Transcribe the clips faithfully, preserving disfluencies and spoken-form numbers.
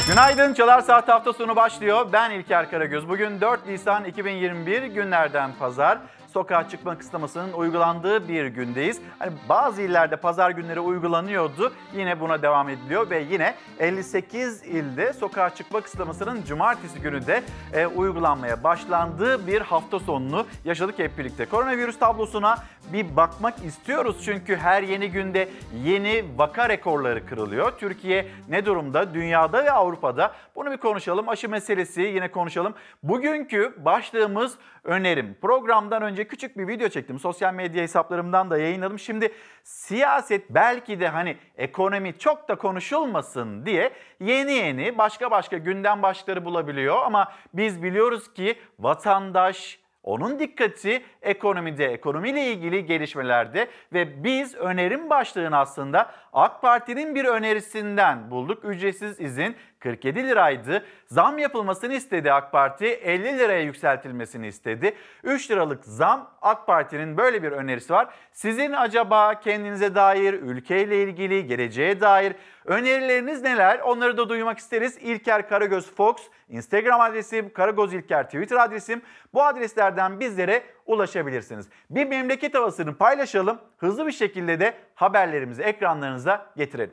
Günaydın, Çalar Saat hafta sonu başlıyor. Ben İlker Karagöz. Bugün dört Nisan iki bin yirmi bir günlerden pazar. Sokağa çıkma kısıtlamasının uygulandığı bir gündeyiz. Hani bazı illerde pazar günleri uygulanıyordu. Yine buna devam ediliyor ve yine elli sekiz ilde sokağa çıkma kısıtlamasının cumartesi günü de e, uygulanmaya başlandığı bir hafta sonunu yaşadık hep birlikte. Koronavirüs tablosuna bir bakmak istiyoruz çünkü her yeni günde yeni vaka rekorları kırılıyor. Türkiye ne durumda? Dünyada ve Avrupa'da. Bunu bir konuşalım. Aşı meselesi yine konuşalım. Bugünkü başlığımız önerim. Programdan önce küçük bir video çektim. Sosyal medya hesaplarımdan da yayınladım. Şimdi siyaset belki de hani ekonomi çok da konuşulmasın diye yeni yeni başka başka gündem başlıkları bulabiliyor. Ama biz biliyoruz ki vatandaş, onun dikkati ekonomide, ekonomiyle ilgili gelişmelerde ve biz önerim başlığını aslında AK Parti'nin bir önerisinden bulduk. Ücretsiz izin kırk yedi liraydı. Zam yapılmasını istedi AK Parti, elli liraya yükseltilmesini istedi. üç liralık zam, AK Parti'nin böyle bir önerisi var. Sizin acaba kendinize dair, ülkeyle ilgili, geleceğe dair önerileriniz neler? Onları da duymak isteriz. İlker Karagöz Fox, Instagram adresim, Karagöz İlker Twitter adresim. Bu adreslerden bizlere ulaşabilirsiniz. Bir memleket havasını paylaşalım. Hızlı bir şekilde de haberlerimizi ekranlarınıza getirelim.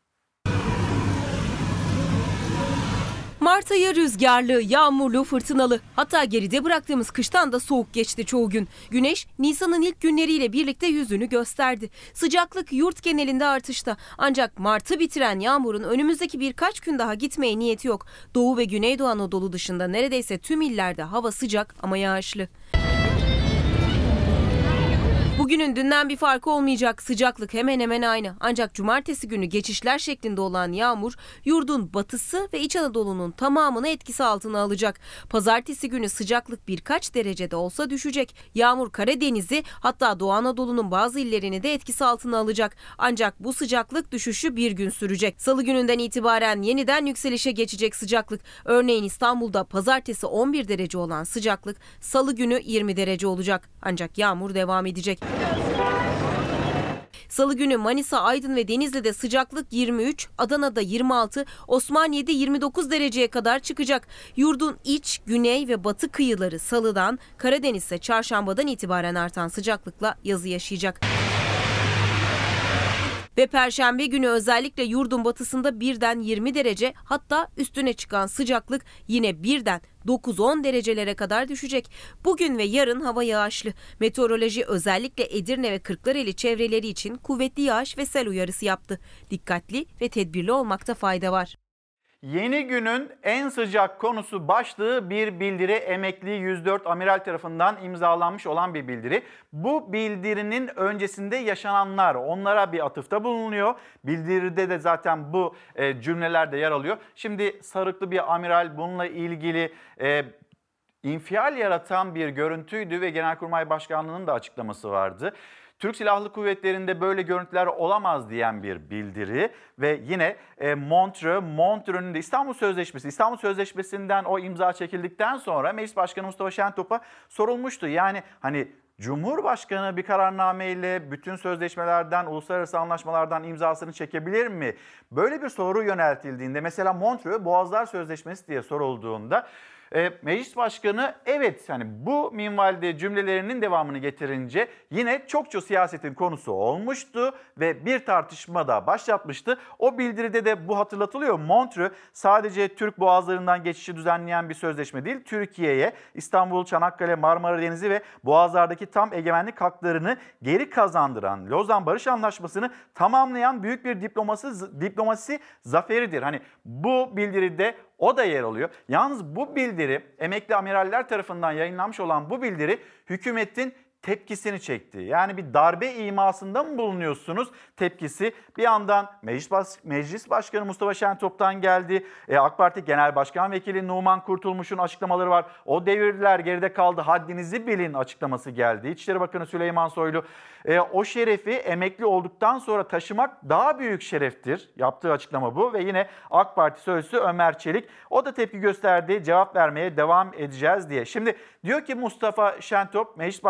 Mart ayı rüzgarlı, yağmurlu, fırtınalı. Hatta geride bıraktığımız kıştan da soğuk geçti çoğu gün. Güneş Nisan'ın ilk günleriyle birlikte yüzünü gösterdi. Sıcaklık yurt genelinde artışta. Ancak Mart'ı bitiren yağmurun önümüzdeki birkaç gün daha gitmeye niyeti yok. Doğu ve Güneydoğu Anadolu dışında neredeyse tüm illerde hava sıcak ama yağışlı. Bugünün dünden bir farkı olmayacak, sıcaklık hemen hemen aynı. Ancak cumartesi günü geçişler şeklinde olan yağmur yurdun batısı ve İç Anadolu'nun tamamını etkisi altına alacak. Pazartesi günü sıcaklık birkaç derecede olsa düşecek. Yağmur Karadeniz'i hatta Doğu Anadolu'nun bazı illerini de etkisi altına alacak. Ancak bu sıcaklık düşüşü bir gün sürecek. Salı gününden itibaren yeniden yükselişe geçecek sıcaklık. Örneğin İstanbul'da pazartesi on bir derece olan sıcaklık salı günü yirmi derece olacak. Ancak yağmur devam edecek. Salı günü Manisa, Aydın ve Denizli'de sıcaklık yirmi üç, Adana'da yirmi altı, Osmaniye'de yirmi dokuz dereceye kadar çıkacak. Yurdun iç, güney ve batı kıyıları salıdan, Karadeniz ise çarşambadan itibaren artan sıcaklıkla yazı yaşayacak. Ve Perşembe günü özellikle yurdun batısında birden yirmi derece, hatta üstüne çıkan sıcaklık yine birden dokuz on derecelere kadar düşecek. Bugün ve yarın hava yağışlı. Meteoroloji özellikle Edirne ve Kırklareli çevreleri için kuvvetli yağış ve sel uyarısı yaptı. Dikkatli ve tedbirli olmakta fayda var. Yeni günün en sıcak konusu başlığı bir bildiri, emekli yüz dört amiral tarafından imzalanmış olan bir bildiri. Bu bildirinin öncesinde yaşananlar, onlara bir atıfta bulunuyor. Bildiride de zaten bu e, cümleler de yer alıyor. Şimdi sarıklı bir amiral bununla ilgili e, infial yaratan bir görüntüydü ve Genelkurmay Başkanlığı'nın da açıklaması vardı. Türk Silahlı Kuvvetleri'nde böyle görüntüler olamaz diyen bir bildiri ve yine e, Montreux, Montreux'un de İstanbul Sözleşmesi, İstanbul Sözleşmesi'nden o imza çekildikten sonra Meclis Başkanı Mustafa Şentop'a sorulmuştu. Yani hani Cumhurbaşkanı bir kararnameyle bütün sözleşmelerden, uluslararası anlaşmalardan imzasını çekebilir mi? Böyle bir soru yöneltildiğinde mesela Montreux Boğazlar Sözleşmesi diye sorulduğunda E, Meclis Başkanı evet yani bu minvalde cümlelerinin devamını getirince yine çokça siyasetin konusu olmuştu ve bir tartışma da başlatmıştı. O bildiride de bu hatırlatılıyor. Montreux sadece Türk boğazlarından geçişi düzenleyen bir sözleşme değil, Türkiye'ye İstanbul, Çanakkale, Marmara Denizi ve boğazlardaki tam egemenlik haklarını geri kazandıran Lozan Barış Anlaşması'nı tamamlayan büyük bir diplomasi, diplomasi zaferidir. Hani bu bildiride o da yer alıyor. Yalnız bu bildiri, emekli amiraller tarafından yayınlanmış olan bu bildiri hükümetin tepkisini çekti. Yani bir darbe imasında mı bulunuyorsunuz tepkisi bir yandan Meclis, Baş Meclis Başkanı Mustafa Şentop'tan geldi. E, AK Parti Genel Başkan Vekili Numan Kurtulmuş'un açıklamaları var. O devirler geride kaldı, haddinizi bilin açıklaması geldi. İçişleri Bakanı Süleyman Soylu e, o şerefi emekli olduktan sonra taşımak daha büyük şereftir. Yaptığı açıklama bu ve yine AK Parti sözcüsü Ömer Çelik o da tepki gösterdi, cevap vermeye devam edeceğiz diye. Şimdi diyor ki Mustafa Şentop Meclis Başkanı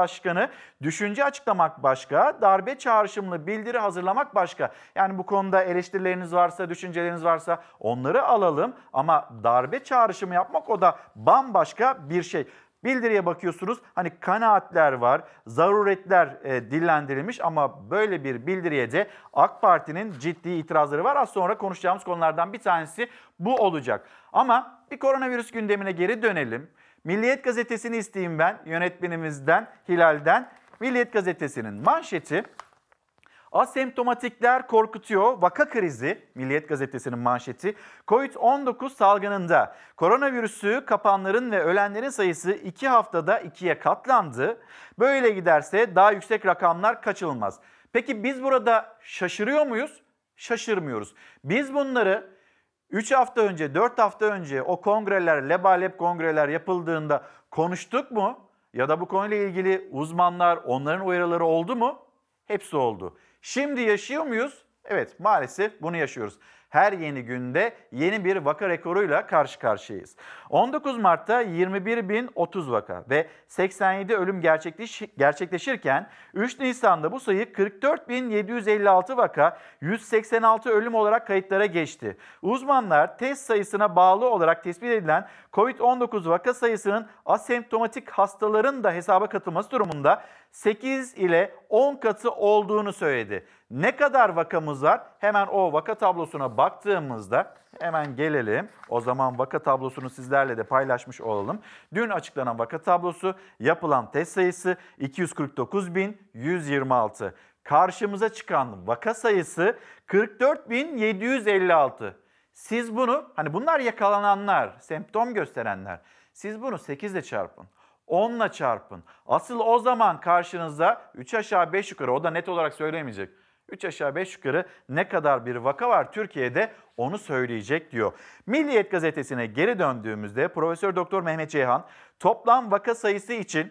açıklamasını. Düşünce açıklamak başka, darbe çağrışımlı bildiri hazırlamak başka. Yani bu konuda eleştirileriniz varsa, düşünceleriniz varsa onları alalım ama darbe çağrışımı yapmak o da bambaşka bir şey. Bildiriye bakıyorsunuz, hani kanaatler var, zaruretler e, dillendirilmiş ama böyle bir bildiriye de AK Parti'nin ciddi itirazları var. Az sonra konuşacağımız konulardan bir tanesi bu olacak. Ama bir koronavirüs gündemine geri dönelim. Milliyet Gazetesi'ni isteyeyim ben yönetmenimizden, Hilal'den. Milliyet Gazetesi'nin manşeti: asemptomatikler korkutuyor, vaka krizi. Milliyet Gazetesi'nin manşeti. Covid on dokuz salgınında koronavirüsü kapanların ve ölenlerin sayısı iki haftada ikiye katlandı. Böyle giderse daha yüksek rakamlar kaçınılmaz. Peki biz burada şaşırıyor muyuz? Şaşırmıyoruz. Biz bunları üç hafta önce, dört hafta önce o kongreler, lebalep kongreler yapıldığında konuştuk mu? Ya da bu konuyla ilgili uzmanlar, onların uyarıları oldu mu? Hepsi oldu. Şimdi yaşıyor muyuz? Evet, maalesef bunu yaşıyoruz. Her yeni günde yeni bir vaka rekoruyla karşı karşıyayız. on dokuz Mart'ta yirmi bir bin otuz vaka ve seksen yedi ölüm gerçekleş gerçekleşirken üç Nisan'da bu sayı kırk dört bin yedi yüz elli altı vaka, yüz seksen altı ölüm olarak kayıtlara geçti. Uzmanlar test sayısına bağlı olarak tespit edilen Covid on dokuz vaka sayısının asemptomatik hastaların da hesaba katılması durumunda sekiz ile on katı olduğunu söyledi. Ne kadar vakamız var? Hemen o vaka tablosuna baktığımızda hemen gelelim. O zaman vaka tablosunu sizlerle de paylaşmış olalım. Dün açıklanan vaka tablosu, yapılan test sayısı iki yüz kırk dokuz bin yüz yirmi altı. Karşımıza çıkan vaka sayısı kırk dört bin yedi yüz elli altı. Siz bunu, hani bunlar yakalananlar, semptom gösterenler. Siz bunu sekiz ile çarpın. onla çarpın. Asıl o zaman karşınızda üç aşağı beş yukarı, o da net olarak söylemeyecek. üç aşağı beş yukarı ne kadar bir vaka var Türkiye'de onu söyleyecek diyor. Milliyet Gazetesi'ne geri döndüğümüzde Profesör Doktor Mehmet Ceyhan toplam vaka sayısı için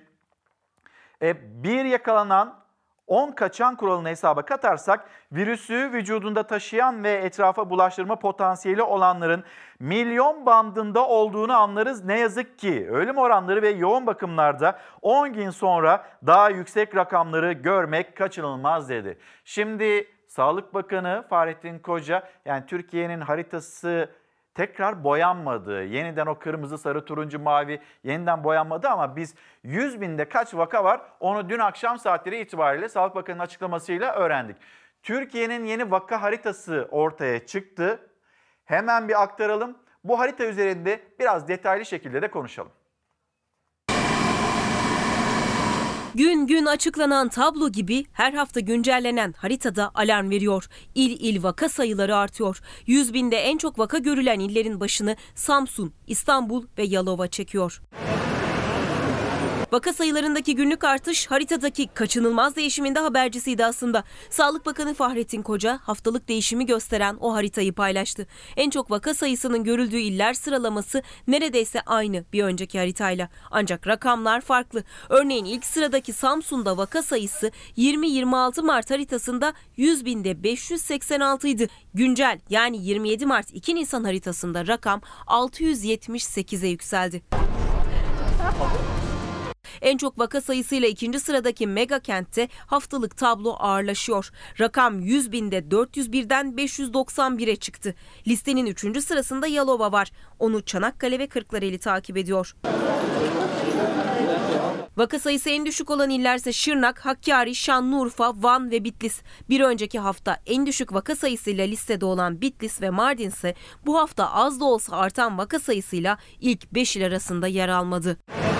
e, bir yakalanan on kaçan kuralını hesaba katarsak virüsü vücudunda taşıyan ve etrafa bulaştırma potansiyeli olanların milyon bandında olduğunu anlarız. Ne yazık ki ölüm oranları ve yoğun bakımlarda on gün sonra daha yüksek rakamları görmek kaçınılmaz dedi. Şimdi Sağlık Bakanı Fahrettin Koca, yani Türkiye'nin haritası tekrar boyanmadı. Yeniden o kırmızı, sarı, turuncu, mavi yeniden boyanmadı ama biz yüz binde kaç vaka var onu dün akşam saatleri itibariyle Sağlık Bakanı'nın açıklamasıyla öğrendik. Türkiye'nin yeni vaka haritası ortaya çıktı. Hemen bir aktaralım. Bu harita üzerinde biraz detaylı şekilde de konuşalım. Gün gün açıklanan tablo gibi her hafta güncellenen haritada alarm veriyor. İl il vaka sayıları artıyor. yüz binde en çok vaka görülen illerin başını Samsun, İstanbul ve Yalova çekiyor. Vaka sayılarındaki günlük artış haritadaki kaçınılmaz değişimin de habercisiydi aslında. Sağlık Bakanı Fahrettin Koca haftalık değişimi gösteren o haritayı paylaştı. En çok vaka sayısının görüldüğü iller sıralaması neredeyse aynı bir önceki haritayla. Ancak rakamlar farklı. Örneğin ilk sıradaki Samsun'da vaka sayısı yirmi yirmi altı Mart haritasında yüz binde beş yüz seksen altı idi. Güncel yani yirmi yedi Mart iki Nisan haritasında rakam altı yüz yetmiş sekize yükseldi. En çok vaka sayısıyla ikinci sıradaki mega kentte haftalık tablo ağırlaşıyor. Rakam yüz binde dört yüz birden beş yüz doksan bire çıktı. Listenin üçüncü sırasında Yalova var. Onu Çanakkale ve Kırklareli takip ediyor. Vaka sayısı en düşük olan illerse Şırnak, Hakkari, Şanlıurfa, Van ve Bitlis. Bir önceki hafta en düşük vaka sayısıyla listede olan Bitlis ve Mardin ise bu hafta az da olsa artan vaka sayısıyla ilk beş il arasında yer almadı.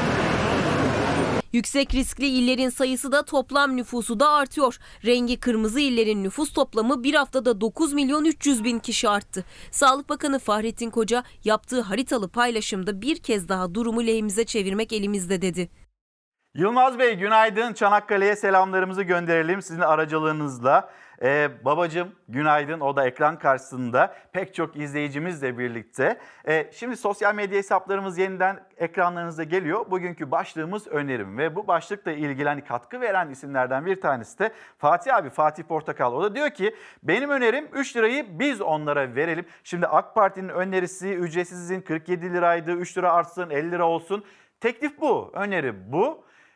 Yüksek riskli illerin sayısı da toplam nüfusu da artıyor. Rengi kırmızı illerin nüfus toplamı bir haftada dokuz milyon üç yüz bin kişi arttı. Sağlık Bakanı Fahrettin Koca yaptığı haritalı paylaşımda bir kez daha durumu lehimize çevirmek elimizde dedi. Yılmaz Bey günaydın. Çanakkale'ye selamlarımızı gönderelim sizin aracılığınızla. Ee, babacığım günaydın, o da ekran karşısında pek çok izleyicimizle birlikte. Ee, şimdi sosyal medya hesaplarımız yeniden ekranlarınıza geliyor. Bugünkü başlığımız önerim ve bu başlıkla ilgili hani katkı veren isimlerden bir tanesi de Fatih abi, Fatih Portakal. O da diyor ki benim önerim üç lirayı biz onlara verelim. Şimdi AK Parti'nin önerisi ücretsiz izin kırk yedi liraydı, üç lira artsın elli lira olsun. Teklif bu, öneri bu.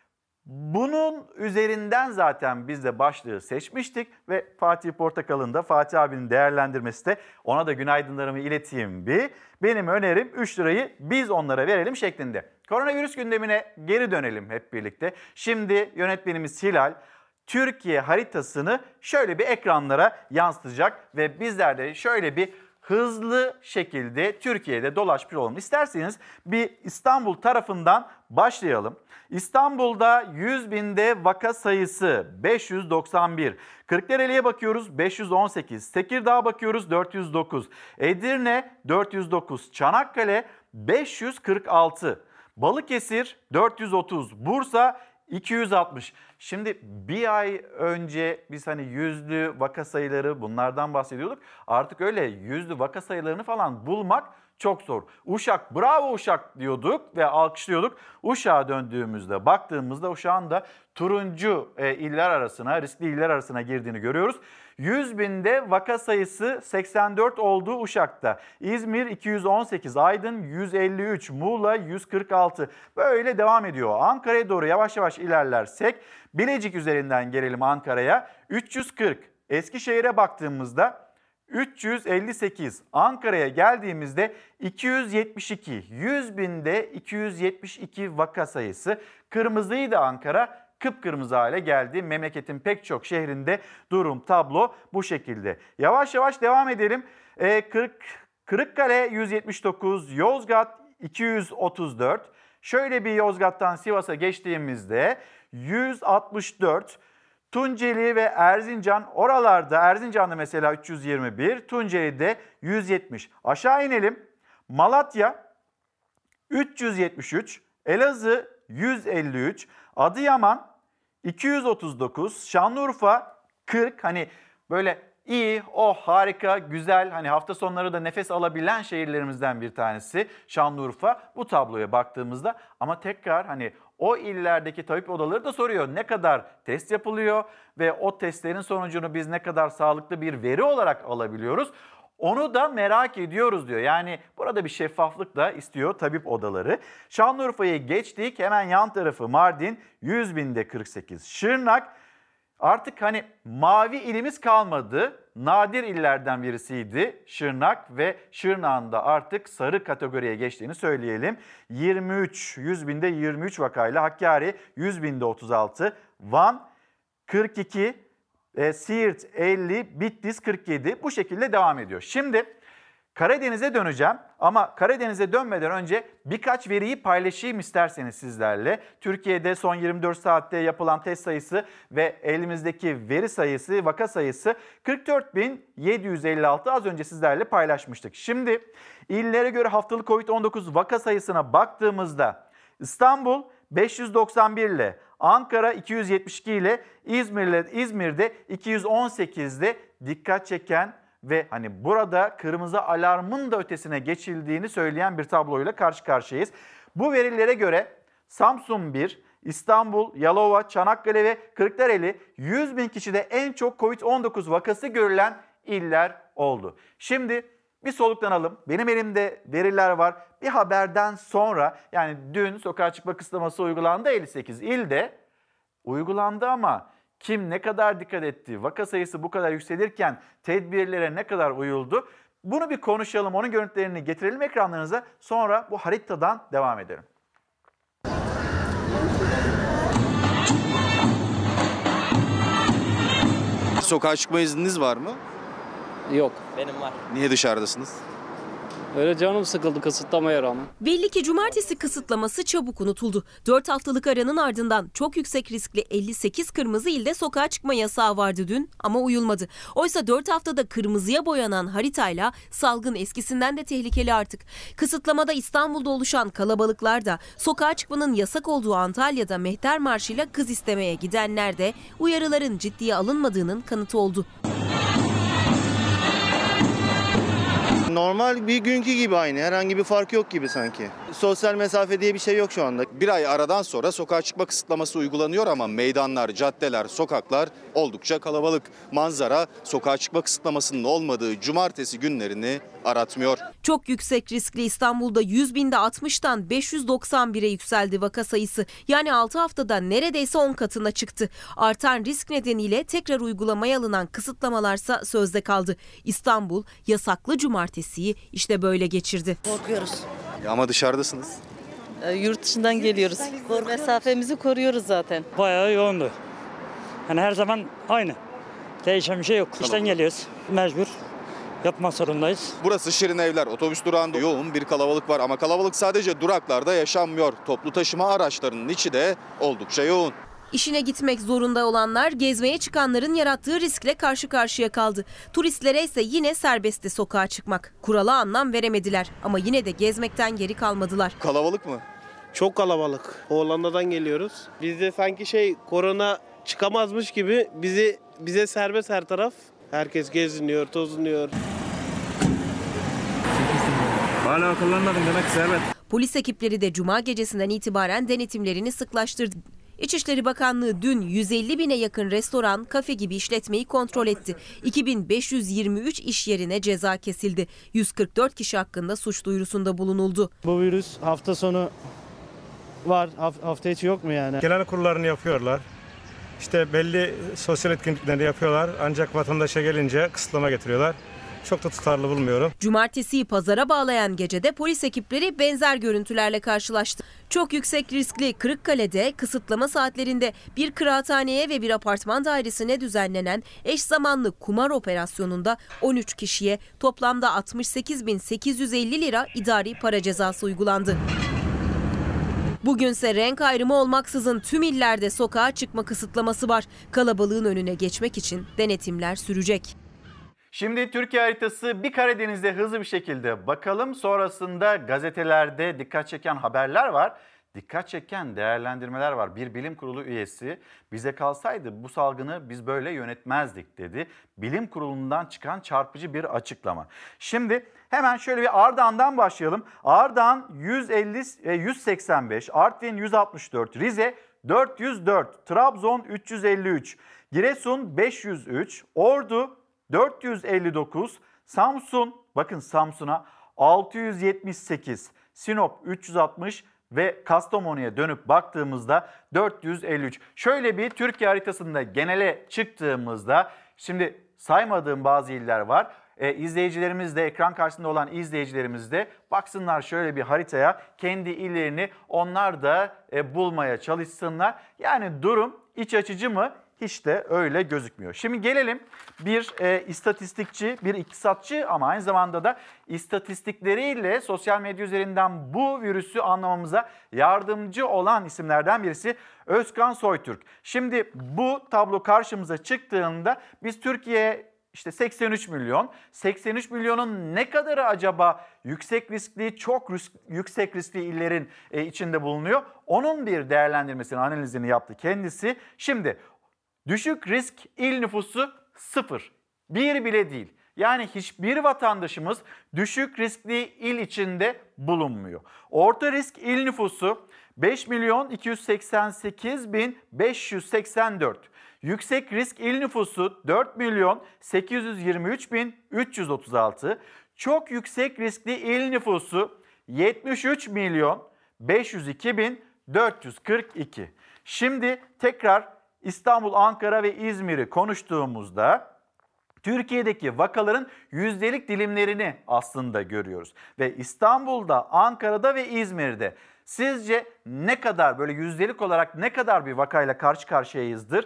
Bunun üzerinden zaten biz de başlığı seçmiştik ve Fatih Portakal'ın da Fatih abinin değerlendirmesi de, ona da günaydınlarımı ileteyim bir. Benim önerim üç lirayı biz onlara verelim şeklinde. Koronavirüs gündemine geri dönelim hep birlikte. Şimdi yönetmenimiz Hilal Türkiye haritasını şöyle bir ekranlara yansıtacak ve bizler de şöyle bir hızlı şekilde Türkiye'de dolaşmış olalım. İsterseniz bir İstanbul tarafından başlayalım. İstanbul'da yüz binde vaka sayısı beş yüz doksan bir. Kırklareli'ye bakıyoruz beş yüz on sekiz. Tekirdağ'a bakıyoruz dört yüz dokuz. Edirne dört yüz dokuz. Çanakkale beş yüz kırk altı. Balıkesir dört yüz otuz. Bursa iki yüz altmış. Şimdi bir ay önce biz hani yüzlü vaka sayıları bunlardan bahsediyorduk. Artık öyle yüzlü vaka sayılarını falan bulmak çok zor. Uşak, bravo Uşak diyorduk ve alkışlıyorduk. Uşak'a döndüğümüzde, baktığımızda Uşak'ın da turuncu e, iller arasına, riskli iller arasına girdiğini görüyoruz. yüz binde vaka sayısı seksen dört oldu Uşak'ta. İzmir iki yüz on sekiz, Aydın yüz elli üç, Muğla yüz kırk altı. Böyle devam ediyor. Ankara'ya doğru yavaş yavaş ilerlersek Bilecik üzerinden gelelim Ankara'ya. üç yüz kırk. Eskişehir'e baktığımızda üç yüz elli sekiz. Ankara'ya geldiğimizde iki yüz yetmiş iki. yüz binde iki yüz yetmiş iki vaka sayısı. Kırmızıydı Ankara, kıpkırmızı hale geldi. Memleketin pek çok şehrinde durum, tablo bu şekilde. Yavaş yavaş devam edelim. Ee, Kırık, Kırıkkale yüz yetmiş dokuz, Yozgat iki yüz otuz dört. Şöyle bir Yozgat'tan Sivas'a geçtiğimizde yüz altmış dört. Tunceli ve Erzincan, oralarda Erzincan'da mesela üç yüz yirmi bir, Tunceli'de yüz yetmiş. Aşağı inelim. Malatya üç yüz yetmiş üç, Elazığ yüz elli üç, Adıyaman iki yüz otuz dokuz, Şanlıurfa kırk. Hani böyle iyi, oh harika, güzel, hani hafta sonları da nefes alabilen şehirlerimizden bir tanesi Şanlıurfa bu tabloya baktığımızda. Ama tekrar hani o illerdeki tabip odaları da soruyor ne kadar test yapılıyor ve o testlerin sonucunu biz ne kadar sağlıklı bir veri olarak alabiliyoruz. Onu da merak ediyoruz diyor. Yani burada bir şeffaflık da istiyor tabip odaları. Şanlıurfa'yı geçtik, hemen yan tarafı Mardin yüz binde kırk sekiz. Şırnak artık hani mavi ilimiz kalmadı. Nadir illerden birisiydi Şırnak ve Şırnak'ın da artık sarı kategoriye geçtiğini söyleyelim. yirmi üç, yüz binde yirmi üç vakayla. Hakkari yüz binde otuz altı, Van kırk iki, e, Siirt elli, Bitlis kırk yedi, bu şekilde devam ediyor. Şimdi Karadeniz'e döneceğim ama Karadeniz'e dönmeden önce birkaç veriyi paylaşayım isterseniz sizlerle. Türkiye'de son yirmi dört saatte yapılan test sayısı ve elimizdeki veri sayısı, vaka sayısı kırk dört bin yedi yüz elli altı, az önce sizlerle paylaşmıştık. Şimdi illere göre haftalık Covid on dokuz vaka sayısına baktığımızda İstanbul beş yüz doksan bir ile, Ankara iki yüz yetmiş iki ile, İzmir'le İzmir'de iki yüz on sekizde dikkat çeken ve hani burada kırmızı alarmın da ötesine geçildiğini söyleyen bir tabloyla karşı karşıyayız. Bu verilere göre Samsun bir, İstanbul, Yalova, Çanakkale ve Kırklareli yüz bin kişide en çok Covid on dokuz vakası görülen iller oldu. Şimdi bir soluklanalım. Benim elimde veriler var. Bir haberden sonra, yani dün sokağa çıkma kısıtlaması uygulandı elli sekiz ilde. Uygulandı ama kim ne kadar dikkat etti? Vaka sayısı bu kadar yükselirken tedbirlere ne kadar uyuldu? Bunu bir konuşalım. Onun görüntülerini getirelim ekranlarınıza. Sonra bu haritadan devam edelim. Sokağa çıkma izniniz var mı? Yok. Benim var. Niye dışarıdasınız? Öyle canım sıkıldı kısıtlamaya rağmen. Belli ki cumartesi kısıtlaması çabuk unutuldu. dört haftalık aranın ardından çok yüksek riskli elli sekiz kırmızı ilde sokağa çıkma yasağı vardı dün ama uyulmadı. Oysa dört haftada kırmızıya boyanan haritayla salgın eskisinden de tehlikeli artık. Kısıtlamada İstanbul'da oluşan kalabalıklar da, sokağa çıkmanın yasak olduğu Antalya'da mehter marşıyla kız istemeye gidenler de uyarıların ciddiye alınmadığının kanıtı oldu. Normal bir günkü gibi aynı. Herhangi bir fark yok gibi sanki. Sosyal mesafe diye bir şey yok şu anda. Bir ay aradan sonra sokağa çıkma kısıtlaması uygulanıyor ama meydanlar, caddeler, sokaklar oldukça kalabalık. Manzara sokağa çıkma kısıtlamasının olmadığı cumartesi günlerini aratmıyor. Çok yüksek riskli İstanbul'da yüz binde altmıştan beş yüz doksan bire yükseldi vaka sayısı. Yani altı haftada neredeyse on katına çıktı. Artan risk nedeniyle tekrar uygulamaya alınan kısıtlamalarsa sözde kaldı. İstanbul yasaklı cumartesiyi işte böyle geçirdi. Korkuyoruz. Ama dışarıdasınız. Ee, yurt dışından geliyoruz. Mesafemizi koruyoruz zaten. Bayağı yoğundu. Yani her zaman aynı. Değişen bir şey yok. İşten geliyoruz. Mecbur. Yapmak zorundayız. Burası Şirin Evler otobüs durağında yoğun bir kalabalık var ama kalabalık sadece duraklarda yaşanmıyor. Toplu taşıma araçlarının içi de oldukça yoğun. İşine gitmek zorunda olanlar gezmeye çıkanların yarattığı riskle karşı karşıya kaldı. Turistlere ise yine serbestti sokağa çıkmak. Kurala anlam veremediler ama yine de gezmekten geri kalmadılar. Kalabalık mı? Çok kalabalık. Hollanda'dan geliyoruz. Bizde sanki şey korona çıkamazmış gibi bizi bize serbest her taraf. Herkes geziniyor, tozunuyor. Hala akıllanmadın demek serbest. Polis ekipleri de cuma gecesinden itibaren denetimlerini sıklaştırdı. İçişleri Bakanlığı dün yüz elli bine yakın restoran, kafe gibi işletmeyi kontrol etti. iki bin beş yüz yirmi üç iş yerine ceza kesildi. yüz kırk dört kişi hakkında suç duyurusunda bulunuldu. Bu virüs hafta sonu var, hafta içi yok mu yani? Genel kurullarını yapıyorlar. İşte belli sosyal etkinlikleri yapıyorlar. Ancak vatandaşa gelince kısıtlama getiriyorlar. Çok da tutarlı bulmuyorum. Cumartesiyi pazara bağlayan gecede polis ekipleri benzer görüntülerle karşılaştı. Çok yüksek riskli Kırıkkale'de kısıtlama saatlerinde bir kıraathaneye ve bir apartman dairesine düzenlenen eş zamanlı kumar operasyonunda on üç kişiye toplamda altmış sekiz bin sekiz yüz elli lira idari para cezası uygulandı. Bugünse renk ayrımı olmaksızın tüm illerde sokağa çıkma kısıtlaması var. Kalabalığın önüne geçmek için denetimler sürecek. Şimdi Türkiye haritası bir Karadeniz'de hızlı bir şekilde bakalım. Sonrasında gazetelerde dikkat çeken haberler var. Dikkat çeken değerlendirmeler var. Bir bilim kurulu üyesi bize kalsaydı bu salgını biz böyle yönetmezdik dedi. Bilim kurulundan çıkan çarpıcı bir açıklama. Şimdi hemen şöyle bir Ardahan'dan başlayalım. Ardahan yüz elli, yüz seksen beş, Artvin yüz altmış dört, Rize dört yüz dört, Trabzon üç yüz elli üç, Giresun beş yüz üç, Ordu dört yüz elli dokuz, Samsun, bakın Samsun'a altı yüz yetmiş sekiz, Sinop üç yüz altmış ve Kastamonu'ya dönüp baktığımızda dört yüz elli üç. Şöyle bir Türkiye haritasında genele çıktığımızda şimdi saymadığım bazı iller var. E, izleyicilerimiz de ekran karşısında olan izleyicilerimiz de baksınlar şöyle bir haritaya, kendi illerini onlar da e, bulmaya çalışsınlar. Yani durum iç açıcı mı? Hiç de öyle gözükmüyor. Şimdi gelelim bir e, istatistikçi, bir iktisatçı ama aynı zamanda da istatistikleriyle sosyal medya üzerinden bu virüsü anlamamıza yardımcı olan isimlerden birisi Özkan Soytürk. Şimdi bu tablo karşımıza çıktığında biz Türkiye işte seksen üç milyon, seksen üç milyonun ne kadarı acaba yüksek riskli, çok risk, yüksek riskli illerin e, içinde bulunuyor? Onun bir değerlendirmesini, analizini yaptı kendisi. Şimdi düşük risk il nüfusu sıfır. Bir bile değil. Yani hiçbir vatandaşımız düşük riskli il içinde bulunmuyor. Orta risk il nüfusu beş milyon iki yüz seksen sekiz bin beş yüz seksen dört. Yüksek risk il nüfusu dört milyon sekiz yüz yirmi üç bin üç yüz otuz altı. Çok yüksek riskli il nüfusu yetmiş üç milyon beş yüz iki bin dört yüz kırk iki. Şimdi tekrar İstanbul, Ankara ve İzmir'i konuştuğumuzda Türkiye'deki vakaların yüzdelik dilimlerini aslında görüyoruz. Ve İstanbul'da, Ankara'da ve İzmir'de sizce ne kadar böyle yüzdelik olarak ne kadar bir vakayla karşı karşıyayızdır?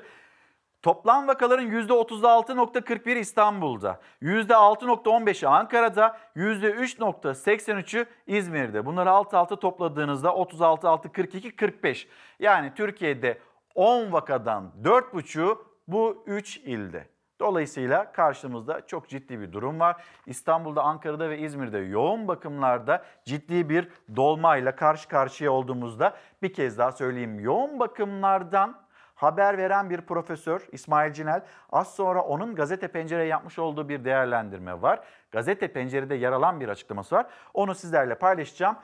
Toplam vakaların yüzde otuz altı nokta kırk bir İstanbul'da, yüzde altı nokta on beşi Ankara'da, yüzde üç nokta seksen üçü İzmir'de. Bunları alt alta topladığınızda otuz altı, altı, kırk iki, kırk beş. Yani Türkiye'de on vakadan dört buçuğu bu üç ilde. Dolayısıyla karşımızda çok ciddi bir durum var. İstanbul'da, Ankara'da ve İzmir'de yoğun bakımlarda ciddi bir dolmayla karşı karşıya olduğumuzda bir kez daha söyleyeyim. Yoğun bakımlardan haber veren bir profesör İsmail Cinel, az sonra onun Gazete Pencere'ye yapmış olduğu bir değerlendirme var. Gazete Pencere'de yer alan bir açıklaması var. Onu sizlerle paylaşacağım.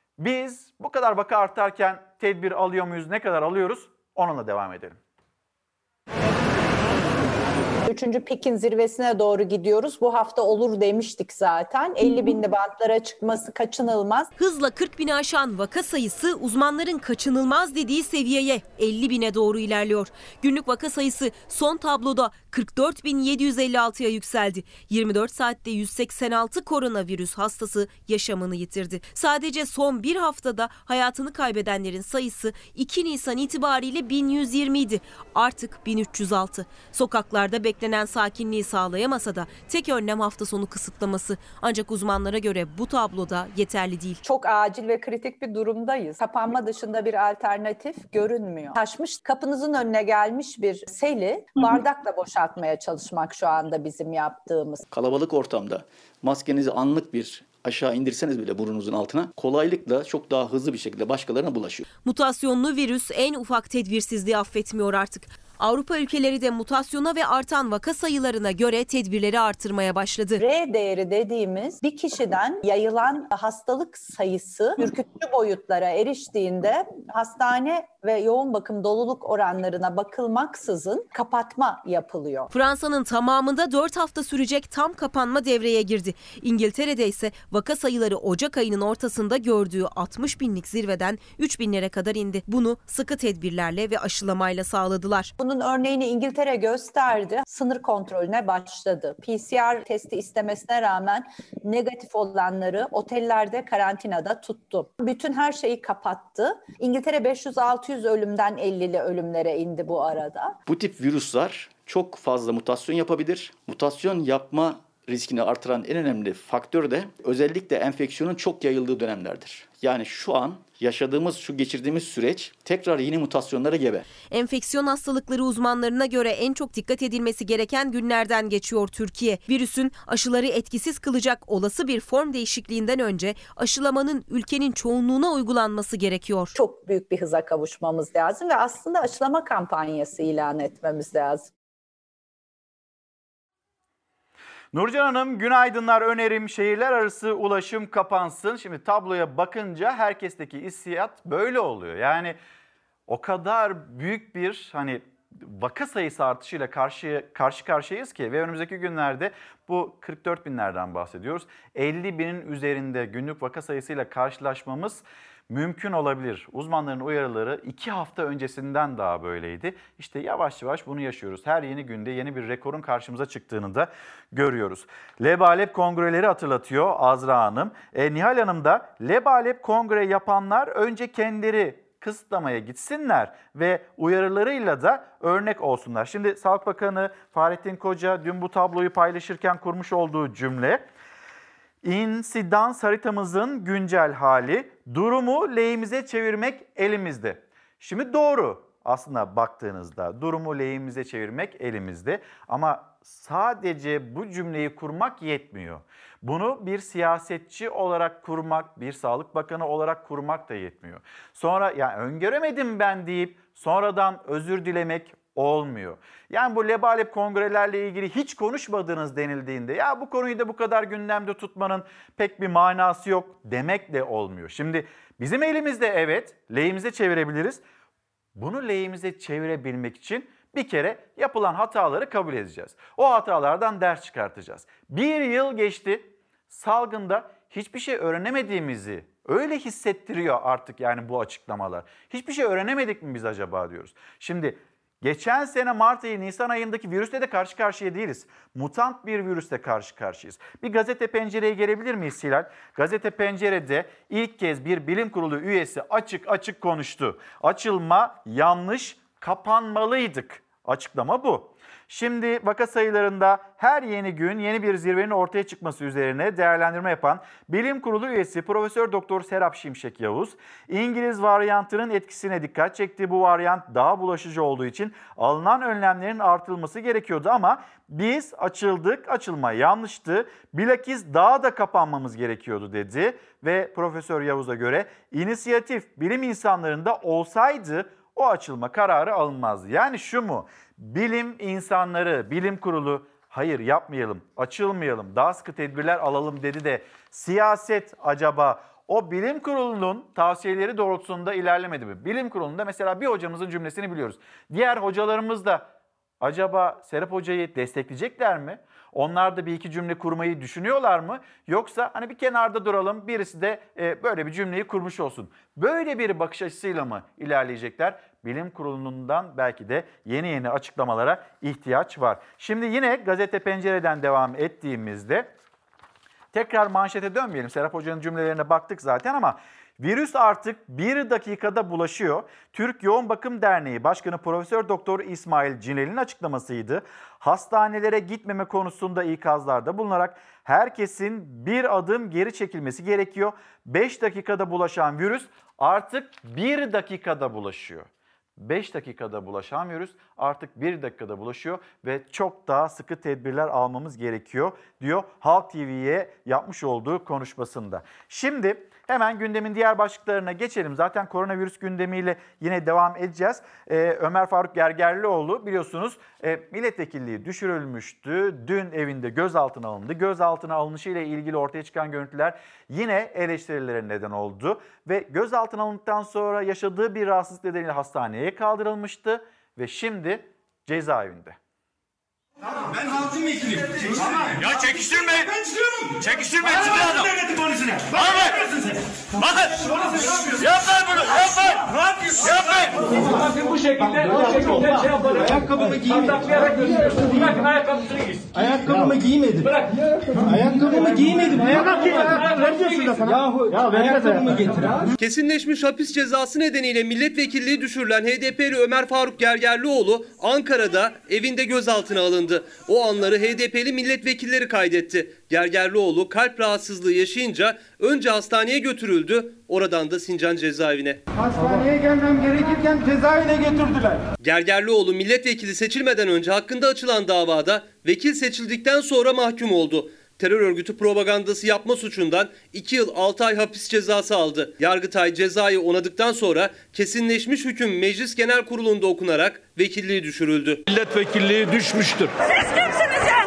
Biz bu kadar vaka artarken tedbir alıyor muyuz, ne kadar alıyoruz? Onunla devam edelim. Üçüncü pikin zirvesine doğru gidiyoruz. Bu hafta olur demiştik zaten. elli binli bantlara çıkması kaçınılmaz. Hızla kırk bini aşan vaka sayısı uzmanların kaçınılmaz dediği seviyeye elli bine doğru ilerliyor. Günlük vaka sayısı son tabloda kırk dört bin yedi yüz elli altıya yükseldi. yirmi dört saatte yüz seksen altı koronavirüs hastası yaşamını yitirdi. Sadece son bir haftada hayatını kaybedenlerin sayısı iki Nisan itibariyle bin yüz yirmi idi. Artık bin üç yüz altı. Sokaklarda beklenen sakinliği sağlayamasa da tek önlem hafta sonu kısıtlaması. Ancak uzmanlara göre bu tabloda yeterli değil. Çok acil ve kritik bir durumdayız. Kapanma dışında bir alternatif görünmüyor. Taşmış kapınızın önüne gelmiş bir seli bardakla boşaltmaya çalışmak şu anda bizim yaptığımız. Kalabalık ortamda maskenizi anlık bir aşağı indirseniz bile burnunuzun altına kolaylıkla çok daha hızlı bir şekilde başkalarına bulaşıyor. Mutasyonlu virüs en ufak tedbirsizliği affetmiyor artık. Avrupa ülkeleri de mutasyona ve artan vaka sayılarına göre tedbirleri artırmaya başladı. R değeri dediğimiz bir kişiden yayılan hastalık sayısı ürkütücü boyutlara eriştiğinde hastane ve yoğun bakım doluluk oranlarına bakılmaksızın kapatma yapılıyor. Fransa'nın tamamında dört hafta sürecek tam kapanma devreye girdi. İngiltere'de ise vaka sayıları Ocak ayının ortasında gördüğü altmış binlik zirveden üç binlere kadar indi. Bunu sıkı tedbirlerle ve aşılamayla sağladılar. Bunun örneğini İngiltere gösterdi. Sınır kontrolüne başladı. P C R testi istemesine rağmen negatif olanları otellerde karantinada tuttu. Bütün her şeyi kapattı. İngiltere beş yüz altı yüz ölümden ellili ölümlere indi bu arada. Bu tip virüsler çok fazla mutasyon yapabilir. Mutasyon yapma riskini artıran en önemli faktör de özellikle enfeksiyonun çok yayıldığı dönemlerdir. Yani şu an yaşadığımız, şu geçirdiğimiz süreç tekrar yeni mutasyonlara gebe. Enfeksiyon hastalıkları uzmanlarına göre en çok dikkat edilmesi gereken günlerden geçiyor Türkiye. Virüsün aşıları etkisiz kılacak olası bir form değişikliğinden önce aşılamanın ülkenin çoğunluğuna uygulanması gerekiyor. Çok büyük bir hıza kavuşmamız lazım ve aslında aşılama kampanyası ilan etmemiz lazım. Nurcan Hanım, günaydınlar. Önerim şehirler arası ulaşım kapansın. Şimdi tabloya bakınca herkesteki hissiyat böyle oluyor. Yani o kadar büyük bir hani vaka sayısı artışıyla karşı karşı karşıyayız ki ve önümüzdeki günlerde bu kırk dört binlerden bahsediyoruz. elli binin üzerinde günlük vaka sayısıyla karşılaşmamız mümkün olabilir. Uzmanların uyarıları iki hafta öncesinden daha böyleydi. İşte yavaş yavaş bunu yaşıyoruz. Her yeni günde yeni bir rekorun karşımıza çıktığını da görüyoruz. Lebalep kongreleri hatırlatıyor Azra Hanım. E, Nihal Hanım da Lebalep kongre yapanlar önce kendileri kısıtlamaya gitsinler ve uyarılarıyla da örnek olsunlar. Şimdi Sağlık Bakanı Fahrettin Koca dün bu tabloyu paylaşırken kurmuş olduğu cümle: İnsidans haritamızın güncel hali, durumu lehimize çevirmek elimizde. Şimdi doğru aslında baktığınızda, durumu lehimize çevirmek elimizde ama sadece bu cümleyi kurmak yetmiyor. Bunu bir siyasetçi olarak kurmak, bir Sağlık Bakanı olarak kurmak da yetmiyor. Sonra yani öngöremedim ben deyip sonradan özür dilemek olmuyor. Yani bu lebalep kongrelerle ilgili hiç konuşmadınız denildiğinde ya bu konuyu da bu kadar gündemde tutmanın pek bir manası yok demek de olmuyor. Şimdi bizim elimizde evet lehimize çevirebiliriz. Bunu lehimize çevirebilmek için bir kere yapılan hataları kabul edeceğiz. O hatalardan ders çıkartacağız. Bir yıl geçti, salgında hiçbir şey öğrenemediğimizi öyle hissettiriyor artık yani bu açıklamalar. Hiçbir şey öğrenemedik mi biz acaba diyoruz. Şimdi geçen sene Mart ayı, Nisan ayındaki virüsle de karşı karşıya değiliz. Mutant bir virüsle karşı karşıyayız. Bir Gazete Pencere'ye gelebilir miyiz Hilal? Gazete Pencere'de ilk kez bir bilim kurulu üyesi açık açık konuştu. Açılma yanlış, kapanmalıydık. Açıklama bu. Şimdi vaka sayılarında her yeni gün yeni bir zirvenin ortaya çıkması üzerine değerlendirme yapan Bilim Kurulu üyesi Profesör Doktor Serap Şimşek Yavuz, İngiliz varyantının etkisine dikkat çekti. Bu varyant daha bulaşıcı olduğu için alınan önlemlerin artırılması gerekiyordu ama biz açıldık, açılma yanlıştı. Bilakis daha da kapanmamız gerekiyordu dedi ve Profesör Yavuz'a göre inisiyatif bilim insanlarında olsaydı o açılma kararı alınmazdı. Yani şu mu? Bilim insanları, bilim kurulu hayır yapmayalım, açılmayalım, daha sıkı tedbirler alalım dedi de siyaset acaba o bilim kurulunun tavsiyeleri doğrultusunda ilerlemedi mi? Bilim kurulunda mesela bir hocamızın cümlesini biliyoruz. Diğer hocalarımız da acaba Serap Hoca'yı destekleyecekler mi? Onlar da bir iki cümle kurmayı düşünüyorlar mı? Yoksa hani bir kenarda duralım, birisi de e, böyle bir cümleyi kurmuş olsun. Böyle bir bakış açısıyla mı ilerleyecekler? Bilim Kurulu'ndan belki de yeni yeni açıklamalara ihtiyaç var. Şimdi yine Gazete Pencere'den devam ettiğimizde tekrar manşete dönmeyelim. Serap Hoca'nın cümlelerine baktık zaten ama virüs artık bir dakikada bulaşıyor. Türk Yoğun Bakım Derneği Başkanı Profesör Doktor İsmail Cinel'in açıklamasıydı. Hastanelere gitmeme konusunda ikazlarda bulunarak herkesin bir adım geri çekilmesi gerekiyor. beş dakikada bulaşan virüs artık bir dakikada bulaşıyor. beş dakikada bulaşan virüs artık bir dakikada bulaşıyor ve çok daha sıkı tedbirler almamız gerekiyor diyor Halk T V'ye yapmış olduğu konuşmasında. Şimdi hemen gündemin diğer başlıklarına geçelim. Zaten koronavirüs gündemiyle yine devam edeceğiz. Ee, Ömer Faruk Gergerlioğlu biliyorsunuz e, milletvekilliği düşürülmüştü. Dün evinde gözaltına alındı. Gözaltına alınışıyla ilgili ortaya çıkan görüntüler yine eleştirilere neden oldu. Ve gözaltına alındıktan sonra yaşadığı bir rahatsızlık nedeniyle hastaneye kaldırılmıştı. Ve şimdi cezaevinde. Ben halkın vekiliyim. Ya çekiştirme. Ben çıkıyorum. Çekiştirme. Çıkın adam. Devletin polisine. Bakın. Bakın. Yapmayın bunu. Yapmayın. Ne yapıyorsun? Yapmayın. Bakın bu şekilde. Bu şekilde şey yaparım. Ayakkabımı giymedim. Saklayarak gösteriyorsun. Bırakın ayakkabısını giysin. Ayakkabımı giymedim. Bırak. Ayakkabımı giymedim. Ayakkabımı giymedim. Yahu. Ya ayakkabımı getir. Kesinleşmiş hapis cezası nedeniyle milletvekilliği düşürülen H D P'li Ömer Faruk Gergerlioğlu Ankara'da evinde gözaltına alındı. O anları H D P'li milletvekilleri kaydetti. Gergerlioğlu kalp rahatsızlığı yaşayınca önce hastaneye götürüldü, oradan da Sincan cezaevine. Hastaneye gelmem gerekirken cezaevine götürdüler. Gergerlioğlu milletvekili seçilmeden önce hakkında açılan davada vekil seçildikten sonra mahkum oldu. Terör örgütü propagandası yapma suçundan iki yıl altı ay hapis cezası aldı. Yargıtay cezayı onadıktan sonra kesinleşmiş hüküm Meclis Genel Kurulu'nda okunarak vekilliği düşürüldü. Milletvekilliği düşmüştür. Siz kimsiniz ya?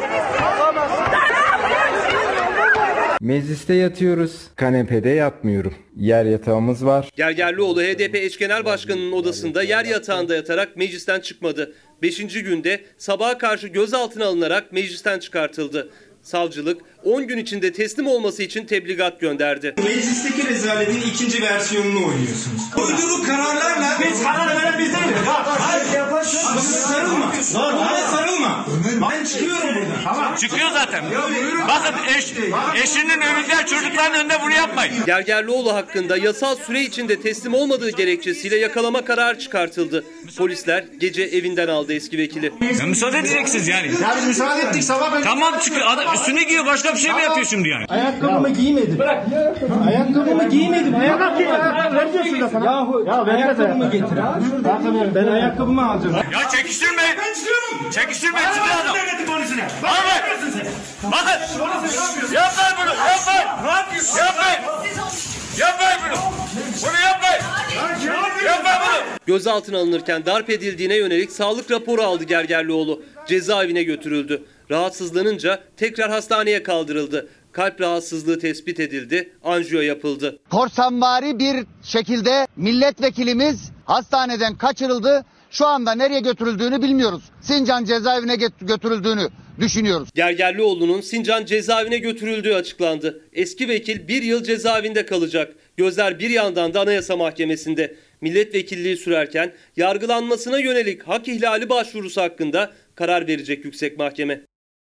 Mecliste yatıyoruz, kanepede yatmıyorum. Yer yatağımız var. Gergerlioğlu H D P eş genel başkanının odasında yer yatağında yatarak meclisten çıkmadı. Beşinci günde sabaha karşı gözaltına alınarak meclisten çıkartıldı. Savcılık on gün içinde teslim olması için tebligat gönderdi. Meclisteki rezaletin ikinci versiyonunu oynuyorsunuz. Uyduruk kararlarla biz karar veren biz değiliz. Hayır yaparsın. Sarılma. Bana sarılma. Ben çıkıyorum buradan. Tamam. Çıkıyor zaten. Bakın eş, eşinin önünde çocukların önünde bunu yapmayın. Gergerlioğlu hakkında yasal süre içinde teslim olmadığı gerekçesiyle yakalama kararı çıkartıldı. Polisler gece evinden aldı eski vekili. Ya müsaade edeceksiniz yani. Ya biz müsaade ettik sabah ben... Tamam çıkıyor. Adam üstüne giyiyor başka bir şey mi yapıyor şimdi yani? Ayakkabımı giymedim. Bırak. Ayakkabımı giymedim. Ayakkabımı veriyorsun da sana. Yahu ya ayakkabımı getir. Ben ayakkabımı alacağım. Ya çekiştirme. Ben çıkıyorum. Çekiştirme. Çıkın adam. Devletin polisine. Bakın. Bakın. Yapmayın bunu. Yapmayın. Ne yapıyorsun? Yapmayın. Yapmayın bunu. Bunu yapmayın. Yapmayın bunu. Gözaltına alınırken darp edildiğine yönelik sağlık raporu aldı Gergerlioğlu. Cezaevine götürüldü. Rahatsızlanınca tekrar hastaneye kaldırıldı. Kalp rahatsızlığı tespit edildi, anjiyo yapıldı. Korsanvari bir şekilde milletvekilimiz hastaneden kaçırıldı. Şu anda nereye götürüldüğünü bilmiyoruz. Sincan cezaevine götürüldüğünü düşünüyoruz. Gergerlioğlu'nun Sincan cezaevine götürüldüğü açıklandı. Eski vekil bir yıl cezaevinde kalacak. Gözler bir yandan da Anayasa Mahkemesi'nde. Milletvekilliği sürerken yargılanmasına yönelik hak ihlali başvurusu hakkında karar verecek Yüksek Mahkeme.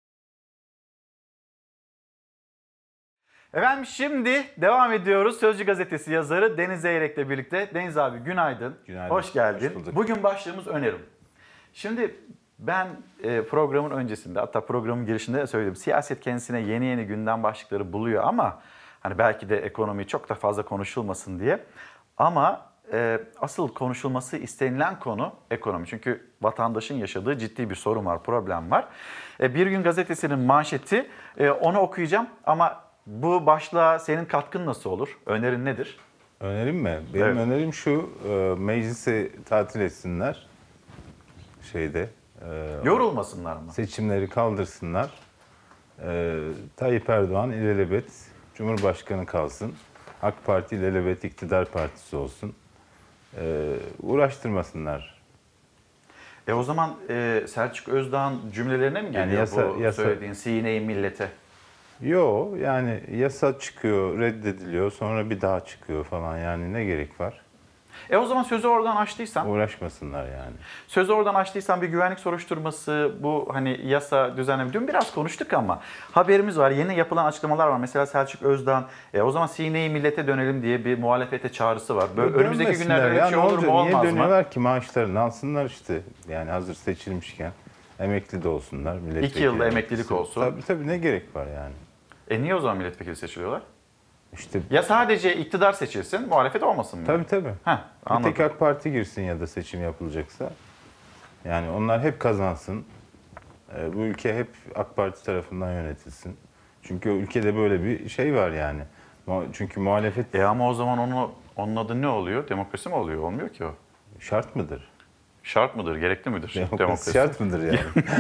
Efendim şimdi devam ediyoruz. Sözcü Gazetesi yazarı Deniz Zeyrek'le birlikte. Deniz abi günaydın. Günaydın. Hoş geldin. Hoş Bugün başlığımız önerim. Şimdi ben e, programın öncesinde hatta programın girişinde söyledim. Siyaset kendisine yeni yeni gündem başlıkları buluyor ama hani belki de ekonomi çok da fazla konuşulmasın diye. Ama e, asıl konuşulması istenilen konu ekonomi. Çünkü vatandaşın yaşadığı ciddi bir sorun var, problem var. E, Bir Gün Gazetesi'nin manşeti, e, onu okuyacağım ama bu başlığa senin katkın nasıl olur? Önerin nedir? Önerim mi? Benim evet. önerim şu, e, meclisi tatil etsinler. Şeyde. E, Yorulmasınlar mı? Seçimleri kaldırsınlar. E, Tayyip Erdoğan ilelebet Cumhurbaşkanı kalsın. AK Parti ilelebet iktidar partisi olsun. E, uğraştırmasınlar. E o zaman e, Selçuk Özdağ'ın cümlelerine mi geliyor Yani yasa- bu yasa- söylediğin sineyi millete? Yo, yani yasa çıkıyor, reddediliyor, sonra bir daha çıkıyor falan, yani ne gerek var? E o zaman sözü oradan açtıysan, Uğraşmasınlar yani. sözü oradan açtıysan bir güvenlik soruşturması, bu hani yasa düzenleme, dün biraz konuştuk ama haberimiz var, yeni yapılan açıklamalar var. Mesela Selçuk Özdağ'ın e, o zaman sineyi millete dönelim diye bir muhalefete çağrısı var. Böyle önümüzdeki Dönmesinler günlerde öyle ya, bir şey ne olur olacak? mu olmaz Niye mı? dönüyorlar ki? Maaşlarını alsınlar işte. Yani hazır seçilmişken emekli de olsunlar. İki yılda emeklilik olsun. Tabii tabii, ne gerek var yani? E niye o zaman milletvekili seçiliyorlar? İşte Ya sadece iktidar seçilsin, muhalefet olmasın mı? tabii tabii. Heh, Bir anladım. tek AK Parti girsin ya da seçim yapılacaksa. Yani onlar hep kazansın. Ee, bu ülke hep AK Parti tarafından yönetilsin. Çünkü o ülkede böyle bir şey var yani. Mu- Çünkü muhalefet E ama o zaman onu, onun adı ne oluyor? Demokrasi mi oluyor? Olmuyor ki o. şart mıdır? Şart mıdır? Gerekli midir? Demokrasi şart mıdır yani?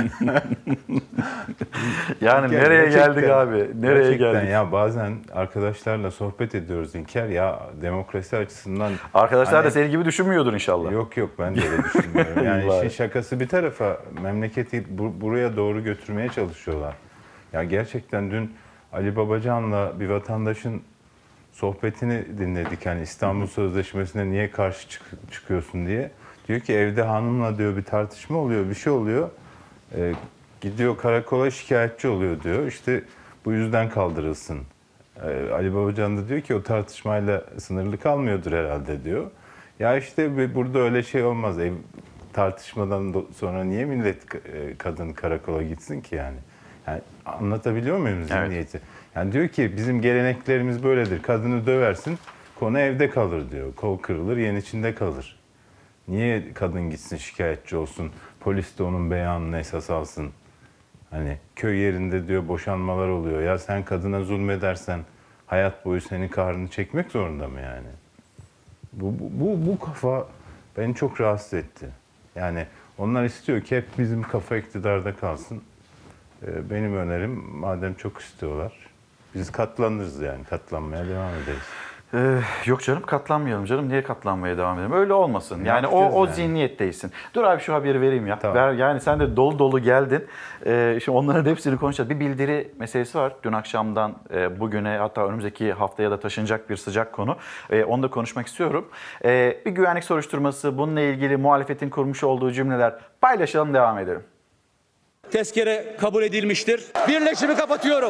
Yani Ya nereye gerçekten- geldik abi? Nereye gerçekten geldik? ya, bazen arkadaşlarla sohbet ediyoruz İlker, ya demokrasi açısından... Arkadaşlar hani- da senin gibi düşünmüyordur inşallah. Yok yok, ben de öyle düşünmüyorum. Yani Vay. işin şakası bir tarafa, memleketi bu- buraya doğru götürmeye çalışıyorlar. Ya gerçekten dün Ali Babacan'la bir vatandaşın sohbetini dinledik. Hani İstanbul Sözleşmesi'ne niye karşı çık- çıkıyorsun diye. Diyor ki evde hanımla diyor bir tartışma oluyor, bir şey oluyor. Ee, gidiyor karakola, şikayetçi oluyor diyor. İşte bu yüzden kaldırılsın. Ee, Ali Babacan da diyor ki o tartışmayla sınırlı kalmıyordur herhalde diyor. Ya işte bir- burada öyle şey olmaz. Ev tartışmadan do- sonra niye millet e, kadın karakola gitsin ki yani? Yani anlatabiliyor muyum zihniyeti? Yani diyor ki bizim geleneklerimiz böyledir. Kadını döversin, konu evde kalır diyor. Kol kırılır, yen içinde kalır. Niye kadın gitsin şikayetçi olsun? Polis de onun beyanını esas alsın. Hani köy yerinde diyor boşanmalar oluyor. Ya sen kadına zulmedersen hayat boyu senin kahrını çekmek zorunda mı yani? Bu, bu, bu, bu kafa beni çok rahatsız etti. Yani onlar istiyor ki hep bizim kafa iktidarda kalsın. Ee, benim önerim, madem çok istiyorlar, biz katlanırız yani, katlanmaya devam ederiz. Ee, yok canım, katlanmayalım canım. Niye katlanmaya devam edelim? Öyle olmasın. Ne Yani o, yapacağız o yani? zihniyetteysin. Dur abi şu haberi vereyim ya. Tamam. Ver, yani sen de dolu dolu geldin. Ee, şimdi onların hepsini konuşacağız. Bir bildiri meselesi var. Dün akşamdan e, bugüne, hatta önümüzdeki haftaya da taşınacak bir sıcak konu. E, onu da konuşmak istiyorum. E, bir güvenlik soruşturması, bununla ilgili muhalefetin kurmuş olduğu cümleler, paylaşalım, devam edelim. Tezkere kabul edilmiştir. Birleşimi kapatıyorum.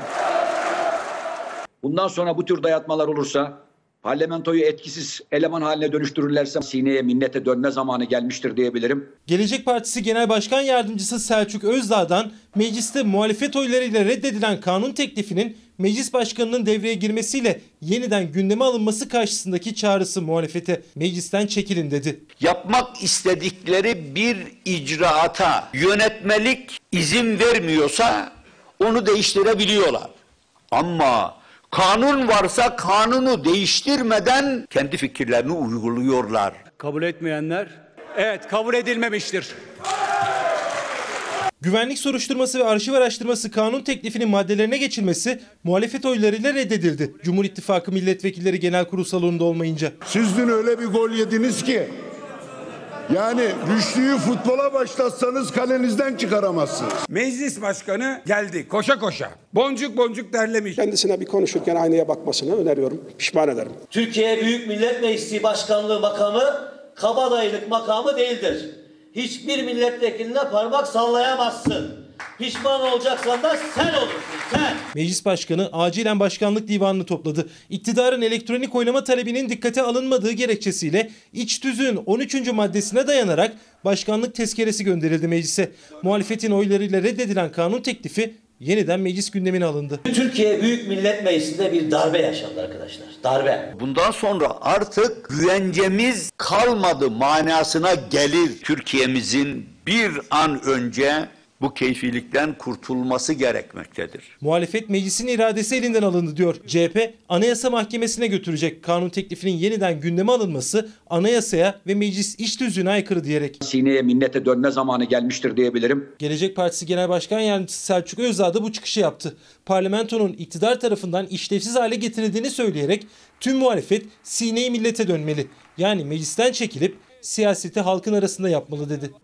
Bundan sonra bu tür dayatmalar olursa, parlamentoyu etkisiz eleman haline dönüştürürlerse sineye minnete dönme zamanı gelmiştir diyebilirim. Gelecek Partisi Genel Başkan Yardımcısı Selçuk Özdağ'dan mecliste muhalefet oylarıyla reddedilen kanun teklifinin meclis başkanının devreye girmesiyle yeniden gündeme alınması karşısındaki çağrısı muhalefete, meclisten çekilin dedi. Yapmak istedikleri bir icraata yönetmelik izin vermiyorsa onu değiştirebiliyorlar. Ama kanun varsa kanunu değiştirmeden kendi fikirlerini uyguluyorlar. Kabul etmeyenler, evet kabul edilmemiştir. Güvenlik soruşturması ve arşiv araştırması kanun teklifinin maddelerine geçilmesi muhalefet oylarıyla reddedildi. Cumhur İttifakı milletvekilleri genel kurul salonunda olmayınca. Siz dün öyle bir gol yediniz ki, yani Rüştü'yü futbola başlatsanız kalenizden çıkaramazsınız. Meclis başkanı geldi koşa koşa. Boncuk boncuk derlemiş. Kendisine bir konuşurken aynaya bakmasını öneriyorum. Pişman ederim. Türkiye Büyük Millet Meclisi Başkanlığı makamı kabadayılık makamı değildir. Hiçbir milletvekiline parmak sallayamazsın. Pişman olacaksan da sen olursun, sen. Meclis Başkanı acilen Başkanlık Divanı'nı topladı. İktidarın elektronik oylama talebinin dikkate alınmadığı gerekçesiyle iç tüzüğün on üçüncü maddesine dayanarak başkanlık tezkeresi gönderildi meclise. Muhalefetin oylarıyla reddedilen kanun teklifi yeniden meclis gündemine alındı. Türkiye Büyük Millet Meclisi'nde bir darbe yaşandı arkadaşlar. Darbe. Bundan sonra artık güvencemiz kalmadı manasına gelir. Türkiye'mizin bir an önce bu keyfilikten kurtulması gerekmektedir. Muhalefet meclisin iradesi elinden alındı diyor. C H P Anayasa Mahkemesi'ne götürecek kanun teklifinin yeniden gündeme alınması anayasaya ve meclis iç tüzüğüne aykırı diyerek. Sineye minnete dönme zamanı gelmiştir diyebilirim. Gelecek Partisi Genel Başkan Yardımcısı Selçuk Özdağ da bu çıkışı yaptı. Parlamentonun iktidar tarafından işlevsiz hale getirildiğini söyleyerek tüm muhalefet sineyi millete dönmeli. Yani meclisten çekilip siyaseti halkın arasında yapmalı dedi.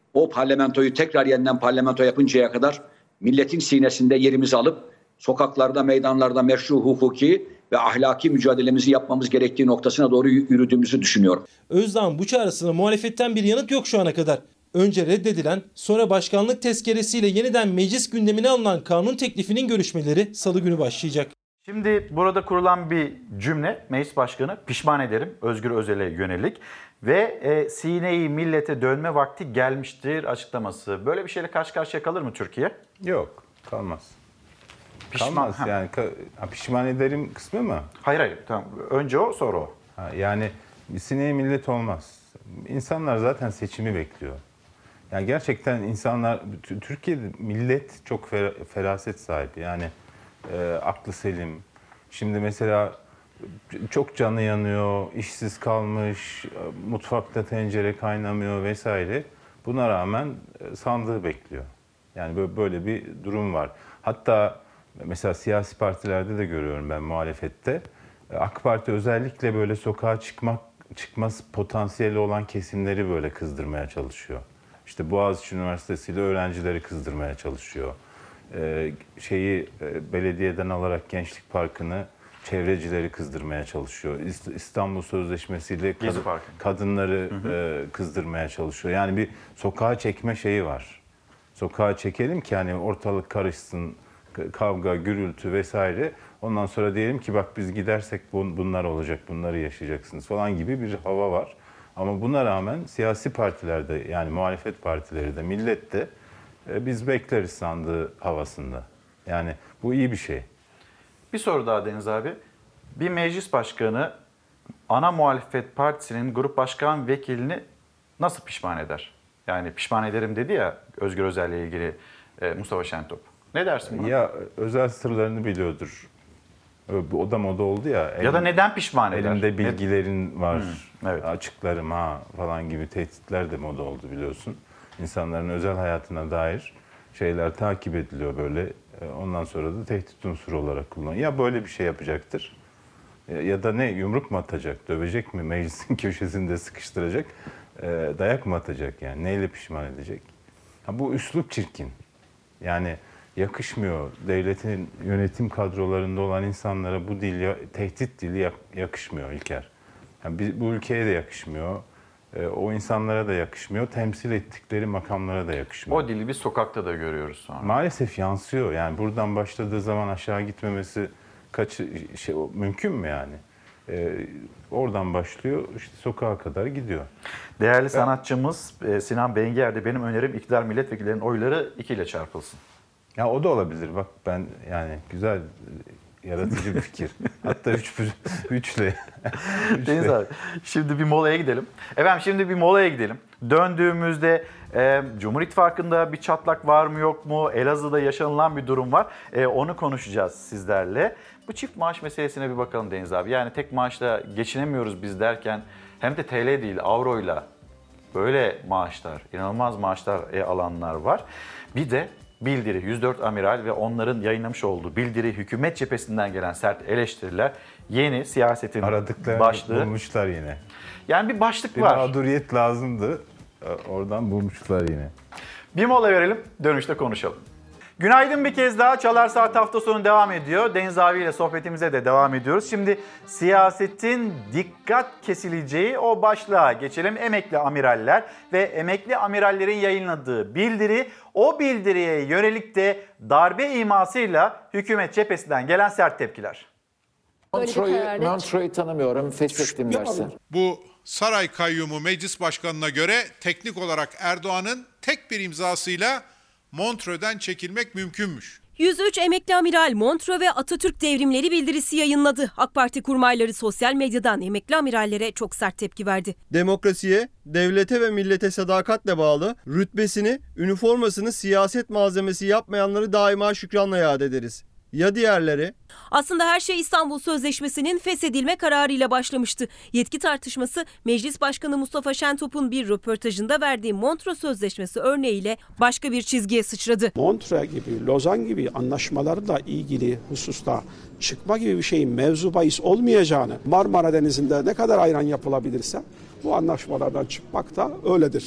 o parlamentoyu tekrar yeniden parlamento yapıncaya kadar milletin sinesinde yerimizi alıp sokaklarda, meydanlarda meşru hukuki ve ahlaki mücadelemizi yapmamız gerektiği noktasına doğru yürüdüğümüzü düşünüyorum. Özdağ'ın bu çağrısına muhalefetten bir yanıt yok şu ana kadar. Önce reddedilen, sonra başkanlık tezkeresiyle yeniden meclis gündemine alınan kanun teklifinin görüşmeleri salı günü başlayacak. Şimdi burada kurulan bir cümle, Meclis Başkanı pişman ederim Özgür Özel'e yönelik ve e, sineyi millete dönme vakti gelmiştir açıklaması. Böyle bir şeyle karşı karşıya kalır mı Türkiye? Yok, kalmaz. Pişman, kalmaz ha. yani ha, pişman ederim kısmı mı? Hayır hayır, tamam. Önce o, sonra o. Ha, yani sineği millet olmaz. İnsanlar zaten seçimi bekliyor. Yani gerçekten insanlar, Türkiye'de millet çok feraset sahibi. Yani e, aklı selim. Şimdi mesela çok canı yanıyor, işsiz kalmış, mutfakta tencere kaynamıyor vesaire. Buna rağmen sandığı bekliyor. Yani böyle, böyle bir durum var. Hatta mesela siyasi partilerde de görüyorum ben muhalefette. AK Parti özellikle böyle sokağa çıkmak çıkmaz potansiyeli olan kesimleri böyle kızdırmaya çalışıyor. İşte Boğaziçi Üniversitesi ile öğrencileri kızdırmaya çalışıyor. Ee, şeyi e, belediyeden alarak Gençlik Parkı'nı çevrecileri kızdırmaya çalışıyor. İstanbul Sözleşmesi ile kad- kadınları hı hı. E, kızdırmaya çalışıyor. Yani bir sokağa çekme şeyi var. Sokağa çekelim ki hani ortalık karışsın, kavga, gürültü vesaire. Ondan sonra diyelim ki bak biz gidersek bunlar olacak, bunları yaşayacaksınız falan gibi bir hava var. Ama buna rağmen siyasi partilerde yani muhalefet partileri de millet de e, biz bekleriz sandığı havasında. Yani bu iyi bir şey. Bir soru daha Deniz abi. Bir meclis başkanı ana muhalefet partisinin grup başkan vekilini nasıl pişman eder? Yani pişman ederim dedi ya Özgür Özel'le ilgili e, Mustafa Şentop. Ne dersin buna? Ya özel sırlarını biliyordur. O da moda oldu ya. Elim, ya da neden pişman eder? Elimde bilgilerin var, hmm, evet. açıklarım ha falan gibi tehditler de moda oldu biliyorsun. İnsanların özel hayatına dair şeyler takip ediliyor böyle. Ondan sonra da tehdit unsuru olarak kullanılıyor. Ya böyle bir şey yapacaktır ya da ne yumruk mu atacak, dövecek mi, meclisin köşesinde sıkıştıracak, dayak mı atacak yani neyle pişman edecek? Ha, bu üslup çirkin. Yani yakışmıyor. Devletin yönetim kadrolarında olan insanlara bu dil, tehdit dili yakışmıyor İlker. Yani bu ülkeye de yakışmıyor. O insanlara da yakışmıyor. Temsil ettikleri makamlara da yakışmıyor. O dili biz sokakta da görüyoruz sonra. Maalesef yansıyor. Yani buradan başladığı zaman aşağı gitmemesi kaç şey mümkün mü yani? Ee, oradan başlıyor, işte sokağa kadar gidiyor. Değerli ben, sanatçımız Sinan Bengier de benim önerim iktidar milletvekillerinin oyları ikiyle çarpılsın. Ya o da olabilir. Bak ben yani güzel, yaratıcı bir fikir. Hatta üç, üçle. Deniz abi, şimdi bir molaya gidelim. Efendim şimdi bir molaya gidelim. Döndüğümüzde e, Cumhur İttifakı'nda bir çatlak var mı yok mu? Elazığ'da yaşanılan bir durum var. E, onu konuşacağız sizlerle. Bu çift maaş meselesine bir bakalım Deniz abi. Yani tek maaşla geçinemiyoruz biz derken hem de T L değil avroyla böyle maaşlar, inanılmaz maaşlar e, alanlar var. Bir de bildiri, yüz dört amiral ve onların yayınlamış olduğu bildiri, hükümet cephesinden gelen sert eleştiriler, yeni siyasetin aradıklarını başlığı. Bulmuşlar yine. Yani bir başlık bir var. Bir mağduriyet lazımdı, oradan bulmuşlar yine. Bir mola verelim, dönüşte konuşalım. Günaydın bir kez daha. Çalar Saat hafta sonu devam ediyor. Deniz abi ile sohbetimize de devam ediyoruz. Şimdi siyasetin dikkat kesileceği o başlığa geçelim. Emekli amiraller ve emekli amirallerin yayınladığı bildiri. O bildiriye yönelik de darbe imasıyla hükümet cephesinden gelen sert tepkiler. Montreux'u Montreux'u tanımıyorum, feshettim dersin. Bu saray kayyumu meclis başkanına göre teknik olarak Erdoğan'ın tek bir imzasıyla Montreux'den çekilmek mümkünmüş. yüz üç emekli amiral Montreux ve Atatürk devrimleri bildirisi yayınladı. AK Parti kurmayları sosyal medyadan emekli amirallere çok sert tepki verdi. Demokrasiye, devlete ve millete sadakatle bağlı, rütbesini, üniformasını siyaset malzemesi yapmayanları daima şükranla yad ederiz. Ya diğerleri? Aslında her şey İstanbul Sözleşmesi'nin feshedilme kararıyla başlamıştı. Yetki tartışması Meclis Başkanı Mustafa Şentop'un bir röportajında verdiği Montreux Sözleşmesi örneğiyle başka bir çizgiye sıçradı. Montreux gibi, Lozan gibi anlaşmalarla ilgili hususta çıkma gibi bir şeyin mevzu bahis olmayacağını, Marmara Denizi'nde ne kadar ayran yapılabilirse bu anlaşmalardan çıkmak da öyledir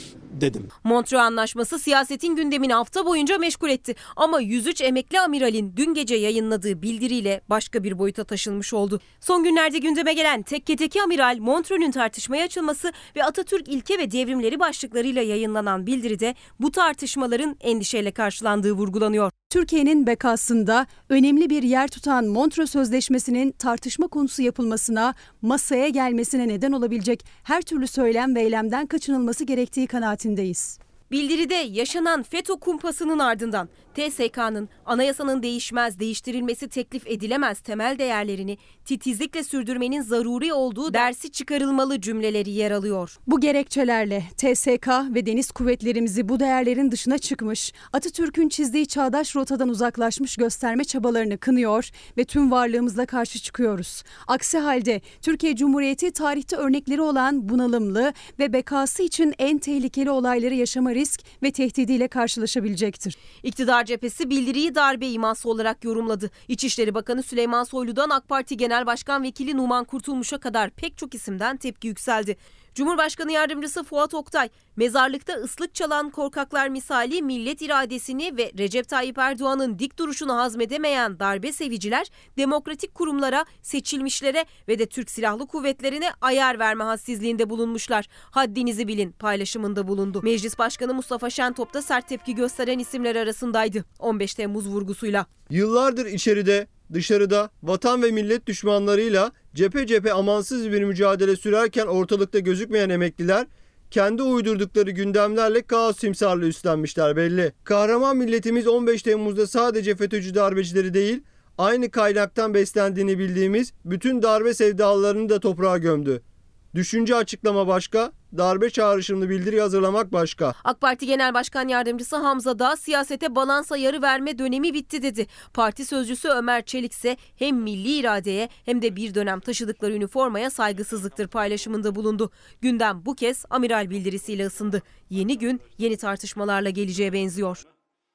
dedim. Montreux Anlaşması siyasetin gündemini hafta boyunca meşgul etti. Ama yüz üç emekli amiralin dün gece yayınladığı bildiriyle başka bir boyuta taşınmış oldu. Son günlerde gündeme gelen tekketeki amiral, Montreux'ün tartışmaya açılması ve Atatürk ilke ve devrimleri başlıklarıyla yayınlanan bildiride bu tartışmaların endişeyle karşılandığı vurgulanıyor. Türkiye'nin bekasında önemli bir yer tutan Montreux Sözleşmesi'nin tartışma konusu yapılmasına, masaya gelmesine neden olabilecek her türlü söylem ve eylemden kaçınılması gerektiği kanaatindeyiz. Bildiride yaşanan FETÖ kumpasının ardından T S K'nın anayasanın değişmez, değiştirilmesi teklif edilemez temel değerlerini titizlikle sürdürmenin zaruri olduğu dersi çıkarılmalı cümleleri yer alıyor. Bu gerekçelerle T S K ve deniz kuvvetlerimizi bu değerlerin dışına çıkmış, Atatürk'ün çizdiği çağdaş rotadan uzaklaşmış gösterme çabalarını kınıyor ve tüm varlığımızla karşı çıkıyoruz. Aksi halde Türkiye Cumhuriyeti tarihte örnekleri olan bunalımlı ve bekası için en tehlikeli olayları yaşama risk ve tehdidiyle karşılaşabilecektir. İktidar cephesi bildiriyi darbe iması olarak yorumladı. İçişleri Bakanı Süleyman Soylu'dan AK Parti Genel Başkan Vekili Numan Kurtulmuş'a kadar pek çok isimden tepki yükseldi. Cumhurbaşkanı Yardımcısı Fuat Oktay, mezarlıkta ıslık çalan korkaklar misali millet iradesini ve Recep Tayyip Erdoğan'ın dik duruşunu hazmedemeyen darbe seviciler, demokratik kurumlara, seçilmişlere ve de Türk Silahlı Kuvvetlerine ayar verme hassizliğinde bulunmuşlar. Haddinizi bilin paylaşımında bulundu. Meclis Başkanı Mustafa Şentop da sert tepki gösteren isimler arasındaydı. on beş Temmuz vurgusuyla. Yıllardır içeride, dışarıda vatan ve millet düşmanlarıyla cephe cephe amansız bir mücadele sürerken ortalıkta gözükmeyen emekliler kendi uydurdukları gündemlerle kaos simsarlığı üstlenmişler belli. Kahraman milletimiz on beş Temmuz'da sadece FETÖ'cü darbecileri değil, aynı kaynaktan beslendiğini bildiğimiz bütün darbe sevdalarını da toprağa gömdü. Düşünce açıklama başka, darbe çağrışımlı bildiri hazırlamak başka. AK Parti Genel Başkan Yardımcısı Hamza Dağ siyasete balans ayarı verme dönemi bitti dedi. Parti sözcüsü Ömer Çelik ise hem milli iradeye hem de bir dönem taşıdıkları üniformaya saygısızlıktır paylaşımında bulundu. Gündem bu kez amiral bildirisiyle ısındı. Yeni gün yeni tartışmalarla geleceğe benziyor.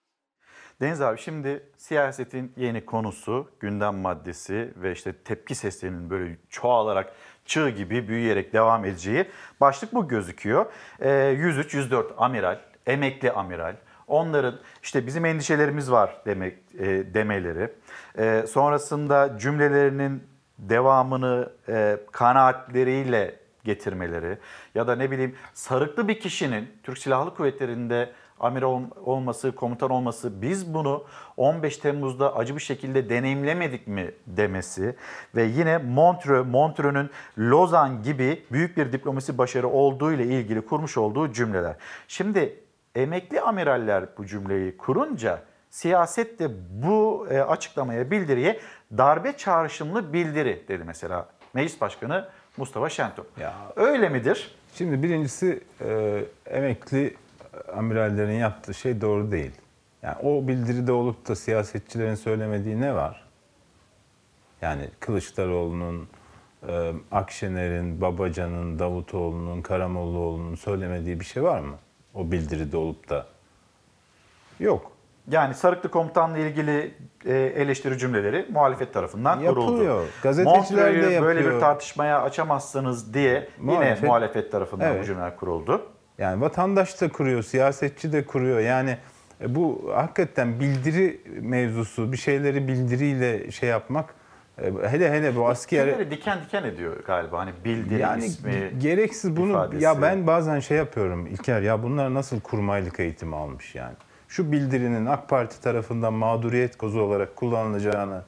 Deniz abi, şimdi siyasetin yeni konusu, gündem maddesi ve işte tepki seslerinin böyle çoğalarak, çığ gibi büyüyerek devam edeceği başlık bu gözüküyor. E, yüz üç yüz dört amiral, emekli amiral, onların işte bizim endişelerimiz var demek e, demeleri, e, sonrasında cümlelerinin devamını e, kanaatleriyle getirmeleri ya da ne bileyim sarıklı bir kişinin Türk Silahlı Kuvvetleri'nde amiral olması, komutan olması, biz bunu on beş Temmuz'da acı bir şekilde deneyimlemedik mi demesi ve yine Montreux, Montreux'ün Lozan gibi büyük bir diplomasi başarı olduğu ile ilgili kurmuş olduğu cümleler. Şimdi emekli amiraller bu cümleyi kurunca siyaset de bu e, açıklamaya, bildiriye darbe çağrışımlı bildiri dedi mesela Meclis Başkanı Mustafa Şentop. Ya, öyle midir? Şimdi birincisi e, emekli amirallerin yaptığı şey doğru değil. Yani o bildiride olup da siyasetçilerin söylemediği ne var? Yani Kılıçdaroğlu'nun, e, Akşener'in, Babacan'ın, Davutoğlu'nun, Karamollaoğlu'nun söylemediği bir şey var mı? O bildiride olup da. Yok. Yani Sarıklı Komutan'la ilgili eleştiri cümleleri muhalefet tarafından yapılıyor. Kuruldu. Gazeteciler de yapıyor. Böyle bir tartışmaya açamazsınız diye muhalefet, yine muhalefet tarafından evet. bu cümleler kuruldu. Yani vatandaş da kuruyor, siyasetçi de kuruyor. Yani bu hakikaten bildiri mevzusu, bir şeyleri bildiriyle şey yapmak, hele hele bu asker... Şeyleri diken diken ediyor galiba, hani bildiri yani ismi, gereksiz bunu, ifadesi. Ya ben bazen şey yapıyorum İlker, ya bunlar nasıl kurmaylık eğitimi almış yani. Şu bildirinin AK Parti tarafından mağduriyet kozu olarak kullanılacağını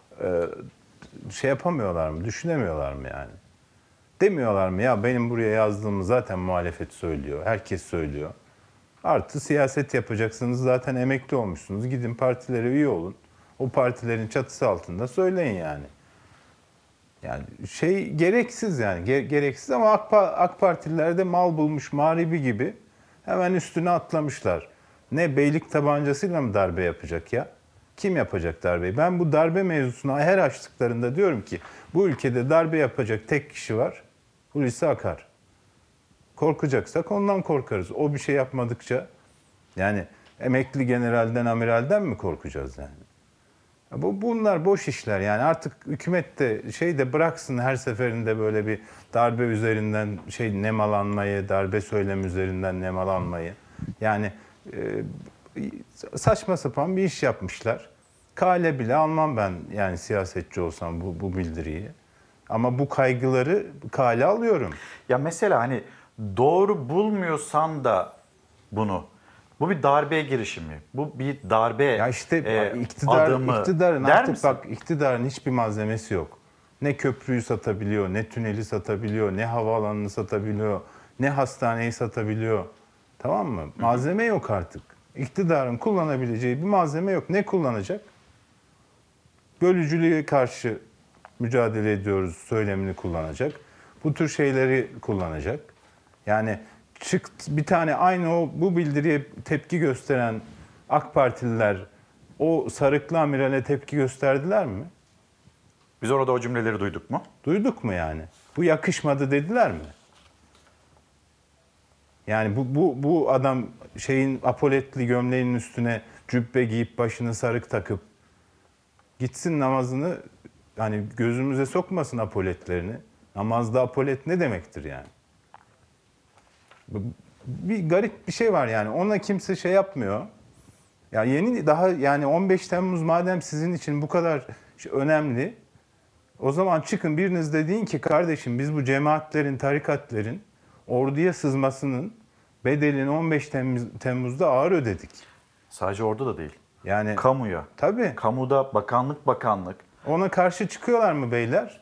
şey yapamıyorlar mı, düşünemiyorlar mı yani? Demiyorlar mı ya benim buraya yazdığımı zaten muhalefet söylüyor, herkes söylüyor. Artı siyaset yapacaksınız, zaten emekli olmuşsunuz, gidin partilere üye olun. O partilerin çatısı altında söyleyin yani. Yani şey gereksiz yani, gereksiz ama AK, AK Partililer de mal bulmuş mağribi gibi hemen üstüne atlamışlar. Ne beylik tabancasıyla mı darbe yapacak ya? Kim yapacak darbeyi? Ben bu darbe mevzusuna her açtıklarında diyorum ki bu ülkede darbe yapacak tek kişi var. Hulusi Akar. Korkacaksak ondan korkarız. O bir şey yapmadıkça yani emekli generalden, amiralden mi korkacağız yani? Bu bunlar boş işler yani artık hükümet de şey de bıraksın her seferinde böyle bir darbe üzerinden şey nemalanmayı, darbe söylemi üzerinden nemalanmayı. Yani e, saçma sapan bir iş yapmışlar. Kale bile almam ben yani siyasetçi olsam bu, bu bildiriyi. Ama bu kaygıları kale alıyorum. Ya mesela hani doğru bulmuyorsan da bunu, bu bir darbe girişimi, bu bir darbe ya işte e, iktidar, adımı iktidarın der artık misin? bak iktidarın hiçbir malzemesi yok. Ne köprüyü satabiliyor, ne tüneli satabiliyor, ne havaalanını satabiliyor, ne hastaneyi satabiliyor. Tamam mı? Malzeme yok artık. İktidarın kullanabileceği bir malzeme yok. Ne kullanacak? Bölücülüğe karşı mücadele ediyoruz söylemini kullanacak. Bu tür şeyleri kullanacak. Yani çık bir tane aynı o bu bildiriye tepki gösteren AK Partililer o sarıklı amirale tepki gösterdiler mi? Biz orada o cümleleri duyduk mu? Duyduk mu yani? Bu yakışmadı dediler mi? Yani bu bu bu adam şeyin apoletli gömleğinin üstüne cübbe giyip başını sarık takıp gitsin namazını hani gözümüze sokmasın apoletlerini. Namazda apolet ne demektir yani? Bir garip bir şey var yani. Ona kimse şey yapmıyor. Ya yeni daha yani on beş Temmuz madem sizin için bu kadar önemli. O zaman çıkın biriniz de deyin ki kardeşim biz bu cemaatlerin, tarikatlerin orduya sızmasının bedelini on beş Temmuz'da ağır ödedik. Sadece orada da değil. Yani kamuya. Tabii. Kamuda bakanlık bakanlık. Ona karşı çıkıyorlar mı beyler?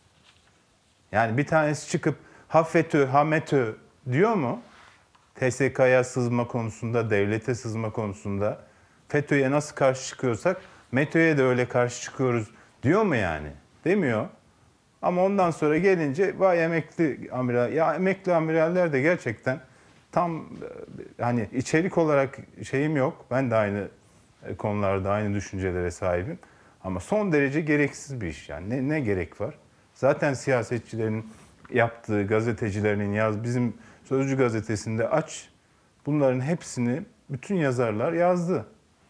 Yani bir tanesi çıkıp ha FETÖ, ha METÖ diyor mu? T S K'ya sızma konusunda, devlete sızma konusunda FETÖ'ye nasıl karşı çıkıyorsak METÖ'ye de öyle karşı çıkıyoruz diyor mu yani? Demiyor. Ama ondan sonra gelince vay emekli amiral. Ya emekli amiraller de gerçekten tam hani içerik olarak şeyim yok. Ben de aynı konularda aynı düşüncelere sahibim. Ama son derece gereksiz bir iş yani. Ne, ne gerek var? Zaten siyasetçilerin yaptığı, gazetecilerinin yaz bizim Sözcü gazetesinde aç. Bunların hepsini bütün yazarlar yazdı.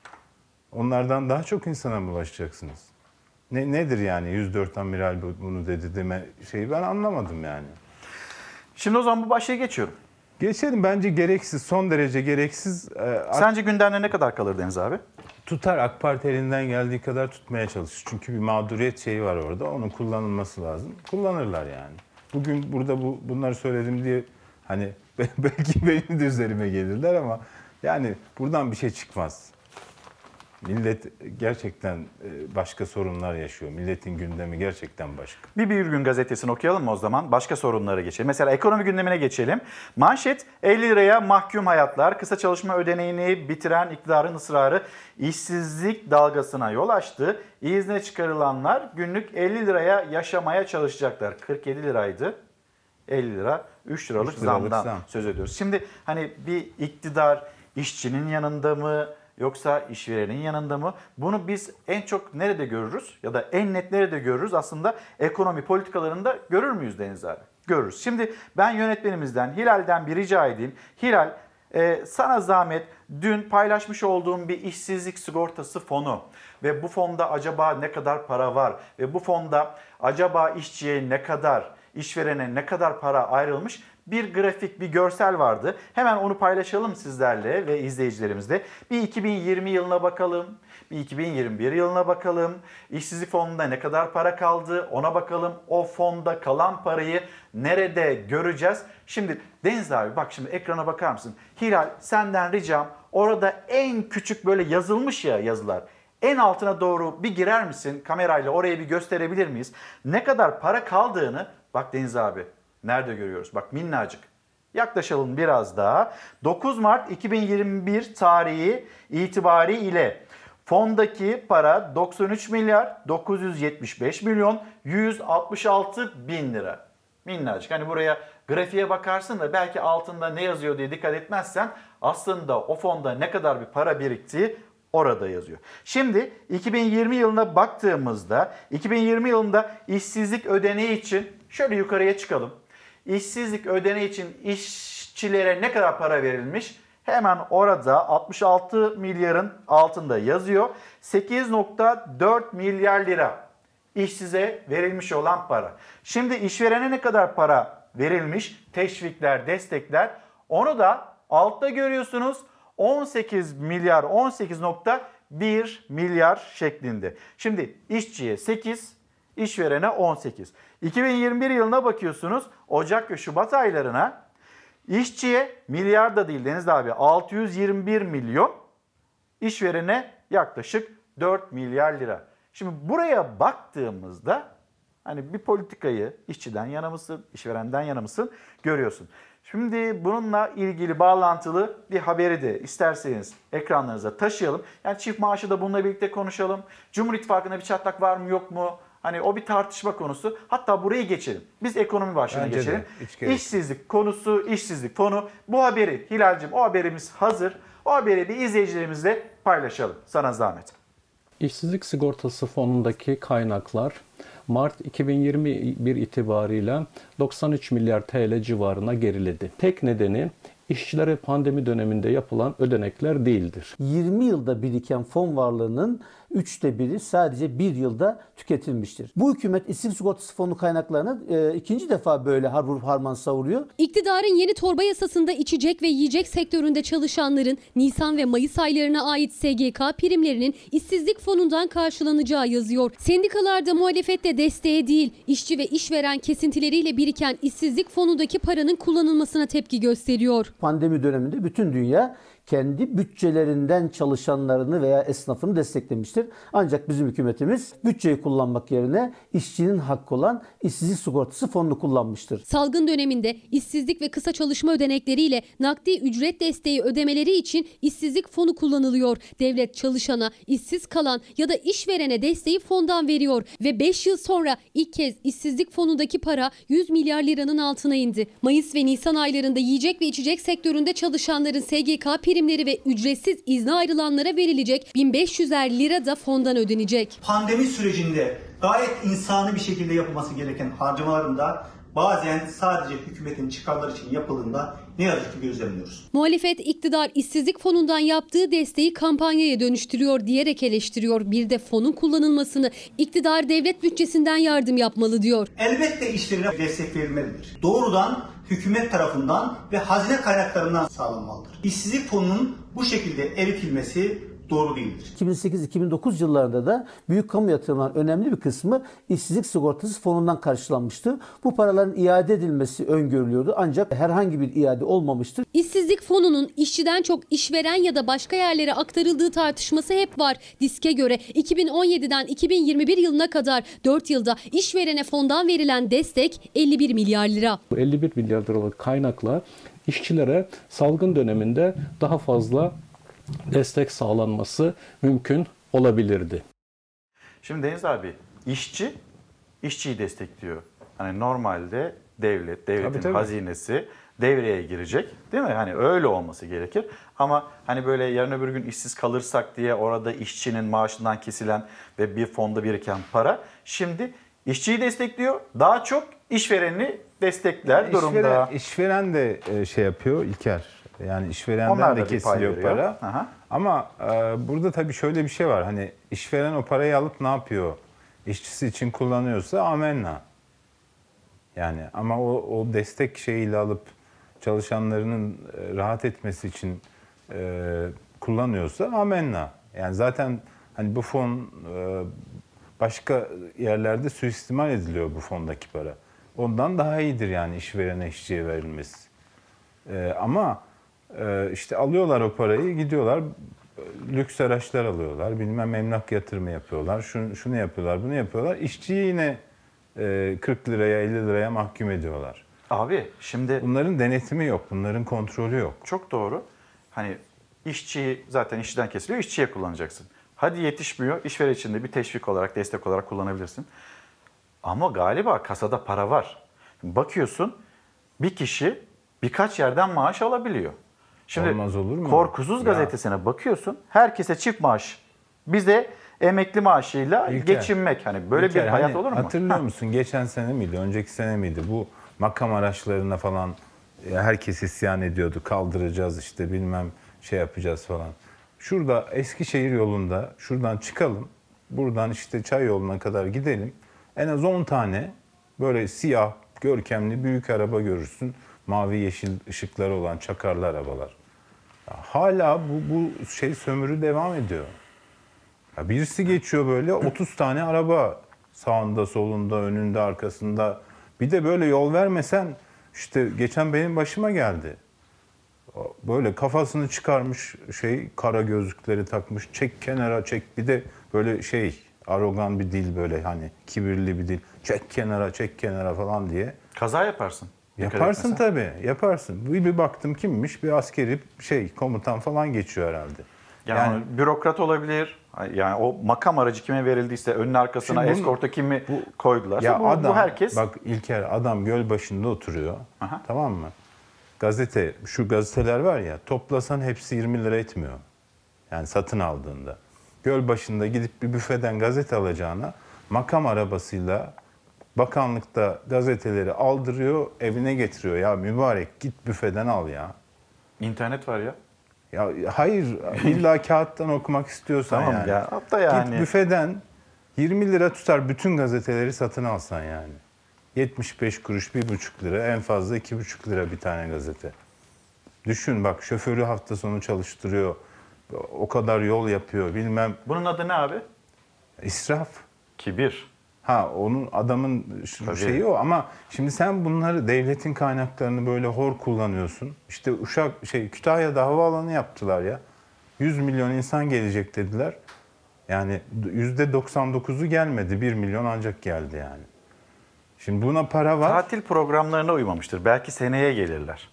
Onlardan daha çok insana mı ulaşacaksınız? Ne, nedir yani yüz dört amiral bunu dedi deme şeyi ben anlamadım yani. Şimdi o zaman bu başlığa geçiyorum. Geçelim bence gereksiz, son derece gereksiz. Sence gündemde ne kadar kalır Deniz abi? Tutar, AK Parti elinden geldiği kadar tutmaya çalışır. Çünkü bir mağduriyet şeyi var orada, onun kullanılması lazım. Kullanırlar yani. Bugün burada bu bunları söyledim diye hani belki benim de üzerime gelirler ama yani buradan bir şey çıkmaz. Millet gerçekten başka sorunlar yaşıyor. Milletin gündemi gerçekten başka. Bir Bir Gün gazetesini okuyalım mı o zaman? Başka sorunlara geçelim. Mesela ekonomi gündemine geçelim. Manşet elli liraya mahkum hayatlar. Kısa çalışma ödeneğini bitiren iktidarın ısrarı işsizlik dalgasına yol açtı. İzne çıkarılanlar günlük elli liraya yaşamaya çalışacaklar. kırk yedi liraydı. elli lira, üç liralık, üç liralık zamdan zam. Söz ediyoruz. Şimdi hani bir iktidar işçinin yanında mı yoksa işverenin yanında mı? Bunu biz en çok nerede görürüz ya da en net nerede görürüz? Aslında ekonomi politikalarında görür müyüz Deniz abi? Görürüz. Şimdi ben yönetmenimizden, Hilal'den bir rica edeyim. Hilal, e, sana zahmet dün paylaşmış olduğum bir işsizlik sigortası fonu ve bu fonda acaba ne kadar para var ve bu fonda acaba işçiye ne kadar, işverene ne kadar para ayrılmış bir grafik, bir görsel vardı. Hemen onu paylaşalım sizlerle ve izleyicilerimizle. Bir iki bin yirmi yılına bakalım, bir iki bin yirmi bir yılına bakalım. İşsizlik fonunda ne kadar para kaldı ona bakalım. O fonda kalan parayı nerede göreceğiz? Şimdi Deniz abi bak şimdi ekrana bakar mısın? Hilal senden ricam orada en küçük böyle yazılmış ya yazılar. En altına doğru bir girer misin? Kamerayla oraya bir gösterebilir miyiz? Ne kadar para kaldığını bak Deniz abi. Nerede görüyoruz? Bak minnacık. Yaklaşalım biraz daha. dokuz Mart iki bin yirmi bir tarihi itibariyle fondaki para doksan üç milyar dokuz yüz yetmiş beş milyon yüz altmış altı bin lira. Minnacık. Hani buraya grafiğe bakarsın da belki altında ne yazıyor diye dikkat etmezsen aslında o fonda ne kadar bir para biriktiği orada yazıyor. Şimdi iki bin yirmi yılına baktığımızda iki bin yirmi yılında işsizlik ödeneği için şöyle yukarıya çıkalım. İşsizlik ödeneği için işçilere ne kadar para verilmiş? Hemen orada altmış altı milyarın altında yazıyor. sekiz nokta dört milyar lira işsize verilmiş olan para. Şimdi işverene ne kadar para verilmiş? Teşvikler, destekler. Onu da altta görüyorsunuz. on sekiz milyar, on sekiz nokta bir milyar şeklinde. Şimdi işçiye sekiz, işverene on sekiz. iki bin yirmi bir yılına bakıyorsunuz. Ocak ve Şubat aylarına işçiye milyar da değil Deniz abi altı yüz yirmi bir milyon, işverene yaklaşık dört milyar lira. Şimdi buraya baktığımızda hani bir politikayı işçiden yana mısın, işverenden yana mısın görüyorsun. Şimdi bununla ilgili bağlantılı bir haberi de isterseniz ekranlarınıza taşıyalım. Yani çift maaşı da bununla birlikte konuşalım. Cumhur İttifakı'nda bir çatlak var mı yok mu? Hani o bir tartışma konusu. Hatta burayı geçelim. Biz ekonomi başlığına Bence geçelim. de, İşsizlik konusu, işsizlik fonu. Bu haberi Hilal'cim, o haberimiz hazır. O haberi bir izleyicilerimizle paylaşalım. Sana zahmet. İşsizlik sigortası fonundaki kaynaklar Mart iki bin yirmi bir itibarıyla doksan üç milyar T L civarına geriledi. Tek nedeni işçilere pandemi döneminde yapılan ödenekler değildir. yirmi yılda biriken fon varlığının üçte biri sadece bir yılda tüketilmiştir. Bu hükümet işsizlik sigortası fonu kaynaklarını e, ikinci defa böyle har vurup harman savuruyor. İktidarın yeni torba yasasında içecek ve yiyecek sektöründe çalışanların Nisan ve Mayıs aylarına ait S G K primlerinin işsizlik fonundan karşılanacağı yazıyor. Sendikalarda muhalefette desteğe değil, işçi ve işveren kesintileriyle biriken işsizlik fonundaki paranın kullanılmasına tepki gösteriyor. Pandemi döneminde bütün dünya kendi bütçelerinden çalışanlarını veya esnafını desteklemiştir. Ancak bizim hükümetimiz bütçeyi kullanmak yerine işçinin hakkı olan işsizlik sigortası fonunu kullanmıştır. Salgın döneminde işsizlik ve kısa çalışma ödenekleriyle nakdi ücret desteği ödemeleri için işsizlik fonu kullanılıyor. Devlet çalışana, işsiz kalan ya da işverene desteği fondan veriyor ve beş yıl sonra ilk kez işsizlik fonundaki para yüz milyar liranın altına indi. Mayıs ve Nisan aylarında yiyecek ve içecek sektöründe çalışanların S G K primleri ve ücretsiz izne ayrılanlara verilecek bin beş yüzer lira da fondan ödenecek. Pandemi sürecinde gayet insani bir şekilde yapılması gereken harcamaların da bazen sadece hükümetin çıkarları için yapıldığında ne yazık ki gözlemliyoruz. Muhalefet iktidar işsizlik fonundan yaptığı desteği kampanyaya dönüştürüyor diyerek eleştiriyor. Bir de fonun kullanılmasını iktidar devlet bütçesinden yardım yapmalı diyor. Elbette işlerine destek verilmelidir. Doğrudan hükümet tarafından ve hazine kaynaklarından sağlanmalıdır. İşsizlik fonunun bu şekilde eritilmesi doğru değildir. iki bin sekiz iki bin dokuz yıllarında da büyük kamu yatırımlarının önemli bir kısmı işsizlik sigortası fonundan karşılanmıştı. Bu paraların iade edilmesi öngörülüyordu ancak herhangi bir iade olmamıştır. İşsizlik fonunun işçiden çok işveren ya da başka yerlere aktarıldığı tartışması hep var. Disk'e göre iki bin on yediden iki bin yirmi bir yılına kadar dört yılda işverene fondan verilen destek elli bir milyar lira. Bu elli bir milyar liralık kaynakla işçilere salgın döneminde daha fazla destek sağlanması mümkün olabilirdi. Şimdi Deniz abi, işçi işçiyi destekliyor. Hani normalde devlet, devletin Tabii, tabii. hazinesi devreye girecek, değil mi? Hani öyle olması gerekir. Ama hani böyle yarın öbür gün işsiz kalırsak diye orada işçinin maaşından kesilen ve bir fonda biriken para şimdi işçiyi destekliyor. Daha çok işvereni destekler durumda. İşveren, işveren de e, şey yapıyor İlker. Yani işverenden Onlar de da bir pay kesiliyor veriyor. para. Aha. Ama e, burada tabii şöyle bir şey var. Hani işveren o parayı alıp ne yapıyor? İşçisi için kullanıyorsa amenna. Yani ama o, o destek şeyiyle alıp çalışanlarının e, rahat etmesi için e, kullanıyorsa amenna. Yani zaten hani bu fon e, başka yerlerde suistimal ediliyor bu fondaki para. Ondan daha iyidir yani işverene işçiye verilmesi. E, ama e, işte alıyorlar o parayı, gidiyorlar lüks araçlar alıyorlar, bilmem emlak yatırımı yapıyorlar, şunu, şunu yapıyorlar, bunu yapıyorlar. İşçiyi yine e, kırk liraya, elli liraya mahkum ediyorlar. Abi şimdi... Bunların denetimi yok, bunların kontrolü yok. Çok doğru. Hani işçiyi zaten işçiden kesiliyor, işçiye kullanacaksın. Hadi yetişmiyor, işveren için de bir teşvik olarak, destek olarak kullanabilirsin. Ama galiba kasada para var. Bakıyorsun bir kişi birkaç yerden maaş alabiliyor. Şimdi Olmaz olur mu? Korkusuz Ya. gazetesine bakıyorsun, herkese çift maaş. Bize emekli maaşıyla İlker, geçinmek. Hani böyle İlker, bir hayat hani olur mu? Hatırlıyor musun? Geçen sene miydi, önceki sene miydi? Bu makam araçlarına falan herkes isyan ediyordu. Kaldıracağız işte bilmem şey yapacağız falan. Şurada Eskişehir yolunda şuradan çıkalım. Buradan işte Çay yoluna kadar gidelim. En az on tane böyle siyah, görkemli büyük araba görürsün. Mavi yeşil ışıkları olan çakarlı arabalar. Ya hala bu, bu şey sömürü devam ediyor. Ya birisi geçiyor böyle otuz tane araba sağında, solunda, önünde, arkasında. Bir de böyle yol vermesen işte geçen benim başıma geldi. Böyle kafasını çıkarmış şey kara gözlükleri takmış. Çek kenara çek bir de böyle şey arogan bir dil böyle hani kibirli bir dil. Çek kenara çek kenara falan diye. Kaza yaparsın. Yaparsın tabii yaparsın. Bir, bir baktım kimmiş bir askeri şey komutan falan geçiyor herhalde. Yani, Yani bürokrat olabilir. Yani o makam aracı kime verildiyse önüne arkasına Şimdi eskorta kimi koydular. Ya bu, adam, bu herkes. Bak İlker adam göl başında oturuyor. Aha. Tamam mı? Gazete, şu gazeteler var ya toplasan hepsi yirmi lira etmiyor. Yani satın aldığında. Göl başında gidip bir büfeden gazete alacağına makam arabasıyla bakanlıkta gazeteleri aldırıyor, evine getiriyor. Ya mübarek git büfeden al ya. İnternet var ya. Ya hayır illa kağıttan okumak istiyorsan Tamam yani. ya, hatta yani. Git büfeden yirmi lira tutar bütün gazeteleri satın alsan yani. yetmiş beş kuruş, bir buçuk lira, en fazla iki buçuk lira bir tane gazete. Düşün bak şoförü hafta sonu çalıştırıyor, o kadar yol yapıyor bilmem. Bunun adı ne abi? İsraf. Kibir. Ha onun adamın Tabii. şeyi o ama şimdi sen bunları devletin kaynaklarını böyle hor kullanıyorsun. İşte Uşak şey Kütahya'da havaalanı yaptılar ya. yüz milyon insan gelecek dediler. Yani yüzde doksan dokuzu gelmedi. bir milyon ancak geldi yani. Şimdi buna para var. Tatil programlarına uymamıştır. Belki seneye gelirler.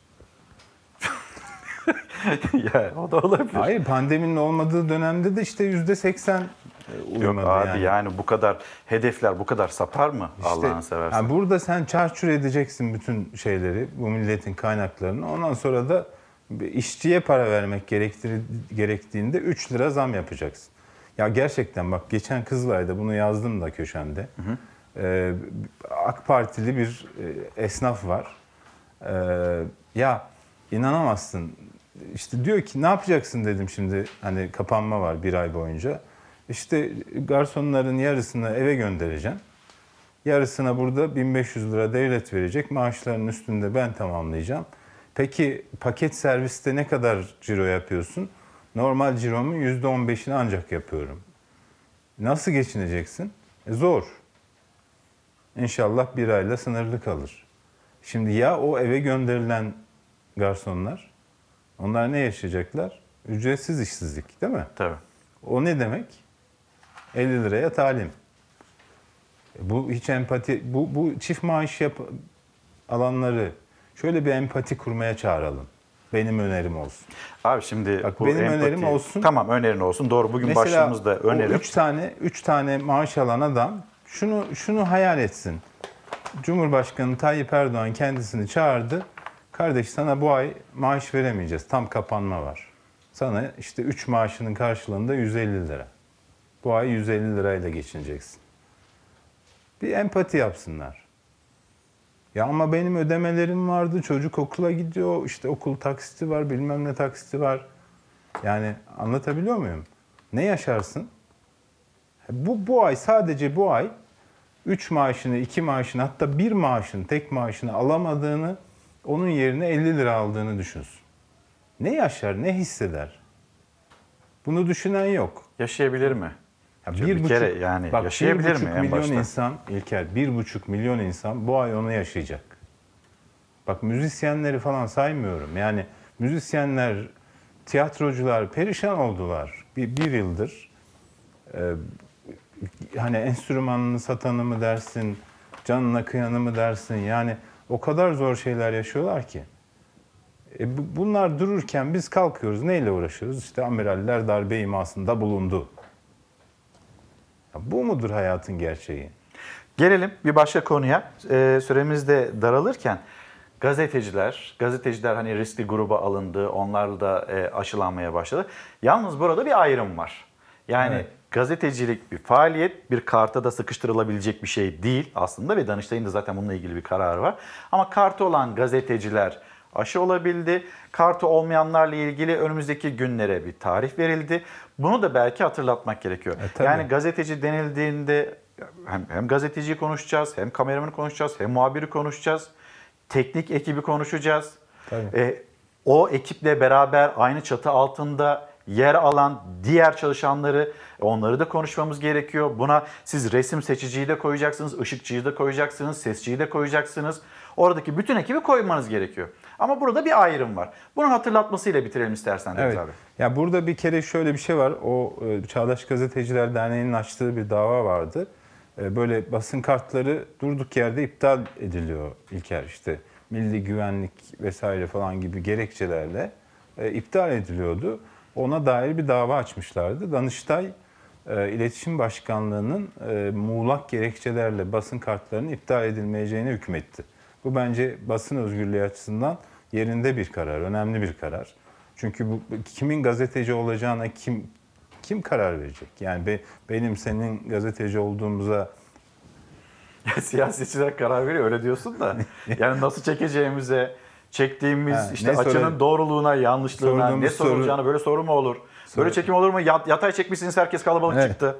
Ya o da olabilir. Hayır pandeminin olmadığı dönemde de işte yüzde seksen uymadı. Yok abi yani. yani. bu kadar hedefler bu kadar sapar mı İşte, Allah'ını seversen? Yani burada sen çarçur edeceksin bütün şeyleri, bu milletin kaynaklarını. Ondan sonra da işçiye para vermek gerektiğinde üç lira zam yapacaksın. Ya gerçekten bak geçen Kızılay'da bunu yazdım da köşemde. Hı hı. Ee, AK Partili bir e, esnaf var. Ee, ya inanamazsın. İşte diyor ki ne yapacaksın dedim şimdi hani kapanma var bir ay boyunca. İşte garsonların yarısını eve göndereceğim. Yarısına burada bin beş yüz lira devlet verecek. Maaşlarının üstünde ben tamamlayacağım. Peki paket serviste ne kadar ciro yapıyorsun? Normal ciromun yüzde on beşini ancak yapıyorum. Nasıl geçineceksin? E zor. İnşallah bir ayla sınırlı kalır. Şimdi ya o eve gönderilen garsonlar, onlar ne yaşayacaklar? Ücretsiz işsizlik değil mi? Tabii. O ne demek? elli liraya talim. Bu hiç empati, bu, bu çift maaş yap alanları şöyle bir empati kurmaya çağıralım. Benim önerim olsun. Abi şimdi Bak, bu benim empati, önerim olsun. Tamam önerin olsun. Doğru bugün Mesela başlığımızda önerim. üç tane üç tane maaş alan adam şunu şunu hayal etsin. Cumhurbaşkanı Tayyip Erdoğan kendisini çağırdı. Kardeş sana bu ay maaş veremeyeceğiz. Tam kapanma var. Sana işte üç maaşının karşılığında yüz elli lira. Bu ay yüz elli lirayla geçineceksin. Bir empati yapsınlar. Ya ama benim ödemelerim vardı. Çocuk okula gidiyor. İşte okul taksiti var. Bilmem ne taksiti var. Yani anlatabiliyor muyum? Ne yaşarsın? Bu, bu ay sadece bu ay üç maaşını, iki maaşını hatta bir maaşını, tek maaşını alamadığını onun yerine elli lira aldığını düşünsün. Ne yaşar, ne hisseder? Bunu düşünen yok. Yaşayabilir mi? Ya bir, bir bir buçuk, kere yani bak, yaşayabilir bir buçuk mi en milyon başta? insan İlker, bir buçuk milyon insan bu ay onu yaşayacak. Bak müzisyenleri falan saymıyorum. Yani müzisyenler, tiyatrocular perişan oldular. Bir, bir yıldır. Ee, hani enstrümanını satanı mı dersin, canına kıyanı mı dersin? Yani o kadar zor şeyler yaşıyorlar ki. E, bu, bunlar dururken biz kalkıyoruz. Neyle uğraşıyoruz? İşte amiraller darbe imasında bulundu. Ya, bu mudur hayatın gerçeği? Gelelim bir başka konuya. Ee, süremiz de daralırken gazeteciler, gazeteciler hani riskli gruba alındı, onlar da e, aşılanmaya başladı. Yalnız burada bir ayrım var. Yani evet. Gazetecilik bir faaliyet, bir karta da sıkıştırılabilecek bir şey değil aslında ve Danıştay'ın da zaten bununla ilgili bir kararı var. Ama kartı olan gazeteciler aşı olabildi. Kartı olmayanlarla ilgili önümüzdeki günlere bir tarih verildi. Bunu da belki hatırlatmak gerekiyor. E, yani gazeteci denildiğinde hem, hem gazeteciyi konuşacağız, hem kameramanı konuşacağız, hem muhabiri konuşacağız. Teknik ekibi konuşacağız. E, o ekiple beraber aynı çatı altında yer alan diğer çalışanları, onları da konuşmamız gerekiyor. Buna siz resim seçiciyi de koyacaksınız, ışıkçıyı da koyacaksınız, sesçiyi de koyacaksınız. Oradaki bütün ekibi koymanız gerekiyor. Ama burada bir ayrım var. Bunun hatırlatmasıyla bitirelim istersen Deniz Evet. abi. Ya burada bir kere şöyle bir şey var. O e, Çağdaş Gazeteciler Derneği'nin açtığı bir dava vardı. E, böyle basın kartları durduk yerde iptal ediliyor İlker, işte milli güvenlik vesaire falan gibi gerekçelerle e, iptal ediliyordu. Ona dair bir dava açmışlardı. Danıştay e, İletişim Başkanlığı'nın e, muğlak gerekçelerle basın kartlarının iptal edilmeyeceğine hükmetti. Bu bence basın özgürlüğü açısından yerinde bir karar, önemli bir karar. Çünkü bu kimin gazeteci olacağına kim kim karar verecek? Yani be, benim senin gazeteci olduğumuza siyasetçiler karar veriyor, öyle diyorsun da. Yani nasıl çekeceğimize, çektiğimiz Ha, işte ne açının soru- doğruluğuna, yanlışlığına, Sorduğumuz ne soru- sorulacağına, böyle soru mu olur? Böyle Soru- çekim olur mu? Yat- yatay çekmişsiniz, herkes kalabalık Evet. çıktı.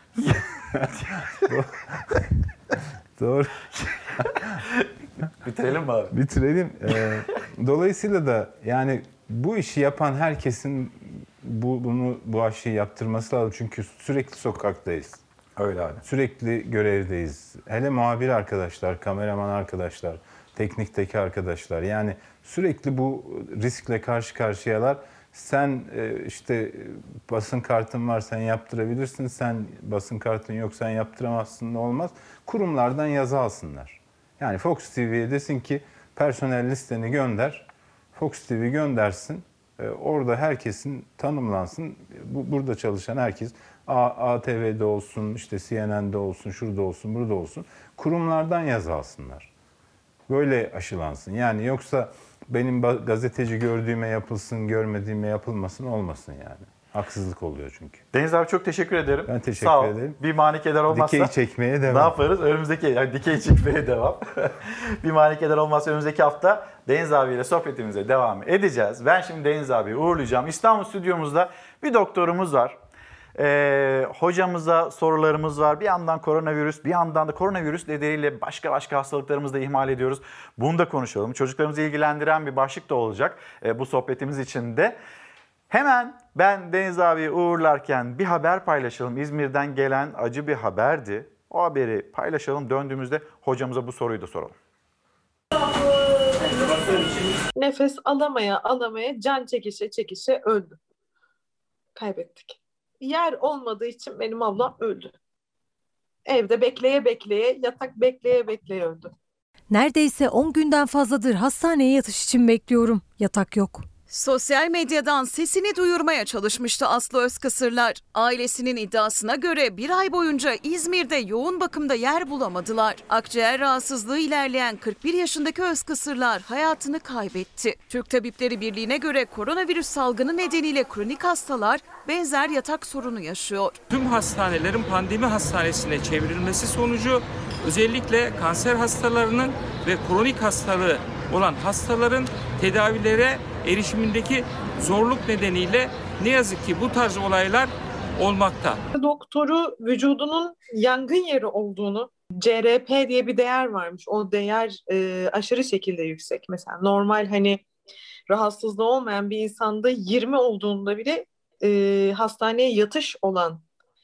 Doğru. Bitirelim mi abi? Bitirelim. Ee, dolayısıyla da yani bu işi yapan herkesin bu bunu bu aşıyı yaptırması lazım. Çünkü sürekli sokaktayız. Öyle abi. Sürekli görevdeyiz. Hele muhabir arkadaşlar, kameraman arkadaşlar, teknikteki arkadaşlar. Yani sürekli bu riskle karşı karşıyalar. Sen e, işte basın kartın var, sen yaptırabilirsin. Sen basın kartın yok, sen yaptıramazsın, olmaz. Kurumlardan yazı alsınlar. Yani Fox T V'ye desin ki personel listeni gönder. Fox T V göndersin. E, orada herkesin tanımlansın. Bu, burada çalışan herkes A, ATV'de olsun, işte C N N'de olsun, şurada olsun, burada olsun. Kurumlardan yazı alsınlar. Böyle aşılansın. Yani yoksa benim gazeteci gördüğüme yapılsın, görmediğime yapılmasın, olmasın yani. Haksızlık oluyor çünkü. Deniz abi çok teşekkür ederim. Ben teşekkür Sağ ol. ederim. Bir manikeder olmazsa Dikey çekmeye devam. ne yaparız? Önümüzdeki, yani dikey çekmeye devam. Bir manikeder olmazsa önümüzdeki hafta Deniz abiyle sohbetimize devam edeceğiz. Ben şimdi Deniz abiyi uğurlayacağım. İstanbul stüdyomuzda bir doktorumuz var. Ee, hocamıza sorularımız var. Bir yandan koronavirüs, bir yandan da koronavirüs nedeniyle başka başka hastalıklarımızı da ihmal ediyoruz. Bunu da konuşalım. Çocuklarımızı ilgilendiren bir başlık da olacak ee, bu sohbetimiz içinde. Hemen ben Deniz abiyi uğurlarken bir haber paylaşalım. İzmir'den gelen acı bir haberdi. O haberi paylaşalım. Döndüğümüzde hocamıza bu soruyu da soralım. Nefes alamaya alamaya can çekişe çekişe öldü. Kaybettik. Yer olmadığı için benim ablam öldü. Evde bekleye bekleye, yatak bekleye bekleye öldü. Neredeyse on günden fazladır hastaneye yatış için bekliyorum. Yatak yok. Sosyal medyadan sesini duyurmaya çalışmıştı Aslı Özkısırlar. Ailesinin iddiasına göre bir ay boyunca İzmir'de yoğun bakımda yer bulamadılar. Akciğer rahatsızlığı ilerleyen kırk bir yaşındaki Özkısırlar hayatını kaybetti. Türk Tabipleri Birliği'ne göre koronavirüs salgını nedeniyle kronik hastalar benzer yatak sorunu yaşıyor. Tüm hastanelerin pandemi hastanesine çevrilmesi sonucu özellikle kanser hastalarının ve kronik hastalığı olan hastaların tedavilere erişimindeki zorluk nedeniyle ne yazık ki bu tarz olaylar olmakta. Doktoru vücudunun yangın yeri olduğunu, C R P diye bir değer varmış. O değer e, aşırı şekilde yüksek. Mesela normal hani rahatsızlığı olmayan bir insanda yirmi olduğunda bile e, hastaneye yatış olan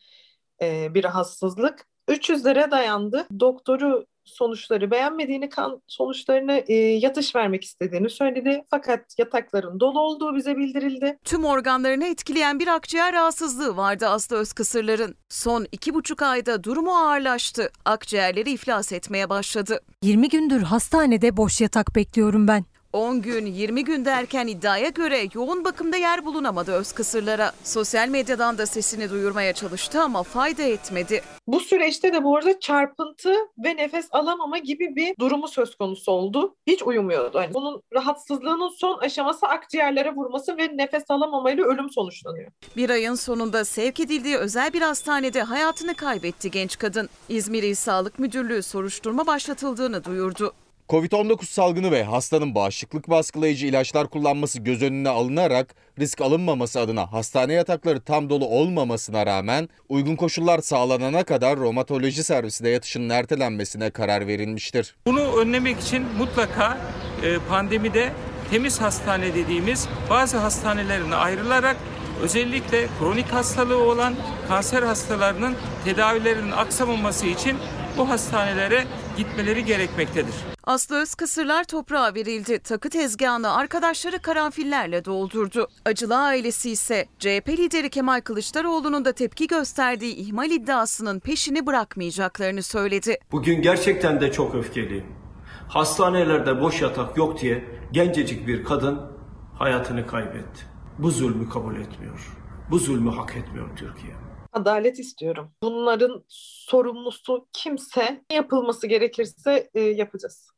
e, bir rahatsızlık. üç yüzlere dayandı. Doktoru sonuçları beğenmediğini, kan sonuçlarına e, yatış vermek istediğini söyledi. Fakat yatakların dolu olduğu bize bildirildi. Tüm organlarını etkileyen bir akciğer rahatsızlığı vardı Aslı Özkısırlar'ın. Son iki buçuk ayda durumu ağırlaştı. Akciğerleri iflas etmeye başladı. yirmi gündür hastanede boş yatak bekliyorum ben. on gün yirmi gün derken iddiaya göre yoğun bakımda yer bulunamadı Özkısırlar'a. Sosyal medyadan da sesini duyurmaya çalıştı ama fayda etmedi. Bu süreçte de bu arada çarpıntı ve nefes alamama gibi bir durumu söz konusu oldu. Hiç uyumuyordu. Yani bunun rahatsızlığının son aşaması akciğerlere vurması ve nefes alamamayla ölüm sonuçlanıyor. Bir ayın sonunda sevk edildiği özel bir hastanede hayatını kaybetti genç kadın. İzmir İl Sağlık Müdürlüğü soruşturma başlatıldığını duyurdu. kovid on dokuz salgını ve hastanın bağışıklık baskılayıcı ilaçlar kullanması göz önüne alınarak risk alınmaması adına hastane yatakları tam dolu olmamasına rağmen uygun koşullar sağlanana kadar romatoloji servisinde yatışının ertelenmesine karar verilmiştir. Bunu önlemek için mutlaka e, pandemide temiz hastane dediğimiz bazı hastanelerine ayrılarak özellikle kronik hastalığı olan kanser hastalarının tedavilerinin aksamaması için bu hastanelere gitmeleri gerekmektedir. Aslı Özkısırlar toprağa verildi. Takı tezgahını arkadaşları karanfillerle doldurdu. Acılı ailesi ise C H P lideri Kemal Kılıçdaroğlu'nun da tepki gösterdiği ihmal iddiasının peşini bırakmayacaklarını söyledi. Bugün gerçekten de çok öfkeliyim. Hastanelerde boş yatak yok diye gencecik bir kadın hayatını kaybetti. Bu zulmü kabul etmiyor. Bu zulmü hak etmiyor Türkiye. Adalet istiyorum. Bunların sorumlusu kimse, yapılması gerekirse e, yapacağız.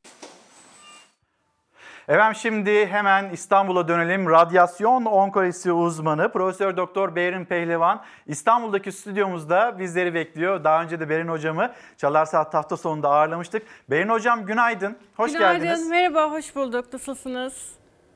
Efendim şimdi hemen İstanbul'a dönelim. Radyasyon onkolojisi uzmanı Profesör Doktor Berin Pehlivan İstanbul'daki stüdyomuzda bizleri bekliyor. Daha önce de Berin hocamı Çalar Saat hafta sonunda ağırlamıştık. Berin hocam günaydın. Hoş günaydın, geldiniz. Merhaba, hoş bulduk. Nasılsınız?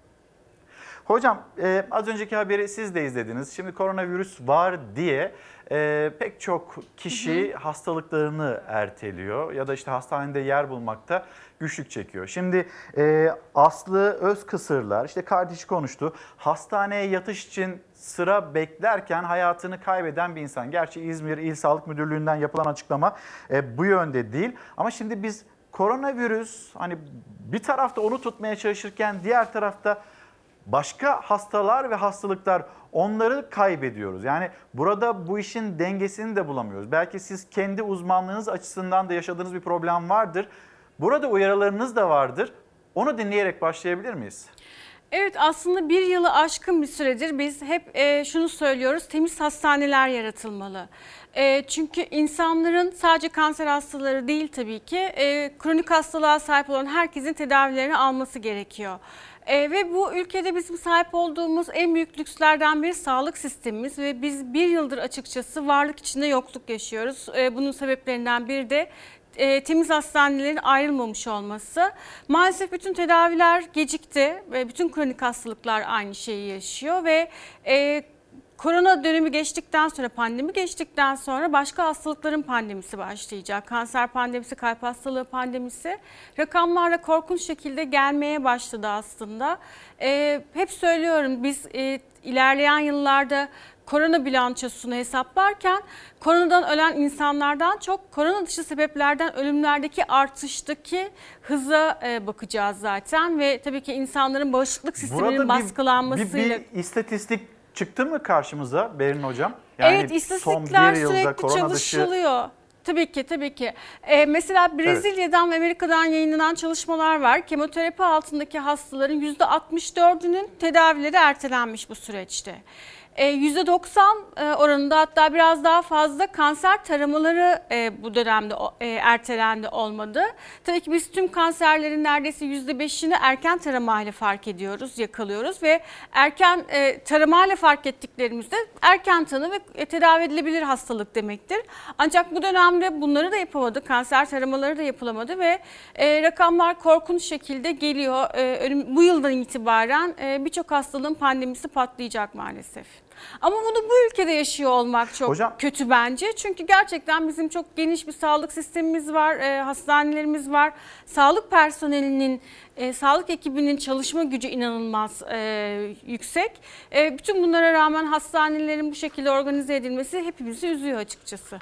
Hocam e, az önceki haberi siz de izlediniz. Şimdi koronavirüs var diye e, pek çok kişi hı hı. hastalıklarını erteliyor ya da işte hastanede yer bulmakta güçlük çekiyor. Şimdi e, Aslı Özkısırlar işte kardeşi konuştu. Hastaneye yatış için sıra beklerken hayatını kaybeden bir insan. Gerçi İzmir İl Sağlık Müdürlüğü'nden yapılan açıklama e, bu yönde değil. Ama şimdi biz koronavirüs hani bir tarafta onu tutmaya çalışırken diğer tarafta başka hastalar ve hastalıklar onları kaybediyoruz. Yani burada bu işin dengesini de bulamıyoruz. Belki siz kendi uzmanlığınız açısından da yaşadığınız bir problem vardır. Burada uyarılarınız da vardır. Onu dinleyerek başlayabilir miyiz? Evet, aslında bir yılı aşkın bir süredir biz hep e, şunu söylüyoruz, temiz hastaneler yaratılmalı. E, çünkü insanların sadece kanser hastaları değil tabii ki e, kronik hastalığa sahip olan herkesin tedavilerini alması gerekiyor. E, ve bu ülkede bizim sahip olduğumuz en büyük lükslerden biri sağlık sistemimiz ve biz bir yıldır açıkçası varlık içinde yokluk yaşıyoruz. E, bunun sebeplerinden biri de E, temiz hastanelerin ayrılmamış olması. Maalesef bütün tedaviler gecikti ve bütün kronik hastalıklar aynı şeyi yaşıyor ve e, korona dönemi geçtikten sonra, pandemi geçtikten sonra başka hastalıkların pandemisi başlayacak. Kanser pandemisi, kalp hastalığı pandemisi rakamlarla korkunç şekilde gelmeye başladı aslında. E, hep söylüyorum biz e, ilerleyen yıllarda korona bilançosunu hesaplarken koronadan ölen insanlardan çok korona dışı sebeplerden ölümlerdeki artıştaki hıza bakacağız zaten ve tabii ki insanların bağışıklık sisteminin Burada baskılanmasıyla. Bir, bir, bir istatistik çıktı mı karşımıza Berin Hocam? Yani evet, istatistikler sürekli çalışılıyor. Dışı... Tabii ki, tabii ki. Ee, mesela Brezilya'dan evet. ve Amerika'dan yayınlanan çalışmalar var. Kemoterapi altındaki hastaların yüzde altmış dördünün tedavileri ertelenmiş bu süreçte. yüzde doksan oranında hatta biraz daha fazla kanser taramaları bu dönemde ertelendi olmadı. Tabii ki biz tüm kanserlerin neredeyse yüzde beşini erken taramayla fark ediyoruz, yakalıyoruz ve erken taramayla fark ettiklerimizde erken tanı ve tedavi edilebilir hastalık demektir. Ancak bu dönemde bunları da yapamadı, kanser taramaları da yapılamadı ve rakamlar korkunç şekilde geliyor. Bu yıldan itibaren birçok hastalığın pandemisi patlayacak maalesef. Ama bunu bu ülkede yaşıyor olmak çok Hocam, kötü bence. Çünkü gerçekten bizim çok geniş bir sağlık sistemimiz var, e, hastanelerimiz var. Sağlık personelinin, e, sağlık ekibinin çalışma gücü inanılmaz e, yüksek. E, bütün bunlara rağmen hastanelerin bu şekilde organize edilmesi hepimizi üzüyor açıkçası.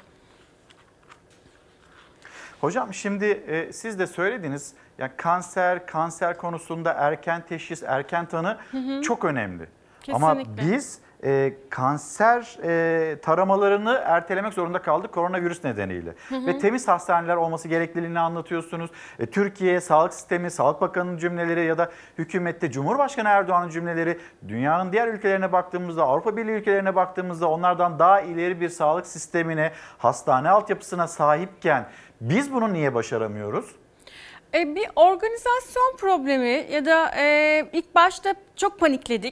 Hocam şimdi e, siz de söylediniz. Yani kanser, kanser konusunda erken teşhis, erken tanı hı hı. çok önemli. Kesinlikle. Ama biz e, kanser e, taramalarını ertelemek zorunda kaldık koronavirüs nedeniyle. Hı hı. Ve temiz hastaneler olması gerekliliğini anlatıyorsunuz. E, Türkiye Sağlık Sistemi, Sağlık Bakanı'nın cümleleri ya da hükümette Cumhurbaşkanı Erdoğan'ın cümleleri dünyanın diğer ülkelerine baktığımızda, Avrupa Birliği ülkelerine baktığımızda onlardan daha ileri bir sağlık sistemine, hastane altyapısına sahipken biz bunu niye başaramıyoruz? Bir organizasyon problemi ya da e, ilk başta çok panikledik.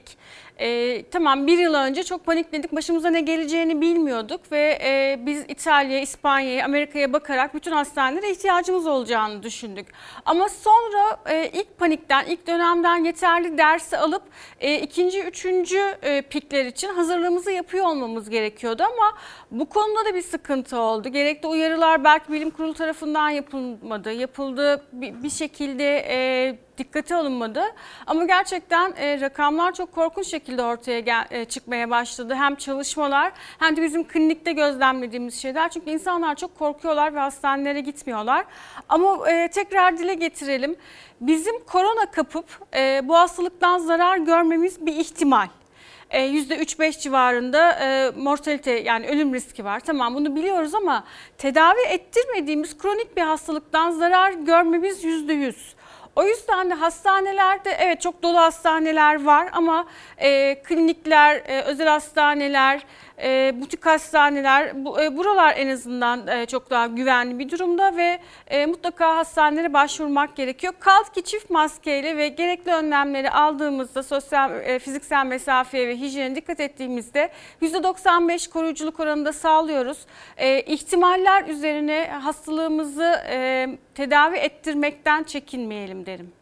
Ee, tamam bir yıl önce çok panikledik, başımıza ne geleceğini bilmiyorduk ve e, biz İtalya'ya, İspanya'ya, Amerika'ya bakarak bütün hastanelere ihtiyacımız olacağını düşündük. Ama sonra e, ilk panikten, ilk dönemden yeterli dersi alıp e, ikinci, üçüncü e, pikler için hazırlığımızı yapıyor olmamız gerekiyordu ama bu konuda da bir sıkıntı oldu. Gerekli uyarılar belki bilim kurulu tarafından yapılmadı, yapıldı bir, bir şekilde e, dikkate alınmadı. Ama gerçekten e, rakamlar çok korkunç şekilde ortaya gel, e, çıkmaya başladı. Hem çalışmalar hem de bizim klinikte gözlemlediğimiz şeyler. Çünkü insanlar çok korkuyorlar ve hastanelere gitmiyorlar. Ama e, tekrar dile getirelim. Bizim korona kapıp e, bu hastalıktan zarar görmemiz bir ihtimal. yüzde üç beş civarında e, mortalite yani ölüm riski var. Tamam bunu biliyoruz ama tedavi ettirmediğimiz kronik bir hastalıktan zarar görmemiz yüzde yüz. O yüzden de hastanelerde evet çok dolu hastaneler var ama e, klinikler, e, özel hastaneler, e, butik hastaneler bu, e, buralar en azından e, çok daha güvenli bir durumda ve e, mutlaka hastanelere başvurmak gerekiyor. Kaldı ki çift maskeyle ve gerekli önlemleri aldığımızda sosyal, e, fiziksel mesafeye ve hijyene dikkat ettiğimizde yüzde doksan beş koruyuculuk oranını da sağlıyoruz. E, ihtimaller üzerine hastalığımızı e, tedavi ettirmekten çekinmeyelim derim.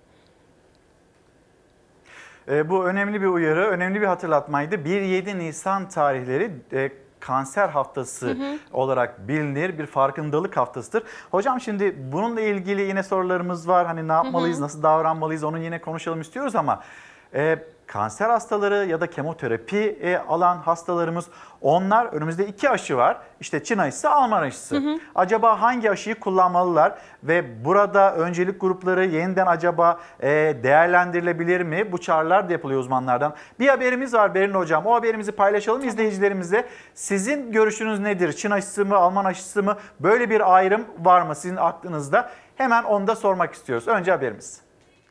E, bu önemli bir uyarı, önemli bir hatırlatmaydı. bir yedi Nisan tarihleri e, kanser haftası hı hı. olarak bilinir. Bir farkındalık haftasıdır. Hocam şimdi bununla ilgili yine sorularımız var. Hani ne yapmalıyız, hı hı. nasıl davranmalıyız onu yine konuşalım istiyoruz ama... E, kanser hastaları ya da kemoterapi e, alan hastalarımız onlar önümüzde iki aşı var. İşte Çin aşısı, Alman aşısı. Hı hı. Acaba hangi aşıyı kullanmalılar ve burada öncelik grupları yeniden acaba e, değerlendirilebilir mi? Bu çağrılar da yapılıyor uzmanlardan. Bir haberimiz var Berin Hocam. O haberimizi paylaşalım izleyicilerimize. Sizin görüşünüz nedir? Çin aşısı mı, Alman aşısı mı? Böyle bir ayrım var mı sizin aklınızda? Hemen onu da sormak istiyoruz. Önce haberimiz.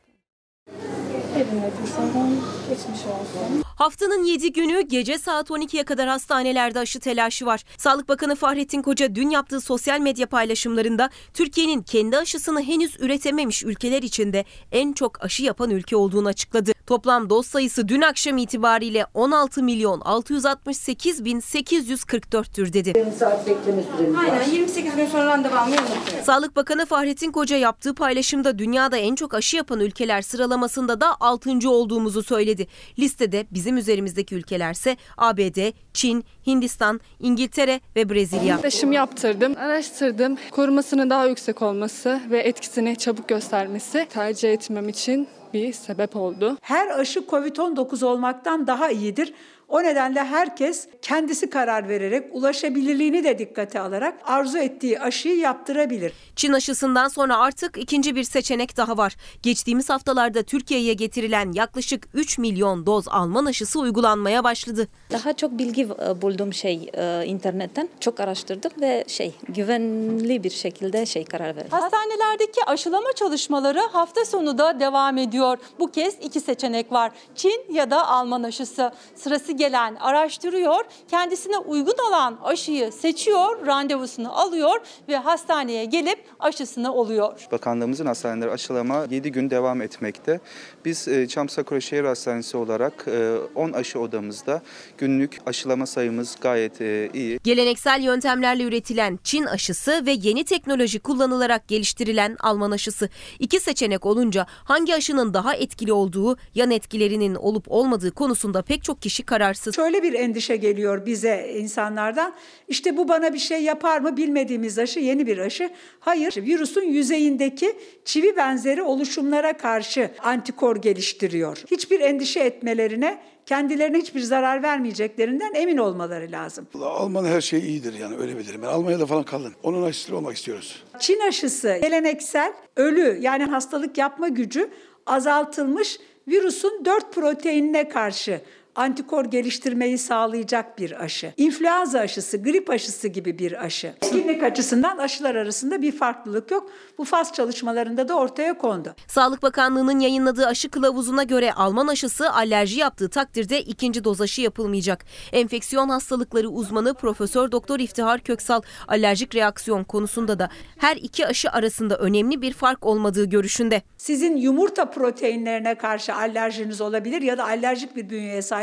Haftanın yedi günü gece saat on ikiye kadar hastanelerde aşı telaşı var. Sağlık Bakanı Fahrettin Koca dün yaptığı sosyal medya paylaşımlarında Türkiye'nin kendi aşısını henüz üretememiş ülkeler içinde en çok aşı yapan ülke olduğunu açıkladı. Toplam doz sayısı dün akşam itibariyle on altı milyon altı yüz altmış sekiz bin sekiz yüz kırk dörttür dedi. yirmi saat bekleme süremiz var. Aynen yirmi sekiz gün sonra randevu almayı unutmayın. Sağlık Bakanı Fahrettin Koca yaptığı paylaşımda dünyada en çok aşı yapan ülkeler sıralamasında da altıncı olduğumuzu söyledi. Listede bizim üzerimizdeki ülkelerse A B D, Çin, Hindistan, İngiltere ve Brezilya. Aşımı yaptırdım, araştırdım. Korumasının daha yüksek olması ve etkisini çabuk göstermesi tercih etmem için bir sebep oldu. Her aşı kovid on dokuz olmaktan daha iyidir. O nedenle herkes kendisi karar vererek, ulaşabilirliğini de dikkate alarak arzu ettiği aşıyı yaptırabilir. Çin aşısından sonra artık ikinci bir seçenek daha var. Geçtiğimiz haftalarda Türkiye'ye getirilen yaklaşık üç milyon doz Alman aşısı uygulanmaya başladı. Daha çok bilgi buldum şey internetten. Çok araştırdım ve şey güvenli bir şekilde şey karar verdim. Hastanelerdeki aşılama çalışmaları hafta sonu da devam ediyor. Bu kez iki seçenek var. Çin ya da Alman aşısı. Sırası gelen araştırıyor, kendisine uygun olan aşıyı seçiyor, randevusunu alıyor ve hastaneye gelip aşısını oluyor. Bakanlığımızın hastaneleri aşılama yedi gün devam etmekte. Biz Çam Sakura Şehir Hastanesi olarak on aşı odamızda günlük aşılama sayımız gayet iyi. Geleneksel yöntemlerle üretilen Çin aşısı ve yeni teknoloji kullanılarak geliştirilen Alman aşısı. İki seçenek olunca hangi aşının daha etkili olduğu, yan etkilerinin olup olmadığı konusunda pek çok kişi karar. Şöyle bir endişe geliyor bize insanlardan. İşte bu bana bir şey yapar mı bilmediğimiz aşı yeni bir aşı. Hayır, virüsün yüzeyindeki çivi benzeri oluşumlara karşı antikor geliştiriyor. Hiçbir endişe etmelerine, kendilerine hiçbir zarar vermeyeceklerinden emin olmaları lazım. Alman her şey iyidir yani öyle bilirim. Ben Almanya'da falan kaldım. Onun aşısı olmak istiyoruz. Çin aşısı geleneksel ölü yani hastalık yapma gücü azaltılmış virüsün dört proteinine karşı antikor geliştirmeyi sağlayacak bir aşı. İnfluenza aşısı, grip aşısı gibi bir aşı. Klinik açısından aşılar arasında bir farklılık yok. Bu faz çalışmalarında da ortaya kondu. Sağlık Bakanlığı'nın yayınladığı aşı kılavuzuna göre Alman aşısı alerji yaptığı takdirde ikinci doz aşı yapılmayacak. Enfeksiyon hastalıkları uzmanı Profesör Doktor İftihar Köksal alerjik reaksiyon konusunda da her iki aşı arasında önemli bir fark olmadığı görüşünde. Sizin yumurta proteinlerine karşı alerjiniz olabilir ya da alerjik bir bünyeye sahip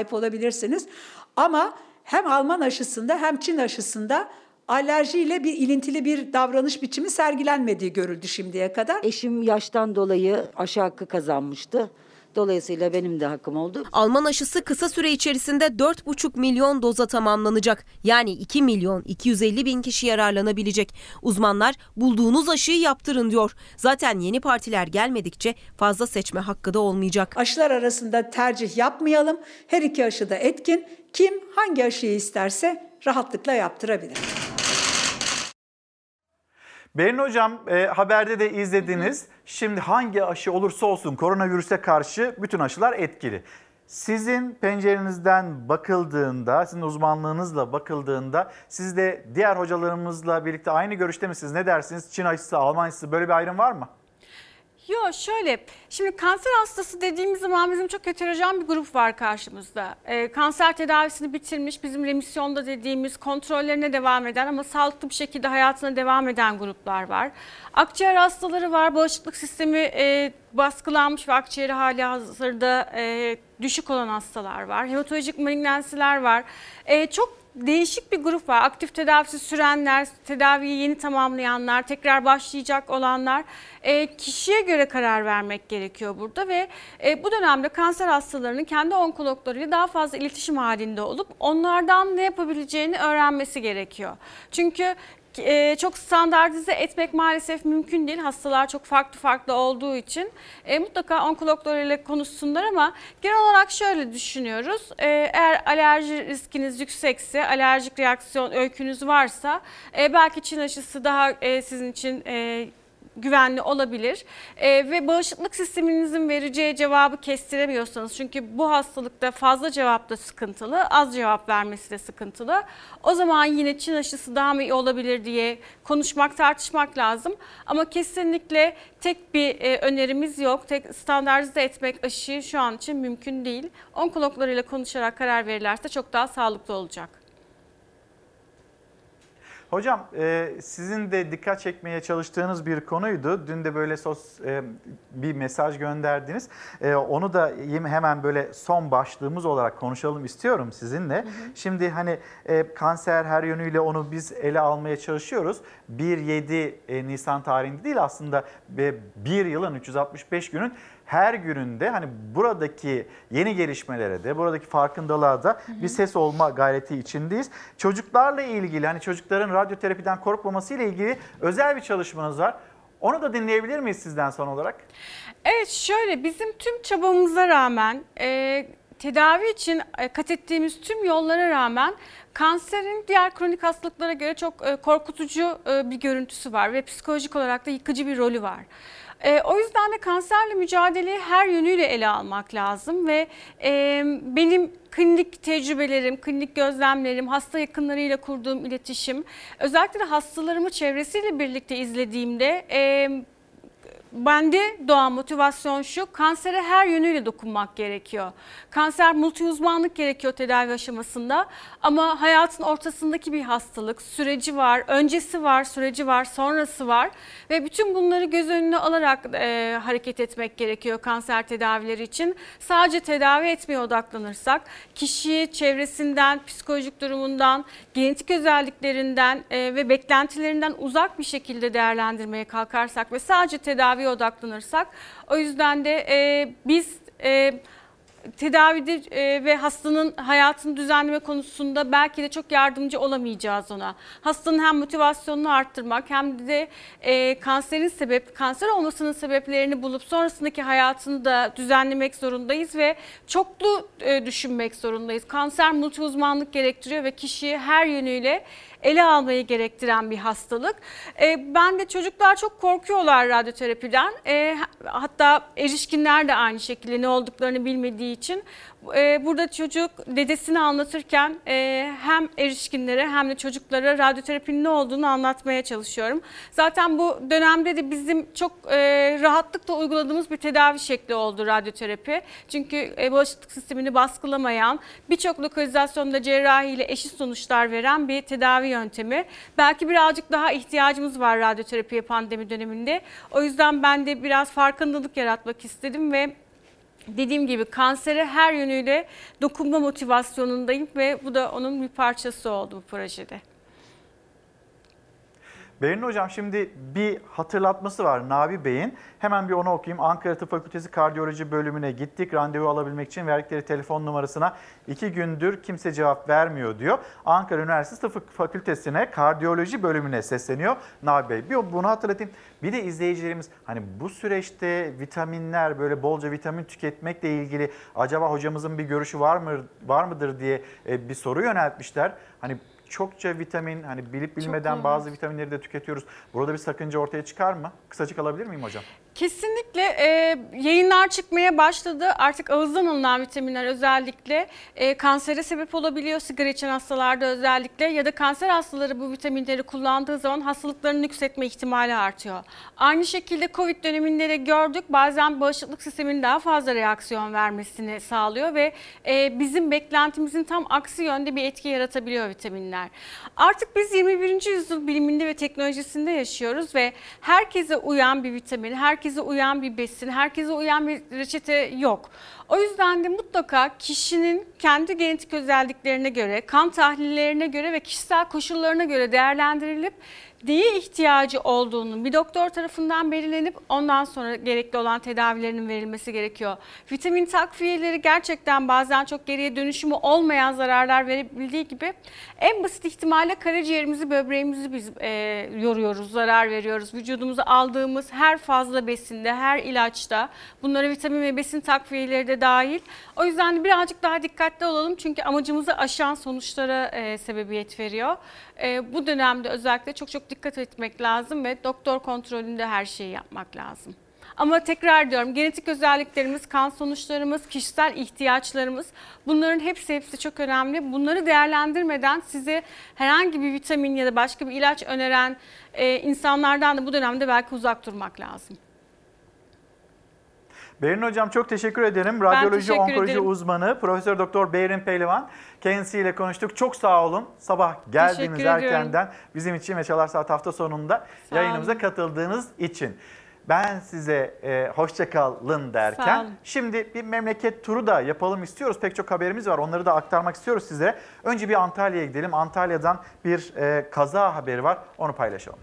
sahip olabilirsiniz. Ama hem Alman aşısında hem Çin aşısında alerjiyle bir ilintili bir davranış biçimi sergilenmediği görüldü şimdiye kadar. Eşim yaştan dolayı aşı hakkı kazanmıştı. Dolayısıyla benim de hakkım oldu. Alman aşısı kısa süre içerisinde dört buçuk milyon doza tamamlanacak. Yani iki milyon iki yüz elli bin kişi yararlanabilecek. Uzmanlar bulduğunuz aşıyı yaptırın diyor. Zaten yeni partiler gelmedikçe fazla seçme hakkı da olmayacak. Aşılar arasında tercih yapmayalım. Her iki aşı da etkin. Kim hangi aşıyı isterse rahatlıkla yaptırabilir. Berin Hocam e, haberde de izlediniz. Şimdi hangi aşı olursa olsun koronavirüse karşı bütün aşılar etkili. Sizin pencerenizden bakıldığında, sizin uzmanlığınızla bakıldığında siz de diğer hocalarımızla birlikte aynı görüşte misiniz? Ne dersiniz? Çin aşısı, Alman aşısı böyle bir ayrım var mı? Yok şöyle, şimdi kanser hastası dediğimiz zaman bizim çok heterojen bir grup var karşımızda. Ee, kanser tedavisini bitirmiş, bizim remisyonda dediğimiz kontrollerine devam eden ama sağlıklı bir şekilde hayatına devam eden gruplar var. Akciğer hastaları var, bağışıklık sistemi e, baskılanmış ve akciğeri hali hazırda e, düşük olan hastalar var. Hematolojik malignansiler var. E, çok değişik bir grup var. Aktif tedavisi sürenler, tedaviyi yeni tamamlayanlar, tekrar başlayacak olanlar. E, kişiye göre karar vermek gerekiyor burada ve e, bu dönemde kanser hastalarının kendi onkologlarıyla daha fazla iletişim halinde olup onlardan ne yapabileceğini öğrenmesi gerekiyor. Çünkü Ee, çok standartize etmek maalesef mümkün değil. Hastalar çok farklı farklı olduğu için e, mutlaka onkologlarıyla konuşsunlar ama genel olarak şöyle düşünüyoruz. E, eğer alerji riskiniz yüksekse, alerjik reaksiyon öykünüz varsa e, belki Çin aşısı daha e, sizin için e, güvenli olabilir ee, ve bağışıklık sisteminizin vereceği cevabı kestiremiyorsanız, çünkü bu hastalıkta fazla cevap da sıkıntılı, az cevap vermesi de sıkıntılı. O zaman yine Çin aşısı daha mı iyi olabilir diye konuşmak, tartışmak lazım. Ama kesinlikle tek bir e, önerimiz yok. Tek standartize etmek aşıyı şu an için mümkün değil. Onkologlarıyla konuşarak karar verirlerse çok daha sağlıklı olacak. Hocam e, sizin de dikkat çekmeye çalıştığınız bir konuydu. Dün de böyle sos e, bir mesaj gönderdiniz. E, onu da hemen böyle son başlığımız olarak konuşalım istiyorum sizinle. Hı hı. Şimdi hani e, kanser her yönüyle onu biz ele almaya çalışıyoruz. bir yedi Nisan tarihinde değil aslında bir yılın üç yüz altmış beş günün her gününde hani buradaki yeni gelişmelere de, buradaki farkındalığa da bir ses olma gayreti içindeyiz. Çocuklarla ilgili, hani çocukların radyoterapiden korkmaması ile ilgili özel bir çalışmanız var. Onu da dinleyebilir miyiz sizden son olarak? Evet, şöyle, bizim tüm çabamıza rağmen, e, tedavi için kat ettiğimiz tüm yollara rağmen kanserin diğer kronik hastalıklara göre çok e, korkutucu e, bir görüntüsü var ve psikolojik olarak da yıkıcı bir rolü var. E, o yüzden de kanserle mücadeleyi her yönüyle ele almak lazım ve e, benim klinik tecrübelerim, klinik gözlemlerim, hasta yakınlarıyla kurduğum iletişim, özellikle de hastalarımı çevresiyle birlikte izlediğimde e, bende doğan motivasyon şu: kansere her yönüyle dokunmak gerekiyor. Kanser multi uzmanlık gerekiyor tedavi aşamasında ama hayatın ortasındaki bir hastalık, süreci var, öncesi var, süreci var, sonrası var ve bütün bunları göz önüne alarak e, hareket etmek gerekiyor kanser tedavileri için. Sadece tedavi etmeye odaklanırsak, kişiyi çevresinden, psikolojik durumundan, genetik özelliklerinden e, ve beklentilerinden uzak bir şekilde değerlendirmeye kalkarsak ve sadece tedavi odaklanırsak, o yüzden de e, biz e, tedavide e, ve hastanın hayatını düzenleme konusunda belki de çok yardımcı olamayacağız ona. Hastanın hem motivasyonunu arttırmak hem de e, kanserin sebep, kanser olmasının sebeplerini bulup sonrasındaki hayatını da düzenlemek zorundayız ve çoklu e, düşünmek zorundayız. Kanser multi uzmanlık gerektiriyor ve kişiyi her yönüyle ele almayı gerektiren bir hastalık. E, ben de çocuklar çok korkuyorlar radyoterapiden. E, hatta erişkinler de aynı şekilde, ne olduklarını bilmediği için. E, burada çocuk dedesini anlatırken e, hem erişkinlere hem de çocuklara radyoterapinin ne olduğunu anlatmaya çalışıyorum. Zaten bu dönemde de bizim çok e, rahatlıkla uyguladığımız bir tedavi şekli oldu radyoterapi. Çünkü e, bağışıklık sistemini baskılamayan, birçok lokalizasyonda cerrahiyle eşit sonuçlar veren bir tedavi yöntemi. Belki birazcık daha ihtiyacımız var radyoterapiye pandemi döneminde. O yüzden ben de biraz farkındalık yaratmak istedim ve dediğim gibi kansere her yönüyle dokunma motivasyonundayım ve bu da onun bir parçası oldu bu projede. Berin Hocam şimdi bir hatırlatması var Nabi Bey'in. Hemen bir onu okuyayım. Ankara Tıp Fakültesi Kardiyoloji bölümüne gittik. Randevu alabilmek için verdikleri telefon numarasına iki gündür kimse cevap vermiyor diyor. Ankara Üniversitesi Tıp Fakültesi'ne kardiyoloji bölümüne sesleniyor Nabi Bey. Bir bunu hatırlatayım. Bir de izleyicilerimiz hani bu süreçte vitaminler böyle bolca vitamin tüketmekle ilgili acaba hocamızın bir görüşü var mı var mıdır diye bir soru yöneltmişler. Hani çokça vitamin, hani bilip bilmeden bazı vitaminleri de tüketiyoruz. Burada bir sakınca ortaya çıkar mı? Kısacık alabilir miyim hocam? Kesinlikle e, yayınlar çıkmaya başladı. Artık ağızdan alınan vitaminler özellikle e, kansere sebep olabiliyor. Sigara içen hastalarda özellikle ya da kanser hastaları bu vitaminleri kullandığı zaman hastalıklarının yükseltme ihtimali artıyor. Aynı şekilde Covid döneminde de gördük. Bazen bağışıklık sisteminin daha fazla reaksiyon vermesini sağlıyor ve e, bizim beklentimizin tam aksi yönde bir etki yaratabiliyor vitaminler. Artık biz yirmi birinci yüzyıl biliminde ve teknolojisinde yaşıyoruz ve herkese uyan bir vitamin, herkese herkese uyan bir besin, herkese uyan bir reçete yok. O yüzden de mutlaka kişinin kendi genetik özelliklerine göre, kan tahlillerine göre ve kişisel koşullarına göre değerlendirilip neye ihtiyacı olduğunu bir doktor tarafından belirlenip ondan sonra gerekli olan tedavilerinin verilmesi gerekiyor. Vitamin takviyeleri gerçekten bazen çok geriye dönüşümü olmayan zararlar verebildiği gibi en basit ihtimalle karaciğerimizi, böbreğimizi biz e, yoruyoruz, zarar veriyoruz. Vücudumuza aldığımız her fazla besinde, her ilaçta bunlara vitamin ve besin takviyeleri de dahil. O yüzden de birazcık daha dikkatli olalım çünkü amacımızı aşan sonuçlara e, sebebiyet veriyor. E, bu dönemde özellikle çok çok dikkat etmek lazım ve doktor kontrolünde her şeyi yapmak lazım. Ama tekrar diyorum genetik özelliklerimiz, kan sonuçlarımız, kişisel ihtiyaçlarımız bunların hepsi hepsi çok önemli. Bunları değerlendirmeden size herhangi bir vitamin ya da başka bir ilaç öneren e, insanlardan da bu dönemde belki uzak durmak lazım. Berin Hocam çok teşekkür ederim. Radyoloji teşekkür onkoloji ederim. uzmanı Profesör Doktor Berin Pehlivan kendisiyle konuştuk. Çok sağ olun. Sabah geldiğiniz erkenden bizim için ve Çalar Saat hafta sonunda Sağ yayınımıza olun. katıldığınız için. Ben size e, hoşça kalın derken şimdi bir memleket turu da yapalım istiyoruz. Pek çok haberimiz var. Onları da aktarmak istiyoruz size. Önce bir Antalya'ya gidelim. Antalya'dan bir e, kaza haberi var. Onu paylaşalım.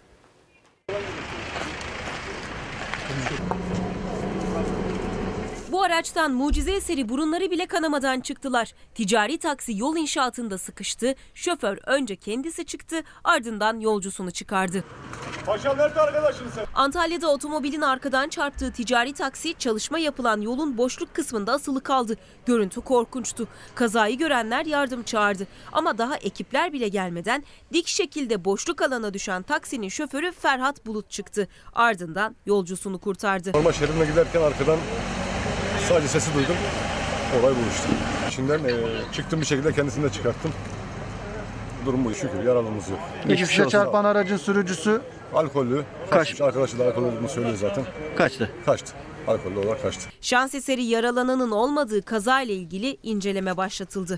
Bu araçtan mucize eseri burunları bile kanamadan çıktılar. Ticari taksi yol inşaatında sıkıştı. Şoför önce kendisi çıktı, ardından yolcusunu çıkardı. Paşam nerede arkadaşın sen? Antalya'da otomobilin arkadan çarptığı ticari taksi çalışma yapılan yolun boşluk kısmında asılı kaldı. Görüntü korkunçtu. Kazayı görenler yardım çağırdı. Ama daha ekipler bile gelmeden dik şekilde boşluk alana düşen taksinin şoförü Ferhat Bulut çıktı. Ardından yolcusunu kurtardı. Normal şeridine giderken arkadan sadece sesi duydum. Olay bu işte. İçinden e, çıktım bir şekilde kendisini de çıkarttım. Durum bu. Şükür yaralımız yok. Peki size çarpan aracın sürücüsü? Alkollü. Kaç? Arkadaşı da alkollü olduğunu söylüyor zaten. Kaçtı? Kaçtı. Alkollü olarak kaçtı. Şans eseri yaralananın olmadığı kazayla ilgili inceleme başlatıldı.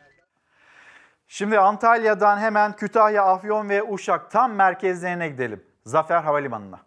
Şimdi Antalya'dan hemen Kütahya, Afyon ve Uşak tam merkezlerine gidelim. Zafer Havalimanı'na.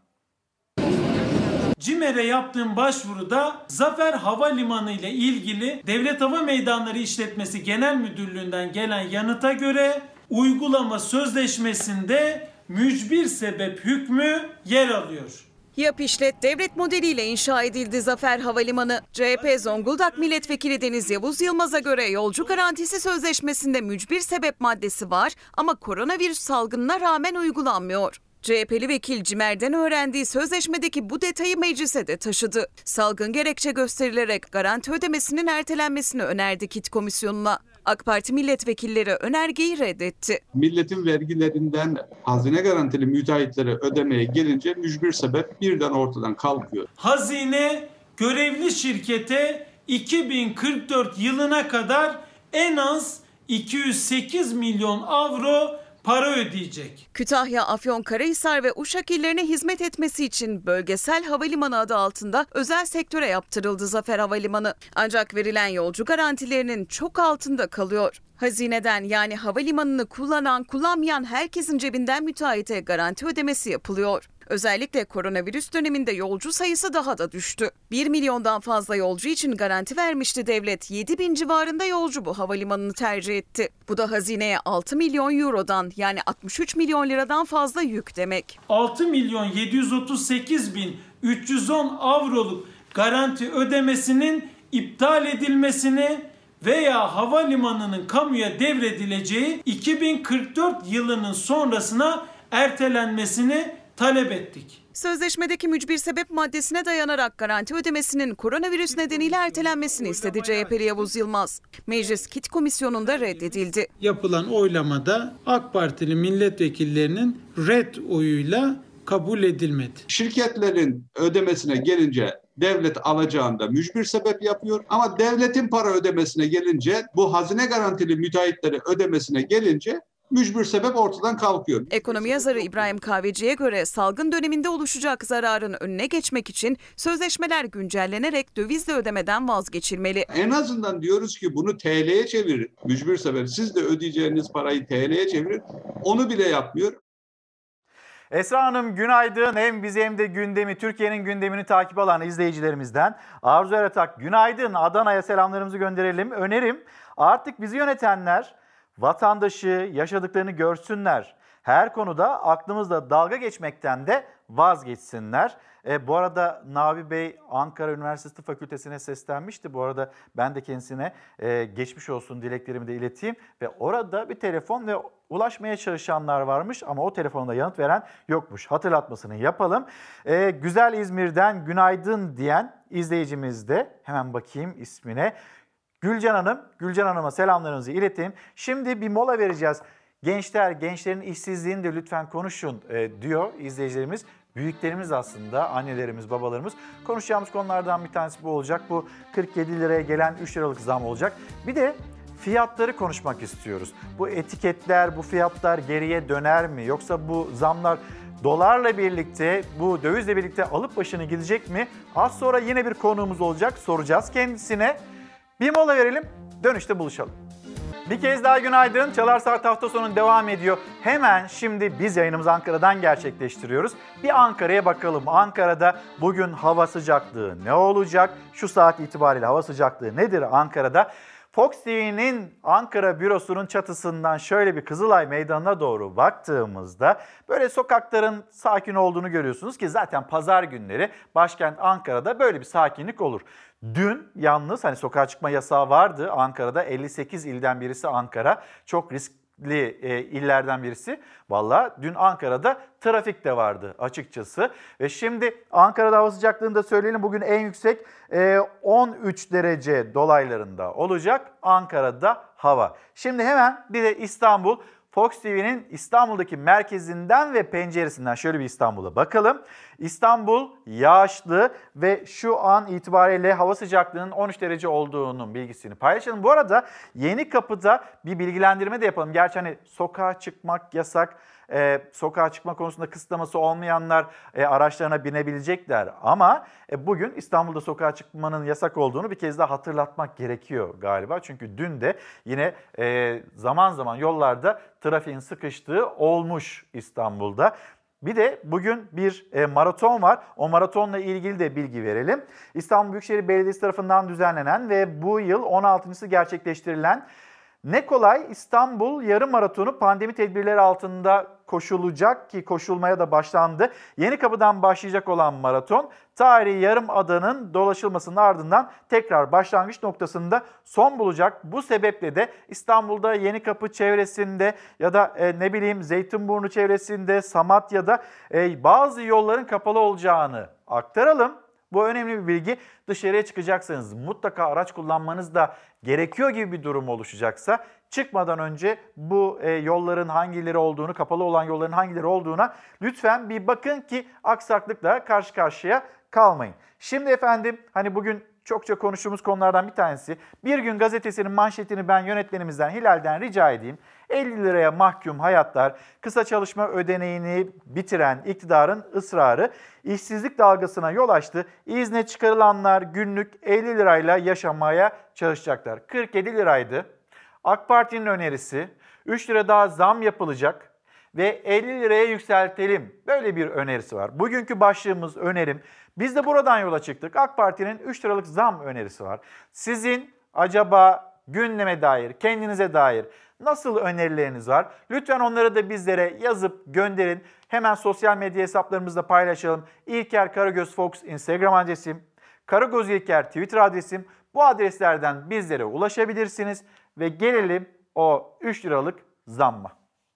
CİMER'e yaptığım başvuruda Zafer Havalimanı ile ilgili Devlet Hava Meydanları İşletmesi Genel Müdürlüğü'nden gelen yanıta göre uygulama sözleşmesinde mücbir sebep hükmü yer alıyor. Yap işlet devlet modeliyle inşa edildi Zafer Havalimanı. C H P Zonguldak Milletvekili Deniz Yavuz Yılmaz'a göre yolcu garantisi sözleşmesinde mücbir sebep maddesi var ama koronavirüs salgınına rağmen uygulanmıyor. C H P'li vekil CİMER'den öğrendiği sözleşmedeki bu detayı meclise de taşıdı. Salgın gerekçe gösterilerek garanti ödemesinin ertelenmesini önerdi KİT komisyonuna. AK Parti milletvekilleri önergeyi reddetti. Milletin vergilerinden hazine garantili müteahhitlere ödemeye gelince mücbir sebep birden ortadan kalkıyor. Hazine görevli şirkete iki bin kırk dört yılına kadar en az iki yüz sekiz milyon avro para ödeyecek. Kütahya, Afyonkarahisar ve Uşak illerine hizmet etmesi için bölgesel havalimanı adı altında özel sektöre yaptırıldı Zafer Havalimanı. Ancak verilen yolcu garantilerinin çok altında kalıyor. Hazineden yani havalimanını kullanan, kullanmayan herkesin cebinden müteahhite garanti ödemesi yapılıyor. Özellikle koronavirüs döneminde yolcu sayısı daha da düştü. bir milyondan fazla yolcu için garanti vermişti devlet. yedi bin civarında yolcu bu havalimanını tercih etti. Bu da hazineye altı milyon eurodan yani altmış üç milyon liradan fazla yük demek. altı milyon yedi yüz otuz sekiz bin üç yüz on avroluk garanti ödemesinin iptal edilmesini veya havalimanının kamuya devredileceği iki bin kırk dört yılının sonrasına ertelenmesini talep ettik. Sözleşmedeki mücbir sebep maddesine dayanarak garanti ödemesinin koronavirüs nedeniyle ertelenmesini istedi C H P'li Yavuz Yılmaz. Meclis Kit Komisyonu'nda reddedildi. Yapılan oylamada AK Partili milletvekillerinin red oyuyla kabul edilmedi. Şirketlerin ödemesine gelince devlet alacağında mücbir sebep yapıyor ama devletin para ödemesine gelince, bu hazine garantili müteahhitleri ödemesine gelince mücbir sebep ortadan kalkıyor. Ekonomi yazarı İbrahim Kahveci'ye göre salgın döneminde oluşacak zararın önüne geçmek için sözleşmeler güncellenerek dövizle ödemeden vazgeçilmeli. En azından diyoruz ki bunu T L'ye çevirin. Mücbir sebep, siz de ödeyeceğiniz parayı T L'ye çevirin. Onu bile yapmıyor. Esra Hanım günaydın. Hem bizi hem de gündemi, Türkiye'nin gündemini takip alan izleyicilerimizden Arzu Eratak günaydın. Adana'ya selamlarımızı gönderelim. Önerim artık bizi yönetenler vatandaşı, yaşadıklarını görsünler. Her konuda aklımızda dalga geçmekten de vazgeçsinler. E, bu arada Navi Bey Ankara Üniversitesi Tıp Fakültesi'ne seslenmişti. Bu arada ben de kendisine e, geçmiş olsun dileklerimi de ileteyim. Ve orada bir telefon ve ulaşmaya çalışanlar varmış ama o telefonda yanıt veren yokmuş. Hatırlatmasını yapalım. E, Güzel İzmir'den günaydın diyen izleyicimiz de hemen bakayım ismine. Gülcan Hanım, Gülcan Hanım'a selamlarınızı ileteyim. Şimdi bir mola vereceğiz. Gençler, gençlerin işsizliğini de lütfen konuşun e, diyor izleyicilerimiz. Büyüklerimiz aslında, annelerimiz, babalarımız. Konuşacağımız konulardan bir tanesi bu olacak. Bu kırk yedi liraya gelen üç liralık zam olacak. Bir de fiyatları konuşmak istiyoruz. Bu etiketler, bu fiyatlar geriye döner mi? Yoksa bu zamlar dolarla birlikte, bu dövizle birlikte alıp başını gidecek mi? Az sonra yine bir konuğumuz olacak. Soracağız kendisine. Bir mola verelim, dönüşte buluşalım. Bir kez daha günaydın. Çalar Saat hafta sonu devam ediyor. Hemen şimdi biz yayınımızı Ankara'dan gerçekleştiriyoruz. Bir Ankara'ya bakalım. Ankara'da bugün hava sıcaklığı ne olacak? Şu saat itibariyle hava sıcaklığı nedir Ankara'da? Fox T V'nin Ankara bürosunun çatısından şöyle bir Kızılay Meydanı'na doğru baktığımızda böyle sokakların sakin olduğunu görüyorsunuz ki zaten pazar günleri başkent Ankara'da böyle bir sakinlik olur. Dün yalnız hani sokağa çıkma yasağı vardı Ankara'da, elli sekiz ilden birisi Ankara, çok riskli e, illerden birisi. Valla dün Ankara'da trafik de vardı açıkçası. Ve şimdi Ankara'da hava sıcaklığını da söyleyelim, bugün en yüksek e, on üç derece dolaylarında olacak Ankara'da hava. Şimdi hemen bir de İstanbul. Fox T V'nin İstanbul'daki merkezinden ve penceresinden şöyle bir İstanbul'a bakalım. İstanbul yağışlı ve şu an itibariyle hava sıcaklığının on üç derece olduğunun bilgisini paylaşalım. Bu arada Yenikapı'da bir bilgilendirme de yapalım. Gerçi hani sokağa çıkmak yasak, e, sokağa çıkma konusunda kısıtlaması olmayanlar e, araçlarına binebilecekler. Ama e, bugün İstanbul'da sokağa çıkmanın yasak olduğunu bir kez daha hatırlatmak gerekiyor galiba. Çünkü dün de yine e, zaman zaman yollarda trafiğin sıkıştığı olmuş İstanbul'da. Bir de bugün bir e, maraton var. O maratonla ilgili de bilgi verelim. İstanbul Büyükşehir Belediyesi tarafından düzenlenen ve bu yıl on altıncısı gerçekleştirilen Ne Kolay İstanbul Yarım Maratonu pandemi tedbirleri altında koşulacak ki koşulmaya da başlandı. Yenikapı'dan başlayacak olan maraton tarihi Yarımada'nın dolaşılmasının ardından tekrar başlangıç noktasında son bulacak. Bu sebeple de İstanbul'da Yenikapı çevresinde ya da e, ne bileyim Zeytinburnu çevresinde, Samatya'da e, bazı yolların kapalı olacağını aktaralım. Bu önemli bir bilgi. Dışarıya çıkacaksanız mutlaka araç kullanmanız da gerekiyor gibi bir durum oluşacaksa çıkmadan önce bu e, yolların hangileri olduğunu, kapalı olan yolların hangileri olduğuna lütfen bir bakın ki aksaklıkla karşı karşıya kalmayın. Şimdi efendim hani bugün çokça konuştuğumuz konulardan bir tanesi. Bir Gün Gazetesi'nin manşetini ben yönetmenimizden Hilal'den rica edeyim. elli liraya mahkum hayatlar, kısa çalışma ödeneğini bitiren iktidarın ısrarı işsizlik dalgasına yol açtı. İzne çıkarılanlar günlük elli lirayla yaşamaya çalışacaklar. kırk yedi liraydı. AK Parti'nin önerisi üç lira daha zam yapılacak ve elli liraya yükseltelim. Böyle bir önerisi var. Bugünkü başlığımız önerim. Biz de buradan yola çıktık. AK Parti'nin üç liralık zam önerisi var. Sizin acaba gündeme dair, kendinize dair nasıl önerileriniz var? Lütfen onları da bizlere yazıp gönderin. Hemen sosyal medya hesaplarımızda paylaşalım. İlker Karagöz Fox Instagram adresim, Karagöz İlker Twitter adresim. Bu adreslerden bizlere ulaşabilirsiniz ve gelelim o üç liralık zamma.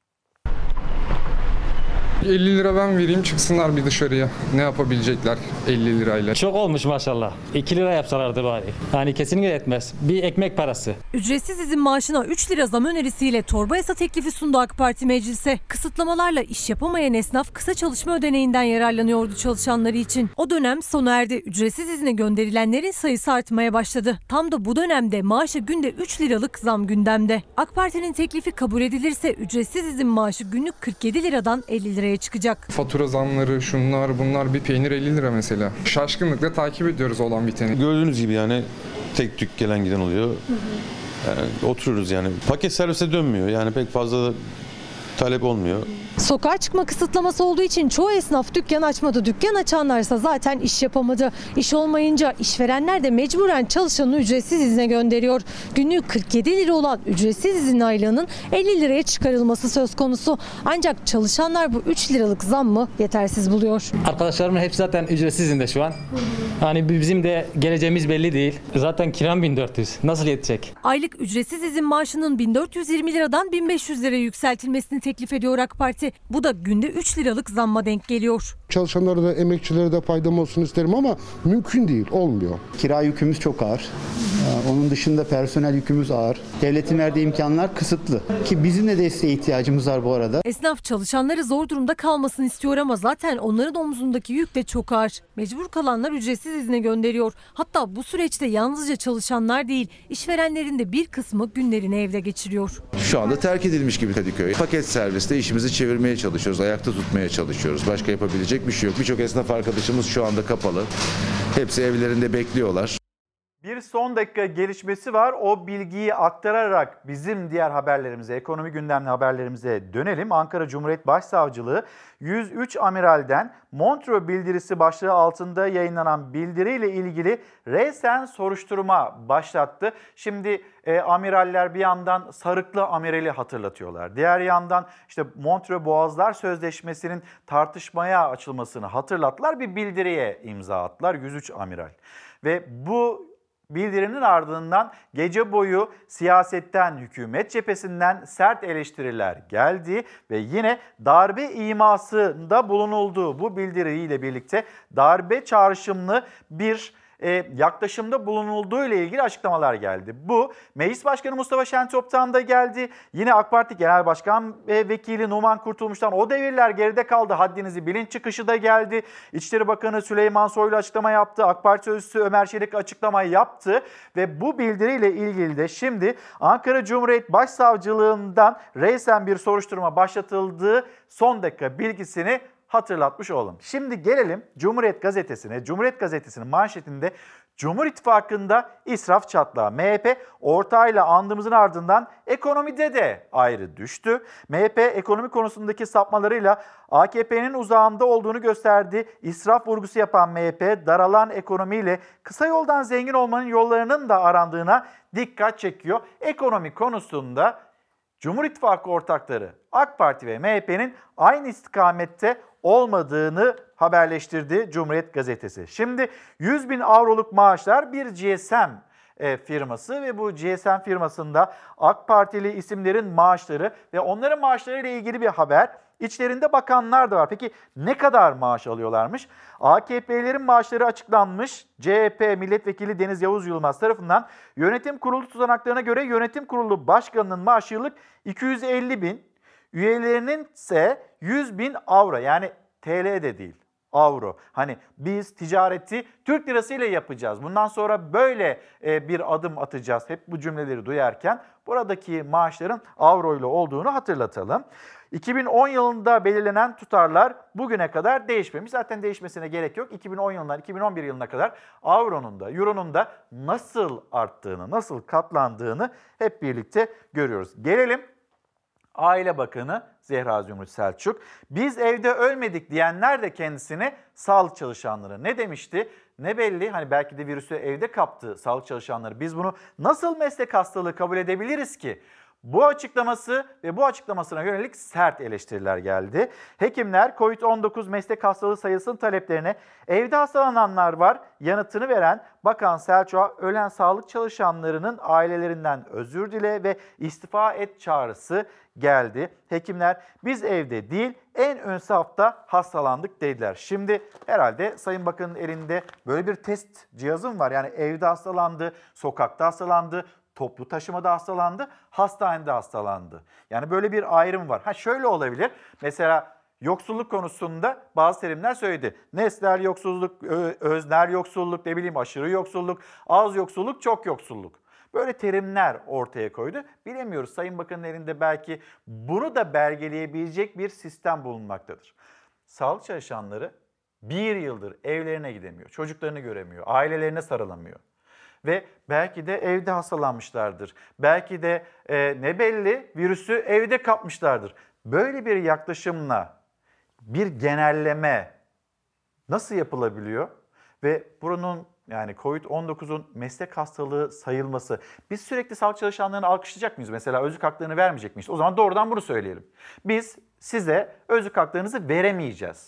elli lira ben vereyim, çıksınlar bir dışarıya. Ne yapabilecekler elli lirayla? Çok olmuş maşallah. iki lira yapsalardı bari. Yani kesinlikle yetmez. Bir ekmek parası. Ücretsiz izin maaşına üç lira zam önerisiyle torba yasa teklifi sundu AK Parti meclise. Kısıtlamalarla iş yapamayan esnaf kısa çalışma ödeneğinden yararlanıyordu çalışanları için. O dönem sona erdi. Ücretsiz izne gönderilenlerin sayısı artmaya başladı. Tam da bu dönemde maaşa günde üç liralık zam gündemde. AK Parti'nin teklifi kabul edilirse ücretsiz izin maaşı günlük kırk yedi liradan elli liraya çıkacak. Fatura zamları, şunlar bunlar, bir peynir elli lira mesela. Şaşkınlıkla takip ediyoruz olan biteni. Gördüğünüz gibi yani tek tük gelen giden oluyor. Hı hı. Yani oturuyoruz yani. Paket servise dönmüyor. Yani pek fazla talep olmuyor. Sokağa çıkma kısıtlaması olduğu için çoğu esnaf dükkan açmadı. Dükkan açanlarsa zaten iş yapamadı. İş olmayınca işverenler de mecburen çalışanını ücretsiz izne gönderiyor. Günlük kırk yedi lira olan ücretsiz izin aylığının elli liraya çıkarılması söz konusu. Ancak çalışanlar bu üç liralık zammı yetersiz buluyor. Arkadaşlarımın hepsi zaten ücretsiz izinde şu an. Hani bizim de geleceğimiz belli değil. Zaten kiram bin dört yüz. Nasıl yetecek? Aylık ücretsiz izin maaşının bin dört yüz yirmi liradan bin beş yüz liraya yükseltilmesini teklif ediyor AK Parti. Bu da günde üç liralık zamma denk geliyor. Çalışanlara da emekçilere de faydam olsun isterim ama mümkün değil, olmuyor. Kira yükümüz çok ağır. Onun dışında personel yükümüz ağır. Devletin verdiği imkanlar kısıtlı. Ki bizim de desteğe ihtiyacımız var bu arada. Esnaf çalışanları zor durumda kalmasını istiyor ama zaten onların omzundaki yük de çok ağır. Mecbur kalanlar ücretsiz izne gönderiyor. Hatta bu süreçte yalnızca çalışanlar değil, işverenlerin de bir kısmı günlerini evde geçiriyor. Şu anda terk edilmiş gibi Kadıköy. Paket serviste işimizi çevirmeye çalışıyoruz, ayakta tutmaya çalışıyoruz. Başka yapabilecek bir şey yok. Birçok esnaf arkadaşımız şu anda kapalı. Hepsi evlerinde bekliyorlar. Bir son dakika gelişmesi var. O bilgiyi aktararak bizim diğer haberlerimize, ekonomi gündemli haberlerimize dönelim. Ankara Cumhuriyet Başsavcılığı yüz üç amiralden Montreux bildirisi başlığı altında yayınlanan bildiriyle ilgili resen soruşturma başlattı. Şimdi e, amiraller bir yandan Sarıklı amirali hatırlatıyorlar. Diğer yandan işte Montreux Boğazlar Sözleşmesi'nin tartışmaya açılmasını hatırlattılar. Bir bildiriye imza attılar yüz üç amiral. Ve bu bildirinin ardından gece boyu siyasetten, hükümet cephesinden sert eleştiriler geldi ve yine darbe imasında bulunulduğu bu bildiriyle birlikte darbe çağrışımlı bir e, yaklaşımda bulunulduğu ile ilgili açıklamalar geldi. Bu Meclis Başkanı Mustafa Şentop'tan da geldi. Yine AK Parti Genel Başkan e, Vekili Numan Kurtulmuş'tan o devirler geride kaldı, haddinizi bilin çıkışı da geldi. İçişleri Bakanı Süleyman Soylu açıklama yaptı. AK Parti Sözcüsü Ömer Çelik açıklama yaptı ve bu bildiriyle ilgili de şimdi Ankara Cumhuriyet Başsavcılığından resen bir soruşturma başlatıldığı son dakika bilgisini hatırlatmış olalım. Şimdi gelelim Cumhuriyet Gazetesi'ne. Cumhuriyet Gazetesi'nin manşetinde Cumhur İttifakı'nda israf çatlağı. M H P ortağıyla andımızın ardından ekonomide de ayrı düştü. M H P ekonomi konusundaki sapmalarıyla A K P'nin uzağında olduğunu gösterdi. İsraf vurgusu yapan M H P daralan ekonomiyle kısa yoldan zengin olmanın yollarının da arandığına dikkat çekiyor. Ekonomi konusunda Cumhur İttifakı ortakları AK Parti ve M H P'nin aynı istikamette olmadığını haberleştirdi Cumhuriyet Gazetesi. Şimdi yüz bin avroluk maaşlar bir G S M e, firması ve bu G S M firmasında AK Partili isimlerin maaşları ve onların maaşlarıyla ilgili bir haber. İçlerinde bakanlar da var. Peki ne kadar maaş alıyorlarmış? A K P'lerin maaşları açıklanmış. C H P Milletvekili Deniz Yavuz Yılmaz tarafından yönetim kurulu tutanaklarına göre yönetim kurulu başkanının maaşı yıllık iki yüz elli bin, üyelerinin ise yüz bin avro, yani T L de değil, avro. Hani biz ticareti Türk lirasıyla yapacağız. Bundan sonra böyle bir adım atacağız. Hep bu cümleleri duyarken buradaki maaşların avro ile olduğunu hatırlatalım. iki bin on yılında belirlenen tutarlar bugüne kadar değişmemiş. Zaten değişmesine gerek yok. iki bin on yılından iki bin on bir yılına kadar avronun da euronun da nasıl arttığını, nasıl katlandığını hep birlikte görüyoruz. Gelelim Aile Bakanı Zehra Zümrüt Selçuk. Biz evde ölmedik diyenler de kendisine sağlık çalışanları. Ne demişti? Ne belli, hani belki de virüsü evde kaptı sağlık çalışanları. Biz bunu nasıl meslek hastalığı kabul edebiliriz ki? Bu açıklaması ve bu açıklamasına yönelik sert eleştiriler geldi. Hekimler kovid on dokuz meslek hastalığı sayısının taleplerine evde hastalananlar var yanıtını veren Bakan Selçuk'a ölen sağlık çalışanlarının ailelerinden özür dile ve istifa et çağrısı geldi. Hekimler biz evde değil en ön safta hastalandık dediler. Şimdi herhalde Sayın Bakan'ın elinde böyle bir test cihazı mı var? Yani evde hastalandı, sokakta hastalandı, toplu taşımada hastalandı, hastanede hastalandı. Yani böyle bir ayrım var. Ha şöyle olabilir. Mesela yoksulluk konusunda bazı terimler söyledi. Nesnel yoksulluk, öznel yoksulluk, ne bileyim aşırı yoksulluk, az yoksulluk, çok yoksulluk. Böyle terimler ortaya koydu. Bilemiyoruz. Sayın Bakan'ın elinde belki bunu da belgeleyebilecek bir sistem bulunmaktadır. Sağlık çalışanları bir yıldır evlerine gidemiyor. Çocuklarını göremiyor. Ailelerine sarılamıyor. Ve belki de evde hastalanmışlardır. Belki de e, ne belli virüsü evde kapmışlardır. Böyle bir yaklaşımla bir genelleme nasıl yapılabiliyor? Ve bunun yani kovid on dokuzun meslek hastalığı sayılması. Biz sürekli sağlık çalışanlarını alkışlayacak mıyız? Mesela özlük haklarını vermeyecek miyiz? O zaman doğrudan bunu söyleyelim. Biz size özlük haklarınızı veremeyeceğiz.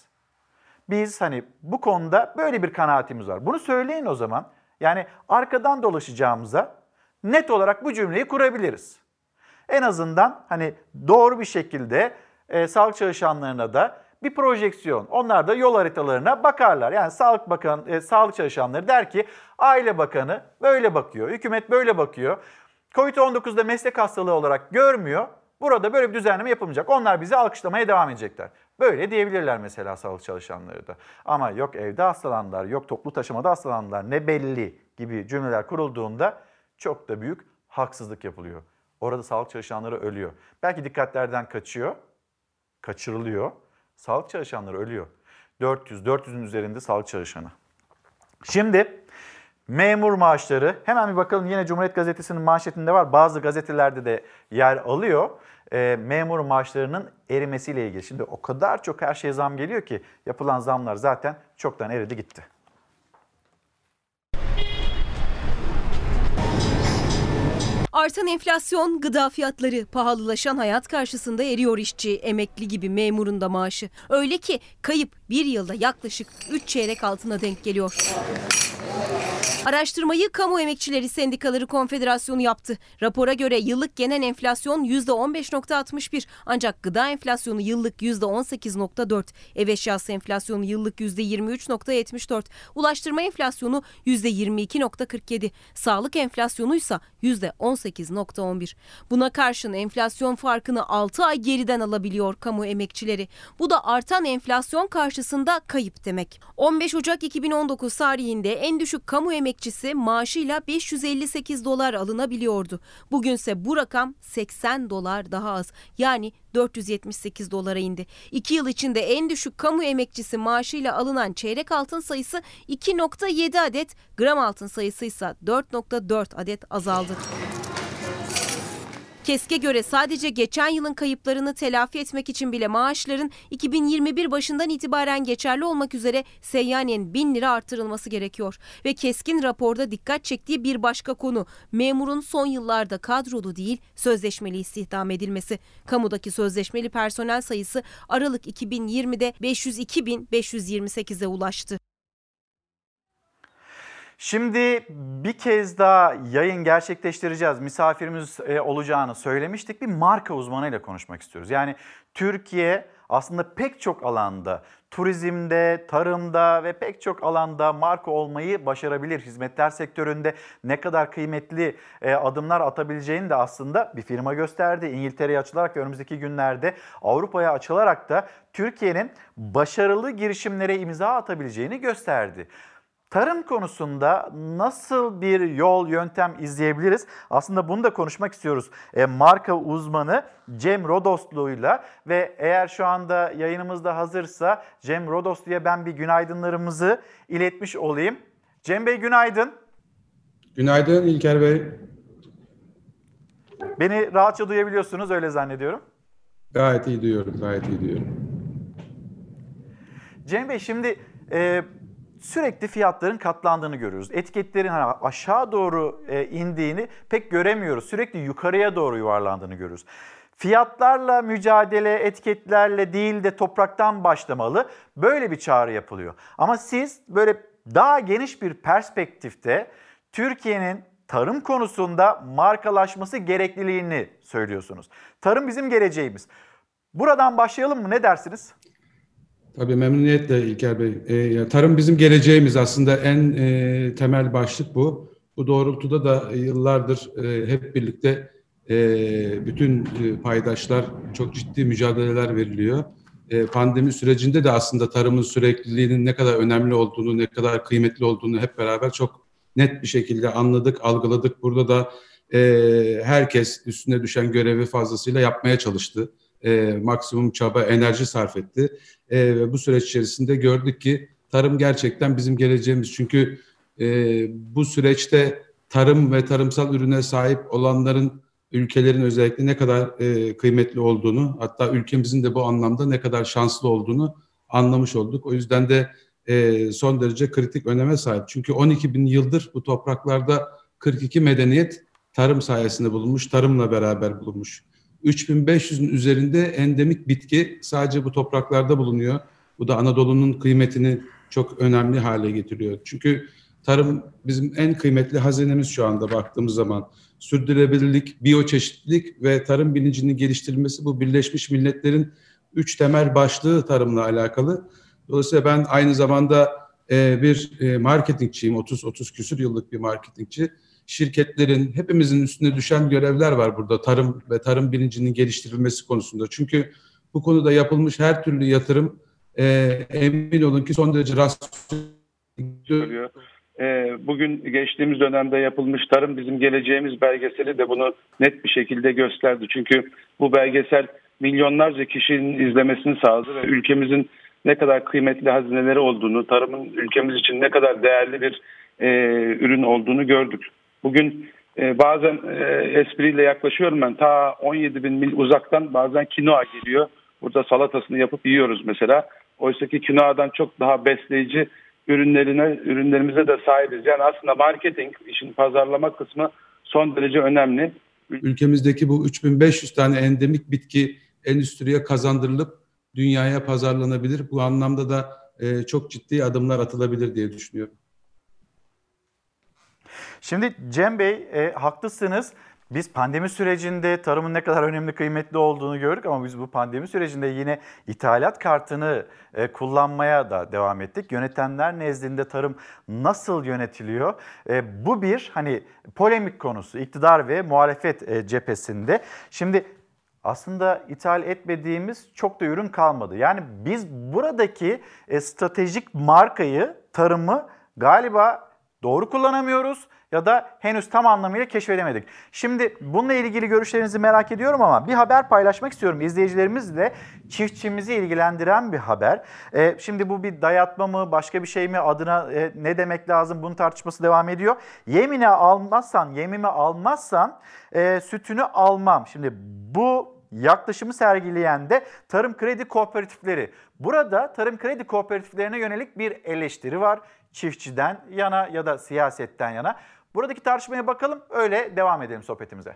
Biz hani bu konuda böyle bir kanaatimiz var. Bunu söyleyin o zaman. Yani arkadan dolaşacağımıza net olarak bu cümleyi kurabiliriz. En azından hani doğru bir şekilde e, sağlık çalışanlarına da bir projeksiyon, onlar da yol haritalarına bakarlar. Yani Sağlık Bakanı, e, sağlık çalışanları der ki Aile Bakanı böyle bakıyor, hükümet böyle bakıyor. kovid on dokuzda meslek hastalığı olarak görmüyor. Burada böyle bir düzenleme yapılmayacak. Onlar bizi alkışlamaya devam edecekler. Böyle diyebilirler mesela sağlık çalışanları da. Ama yok evde hastalandılar, yok toplu taşımada hastalandılar, ne belli gibi cümleler kurulduğunda çok da büyük haksızlık yapılıyor. Orada sağlık çalışanları ölüyor. Belki dikkatlerden kaçıyor, kaçırılıyor. Sağlık çalışanları ölüyor. dört yüz, dört yüzün üzerinde sağlık çalışanı. Şimdi memur maaşları, hemen bir bakalım, yine Cumhuriyet Gazetesi'nin manşetinde var. Bazı gazetelerde de yer alıyor. E, memur maaşlarının erimesiyle ilgili. Şimdi o kadar çok her şeye zam geliyor ki yapılan zamlar zaten çoktan eridi gitti. Artan enflasyon, gıda fiyatları, pahalılaşan hayat karşısında eriyor işçi, emekli gibi memurun da maaşı. Öyle ki kayıp bir yılda yaklaşık üç çeyrek altına denk geliyor. Araştırmayı Kamu Emekçileri Sendikaları Konfederasyonu yaptı. Rapora göre yıllık genel enflasyon yüzde on beş virgül altmış bir, ancak gıda enflasyonu yıllık yüzde on sekiz virgül dört, ev eşyası enflasyonu yıllık yüzde yirmi üç virgül yetmiş dört, ulaştırma enflasyonu yüzde yirmi iki virgül kırk yedi, sağlık enflasyonu ise yüzde on sekiz virgül on bir. Buna karşın enflasyon farkını altı ay geriden alabiliyor kamu emekçileri. Bu da artan enflasyon karşısında kayıp demek. on beş Ocak iki bin on dokuz tarihinde en düşük kamu emekçisi maaşıyla beş yüz elli sekiz dolar alınabiliyordu. Bugünse bu rakam seksen dolar daha az, yani dört yüz yetmiş sekiz dolara indi. İki yıl içinde en düşük kamu emekçisi maaşıyla alınan çeyrek altın sayısı iki virgül yedi adet, gram altın sayısı ise dört virgül dört adet azaldı. KESK'e göre sadece geçen yılın kayıplarını telafi etmek için bile maaşların iki bin yirmi bir başından itibaren geçerli olmak üzere seyyanen bin lira artırılması gerekiyor. Ve KESK'in raporda dikkat çektiği bir başka konu, memurun son yıllarda kadrolu değil sözleşmeli istihdam edilmesi. Kamudaki sözleşmeli personel sayısı Aralık iki bin yirmide beş yüz iki bin beş yüz yirmi sekize ulaştı. Şimdi bir kez daha yayın gerçekleştireceğiz. Misafirimiz olacağını söylemiştik. Bir marka uzmanıyla konuşmak istiyoruz. Yani Türkiye aslında pek çok alanda, turizmde, tarımda ve pek çok alanda marka olmayı başarabilir. Hizmetler sektöründe ne kadar kıymetli adımlar atabileceğini de aslında bir firma gösterdi. İngiltere'ye açılarak önümüzdeki günlerde Avrupa'ya açılarak da Türkiye'nin başarılı girişimlere imza atabileceğini gösterdi. Tarım konusunda nasıl bir yol, yöntem izleyebiliriz? Aslında bunu da konuşmak istiyoruz. E, marka uzmanı Cem Rodoslu'yla ve eğer şu anda yayınımızda hazırsa Cem Rodoslu'ya ben bir günaydınlarımızı iletmiş olayım. Cem Bey günaydın. Günaydın İlker Bey. Beni rahatça duyabiliyorsunuz, öyle zannediyorum. Gayet iyi duyuyorum, gayet iyi duyuyorum. Cem Bey, şimdi e, sürekli fiyatların katlandığını görüyoruz. Etiketlerin hani aşağı doğru e, indiğini pek göremiyoruz. Sürekli yukarıya doğru yuvarlandığını görüyoruz. Fiyatlarla mücadele etiketlerle değil de topraktan başlamalı. Böyle bir çağrı yapılıyor. Ama siz böyle daha geniş bir perspektifte Türkiye'nin tarım konusunda markalaşması gerekliliğini söylüyorsunuz. Tarım bizim geleceğimiz. Buradan başlayalım mı? Ne dersiniz? Tabii memnuniyetle İlker Bey. E, tarım bizim geleceğimiz, aslında en e, temel başlık bu. Bu doğrultuda da yıllardır e, hep birlikte e, bütün e, paydaşlar çok ciddi mücadeleler veriliyor. E, pandemi sürecinde de aslında tarımın sürekliliğinin ne kadar önemli olduğunu, ne kadar kıymetli olduğunu hep beraber çok net bir şekilde anladık, algıladık. Burada da e, herkes üstüne düşen görevi fazlasıyla yapmaya çalıştı. E, maksimum çaba, enerji sarf etti. E, ve bu süreç içerisinde gördük ki tarım gerçekten bizim geleceğimiz. Çünkü e, bu süreçte tarım ve tarımsal ürüne sahip olanların, ülkelerin özellikle ne kadar e, kıymetli olduğunu, hatta ülkemizin de bu anlamda ne kadar şanslı olduğunu anlamış olduk. O yüzden de e, son derece kritik öneme sahip. Çünkü on iki bin yıldır bu topraklarda kırk iki medeniyet tarım sayesinde bulunmuş, tarımla beraber bulunmuş. üç bin beş yüzün üzerinde endemik bitki sadece bu topraklarda bulunuyor. Bu da Anadolu'nun kıymetini çok önemli hale getiriyor. Çünkü tarım bizim en kıymetli hazinemiz şu anda baktığımız zaman. Sürdürülebilirlik, biyoçeşitlilik ve tarım bilincinin geliştirilmesi, bu Birleşmiş Milletler'in üç temel başlığı tarımla alakalı. Dolayısıyla ben aynı zamanda e, bir e, marketingçiyim, otuz otuz küsur yıllık bir marketingçi. Şirketlerin, hepimizin üstüne düşen görevler var burada tarım ve tarım bilincinin geliştirilmesi konusunda. Çünkü bu konuda yapılmış her türlü yatırım e, emin olun ki son derece rasyonel. Bugün geçtiğimiz dönemde yapılmış Tarım Bizim Geleceğimiz belgeseli de bunu net bir şekilde gösterdi. Çünkü bu belgesel milyonlarca kişinin izlemesini sağladı ve ülkemizin ne kadar kıymetli hazineleri olduğunu, tarımın ülkemiz için ne kadar değerli bir e, ürün olduğunu gördük. Bugün e, bazen e, espriyle yaklaşıyorum ben. Ta on yedi bin mil uzaktan bazen kinoa geliyor. Burada salatasını yapıp yiyoruz mesela. Oysa ki kinoadan çok daha besleyici ürünlerine, ürünlerimize de sahibiz. Yani aslında marketing, işin pazarlama kısmı son derece önemli. Ülkemizdeki bu üç bin beş yüz tane endemik bitki endüstriye kazandırılıp dünyaya pazarlanabilir. Bu anlamda da e, çok ciddi adımlar atılabilir diye düşünüyorum. Şimdi Cem Bey, e, haklısınız. Biz pandemi sürecinde tarımın ne kadar önemli, kıymetli olduğunu gördük ama biz bu pandemi sürecinde yine ithalat kartını e, kullanmaya da devam ettik. Yönetenler nezdinde tarım nasıl yönetiliyor? E, bu bir hani polemik konusu, iktidar ve muhalefet e, cephesinde. Şimdi aslında ithal etmediğimiz çok da ürün kalmadı. Yani biz buradaki e, stratejik markayı, tarımı galiba doğru kullanamıyoruz ya da henüz tam anlamıyla keşfedemedik. Şimdi bununla ilgili görüşlerinizi merak ediyorum ama bir haber paylaşmak istiyorum izleyicilerimizle. Çiftçimizi ilgilendiren bir haber. Ee, şimdi bu bir dayatma mı, başka bir şey mi, adına e, ne demek lazım, bunun tartışması devam ediyor. Yemini almazsan, yemimi almazsan e, sütünü almam. Şimdi bu yaklaşımı sergileyen de tarım kredi kooperatifleri. Burada tarım kredi kooperatiflerine yönelik bir eleştiri var. Çiftçiden yana ya da siyasetten yana. Buradaki tartışmaya bakalım, öyle devam edelim sohbetimize.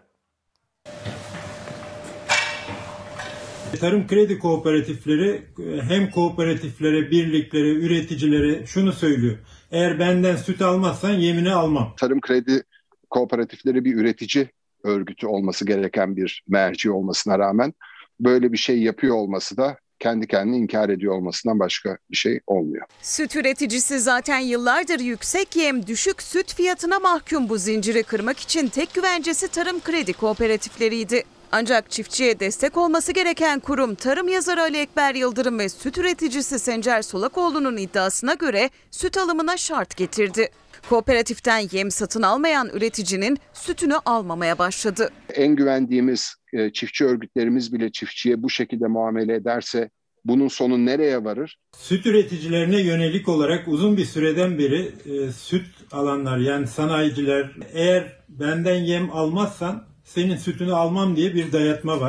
Tarım kredi kooperatifleri hem kooperatiflere, birliklere, üreticilere şunu söylüyor. Eğer benden süt almazsan yemini almam. Tarım kredi kooperatifleri bir üretici örgütü olması gereken bir merci olmasına rağmen böyle bir şey yapıyor olması da kendi kendini inkar ediyor olmasından başka bir şey olmuyor. Süt üreticisi zaten yıllardır yüksek yem, düşük süt fiyatına mahkum. Bu zinciri kırmak için tek güvencesi tarım kredi kooperatifleriydi. Ancak çiftçiye destek olması gereken kurum tarım yazarı Ali Ekber Yıldırım ve süt üreticisi Sencer Solakoğlu'nun iddiasına göre süt alımına şart getirdi. Kooperatiften yem satın almayan üreticinin sütünü almamaya başladı. En güvendiğimiz e, çiftçi örgütlerimiz bile çiftçiye bu şekilde muamele ederse bunun sonu nereye varır? Süt üreticilerine yönelik olarak uzun bir süreden beri e, süt alanlar, yani sanayiciler, eğer benden yem almazsan senin sütünü almam diye bir dayatma var.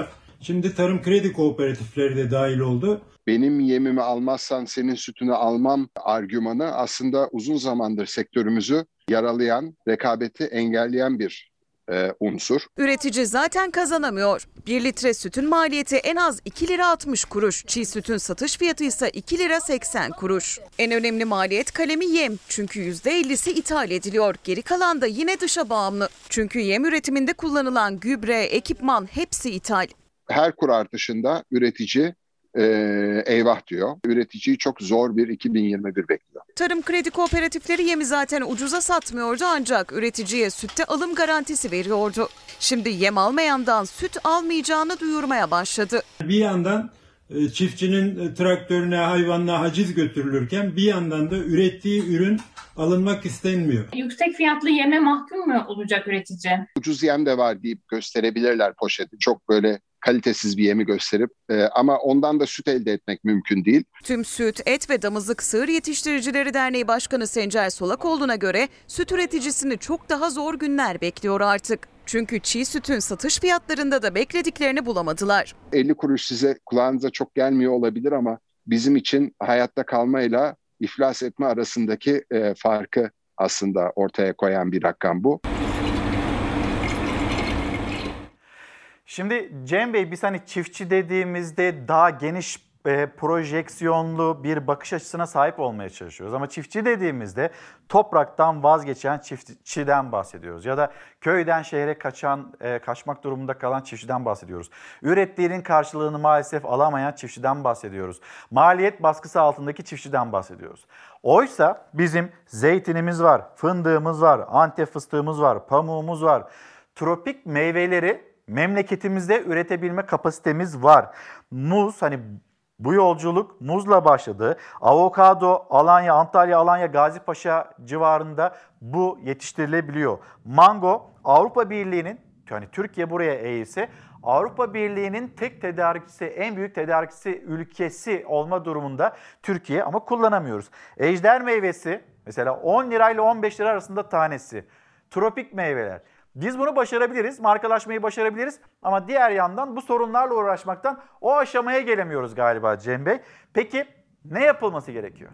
Şimdi tarım kredi kooperatifleri de dahil oldu. Benim yemimi almazsan senin sütünü almam argümanı aslında uzun zamandır sektörümüzü yaralayan, rekabeti engelleyen bir e, unsur. Üretici zaten kazanamıyor. bir litre sütün maliyeti en az iki lira altmış kuruş. Çiğ sütün satış fiyatı ise iki lira seksen kuruş. En önemli maliyet kalemi yem. Çünkü yüzde ellisi ithal ediliyor. Geri kalan da yine dışa bağımlı. Çünkü yem üretiminde kullanılan gübre, ekipman hepsi ithal. Her kur artışında üretici e, eyvah diyor. Üreticiyi çok zor bir iki bin yirmi bir bekliyor. Tarım kredi kooperatifleri yemi zaten ucuza satmıyordu ancak üreticiye sütte alım garantisi veriyordu. Şimdi yem almayandan süt almayacağını duyurmaya başladı. Bir yandan çiftçinin traktörüne, hayvanına haciz götürülürken bir yandan da ürettiği ürün alınmak istenmiyor. Yüksek fiyatlı yeme mahkum mu olacak üretici? Ucuz yem de var deyip gösterebilirler poşeti. Çok böyle kalitesiz bir yemi gösterip e, ama ondan da süt elde etmek mümkün değil. Tüm Süt, Et ve Damızlık Sığır Yetiştiricileri Derneği Başkanı Sencer Solakoğlu'na göre süt üreticisini çok daha zor günler bekliyor artık. Çünkü çiğ sütün satış fiyatlarında da beklediklerini bulamadılar. elli kuruş size kulağınıza çok gelmiyor olabilir ama bizim için hayatta kalmayla iflas etme arasındaki e, farkı aslında ortaya koyan bir rakam bu. Şimdi Cem Bey, biz hani çiftçi dediğimizde daha geniş e, projeksiyonlu bir bakış açısına sahip olmaya çalışıyoruz. Ama çiftçi dediğimizde topraktan vazgeçen çiftçiden bahsediyoruz. Ya da köyden şehre kaçan, e, kaçmak durumunda kalan çiftçiden bahsediyoruz. Ürettiğinin karşılığını maalesef alamayan çiftçiden bahsediyoruz. Maliyet baskısı altındaki çiftçiden bahsediyoruz. Oysa bizim zeytinimiz var, fındığımız var, Antep fıstığımız var, pamuğumuz var. Tropik meyveleri memleketimizde üretebilme kapasitemiz var. Muz, hani bu yolculuk muzla başladı. Avokado, Alanya, Antalya, Alanya, Gazipaşa civarında bu yetiştirilebiliyor. Mango, Avrupa Birliği'nin, yani Türkiye buraya eğilse, Avrupa Birliği'nin tek tedarikçisi, en büyük tedarikçisi ülkesi olma durumunda Türkiye, ama kullanamıyoruz. Ejder meyvesi mesela on lirayla on beş lira arasında tanesi. Tropik meyveler. Biz bunu başarabiliriz, markalaşmayı başarabiliriz ama diğer yandan bu sorunlarla uğraşmaktan o aşamaya gelemiyoruz galiba Cem Bey. Peki ne yapılması gerekiyor?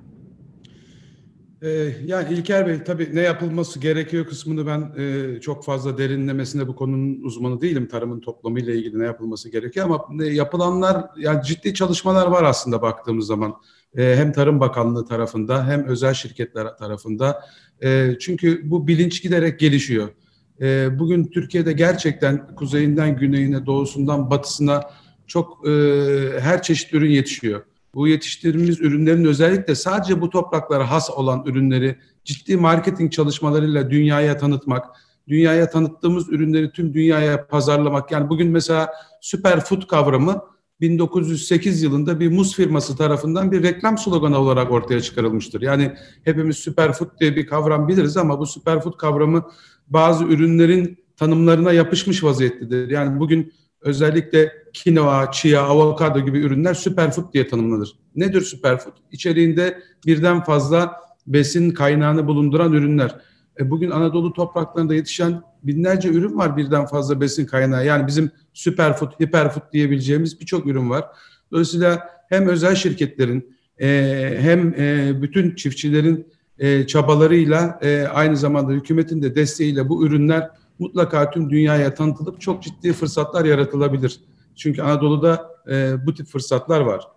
Ee, yani İlker Bey, tabii ne yapılması gerekiyor kısmını ben e, çok fazla derinlemesine bu konunun uzmanı değilim. Tarımın toplamıyla ilgili ne yapılması gerekiyor ama e, yapılanlar, yani ciddi çalışmalar var aslında baktığımız zaman. E, hem Tarım Bakanlığı tarafında hem özel şirketler tarafında. E, çünkü bu bilinç giderek gelişiyor. Bugün Türkiye'de gerçekten kuzeyinden güneyine, doğusundan batısına çok e, her çeşit ürün yetişiyor. Bu yetiştirdiğimiz ürünlerin özellikle sadece bu topraklara has olan ürünleri ciddi marketing çalışmalarıyla dünyaya tanıtmak, dünyaya tanıttığımız ürünleri tüm dünyaya pazarlamak. Yani bugün mesela Superfood kavramı bin dokuz yüz sekiz yılında bir muz firması tarafından bir reklam sloganı olarak ortaya çıkarılmıştır. Yani hepimiz Superfood diye bir kavram biliriz ama bu Superfood kavramı bazı ürünlerin tanımlarına yapışmış vaziyettedir. Yani bugün özellikle kinoa, chia, avokado gibi ürünler superfood diye tanımlanır. Nedir superfood? İçeriğinde birden fazla besin kaynağını bulunduran ürünler. E bugün Anadolu topraklarında yetişen binlerce ürün var, birden fazla besin kaynağı. Yani bizim superfood, hiperfood diyebileceğimiz birçok ürün var. Dolayısıyla hem özel şirketlerin e, hem e, bütün çiftçilerin e, çabalarıyla e, aynı zamanda hükümetin de desteğiyle bu ürünler mutlaka tüm dünyaya tanıtılıp çok ciddi fırsatlar yaratılabilir. Çünkü Anadolu'da e, bu tip fırsatlar var.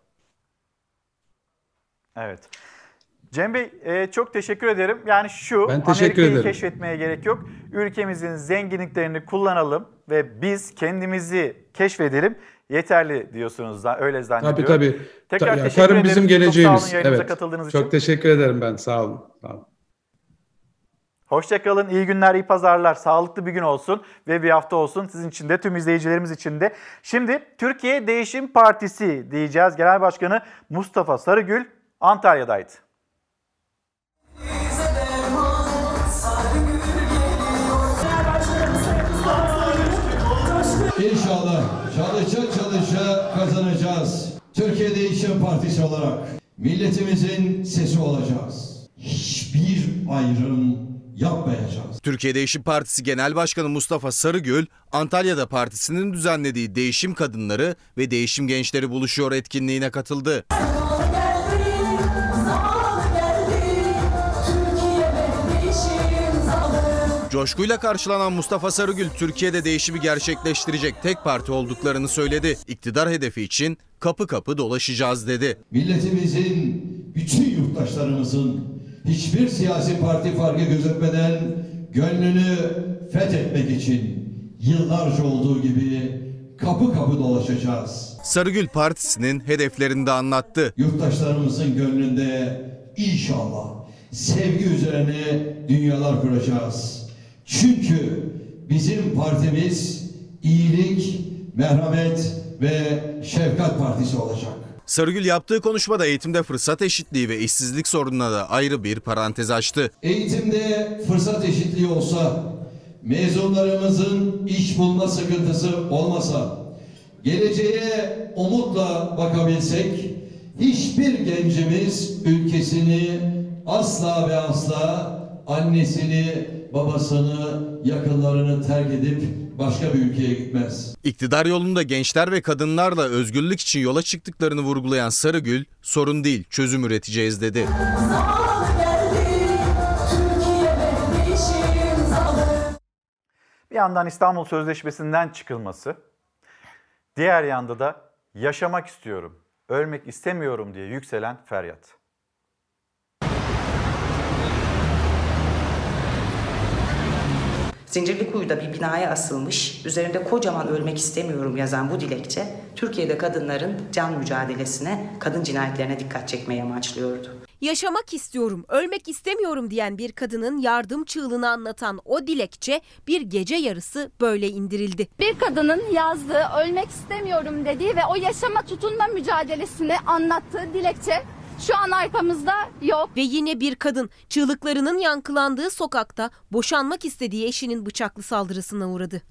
Evet. Cem Bey e, çok teşekkür ederim. Yani şu, ben teşekkür Amerika'yı ederim. keşfetmeye gerek yok. Ülkemizin zenginliklerini kullanalım ve biz kendimizi keşfedelim. Yeterli diyorsunuz, öyle zannediyorum. Tabii tabii. Tekrar Ta- teşekkür tarım ederim. bizim geleceğimiz. Çok sağ olun yayınımıza Evet. katıldığınız Çok için. teşekkür ederim ben. Sağ olun. Sağ olun. Hoşça kalın, iyi günler, iyi pazarlar, sağlıklı bir gün olsun ve bir hafta olsun sizin için de, tüm izleyicilerimiz için de. Şimdi Türkiye Değişim Partisi diyeceğiz. Genel Başkanı Mustafa Sarıgül Antalya'daydı. İnşallah çalışa çalışa kazanacağız. Türkiye Değişim Partisi olarak milletimizin sesi olacağız. Hiçbir ayrım yapmayacağız. Türkiye Değişim Partisi Genel Başkanı Mustafa Sarıgül, Antalya'da partisinin düzenlediği Değişim Kadınları ve Değişim Gençleri Buluşuyor etkinliğine katıldı. Coşkuyla karşılanan Mustafa Sarıgül, Türkiye'de değişimi gerçekleştirecek tek parti olduklarını söyledi. İktidar hedefi için kapı kapı dolaşacağız dedi. Milletimizin, bütün yurttaşlarımızın hiçbir siyasi parti farkı gözetmeden gönlünü fethetmek için yıllarca olduğu gibi kapı kapı dolaşacağız. Sarıgül partisinin hedeflerini de anlattı. Yurttaşlarımızın gönlünde inşallah sevgi üzerine dünyalar kuracağız. Çünkü bizim partimiz iyilik, merhamet ve şefkat partisi olacak. Sarıgül yaptığı konuşmada eğitimde fırsat eşitliği ve işsizlik sorununa da ayrı bir parantez açtı. Eğitimde fırsat eşitliği olsa, mezunlarımızın iş bulma sıkıntısı olmasa, geleceğe umutla bakabilsek, hiçbir gencimiz ülkesini asla ve asla annesini, babasını, yakınlarını terk edip başka bir ülkeye gitmez. İktidar yolunda gençler ve kadınlarla özgürlük için yola çıktıklarını vurgulayan Sarıgül, sorun değil çözüm üreteceğiz dedi. Bir yandan İstanbul Sözleşmesi'nden çıkılması, diğer yanda da yaşamak istiyorum, ölmek istemiyorum diye yükselen feryat. Zincirlikuyu'da bir binaya asılmış, üzerinde kocaman ölmek istemiyorum yazan bu dilekçe, Türkiye'de kadınların can mücadelesine, kadın cinayetlerine dikkat çekmeyi amaçlıyordu. Yaşamak istiyorum, ölmek istemiyorum diyen bir kadının yardım çığlığını anlatan o dilekçe bir gece yarısı böyle indirildi. Bir kadının yazdığı, ölmek istemiyorum dediği ve o yaşama tutunma mücadelesini anlattığı dilekçe şu an arkamızda yok. Ve yine bir kadın çığlıklarının yankılandığı sokakta boşanmak istediği eşinin bıçaklı saldırısına uğradı.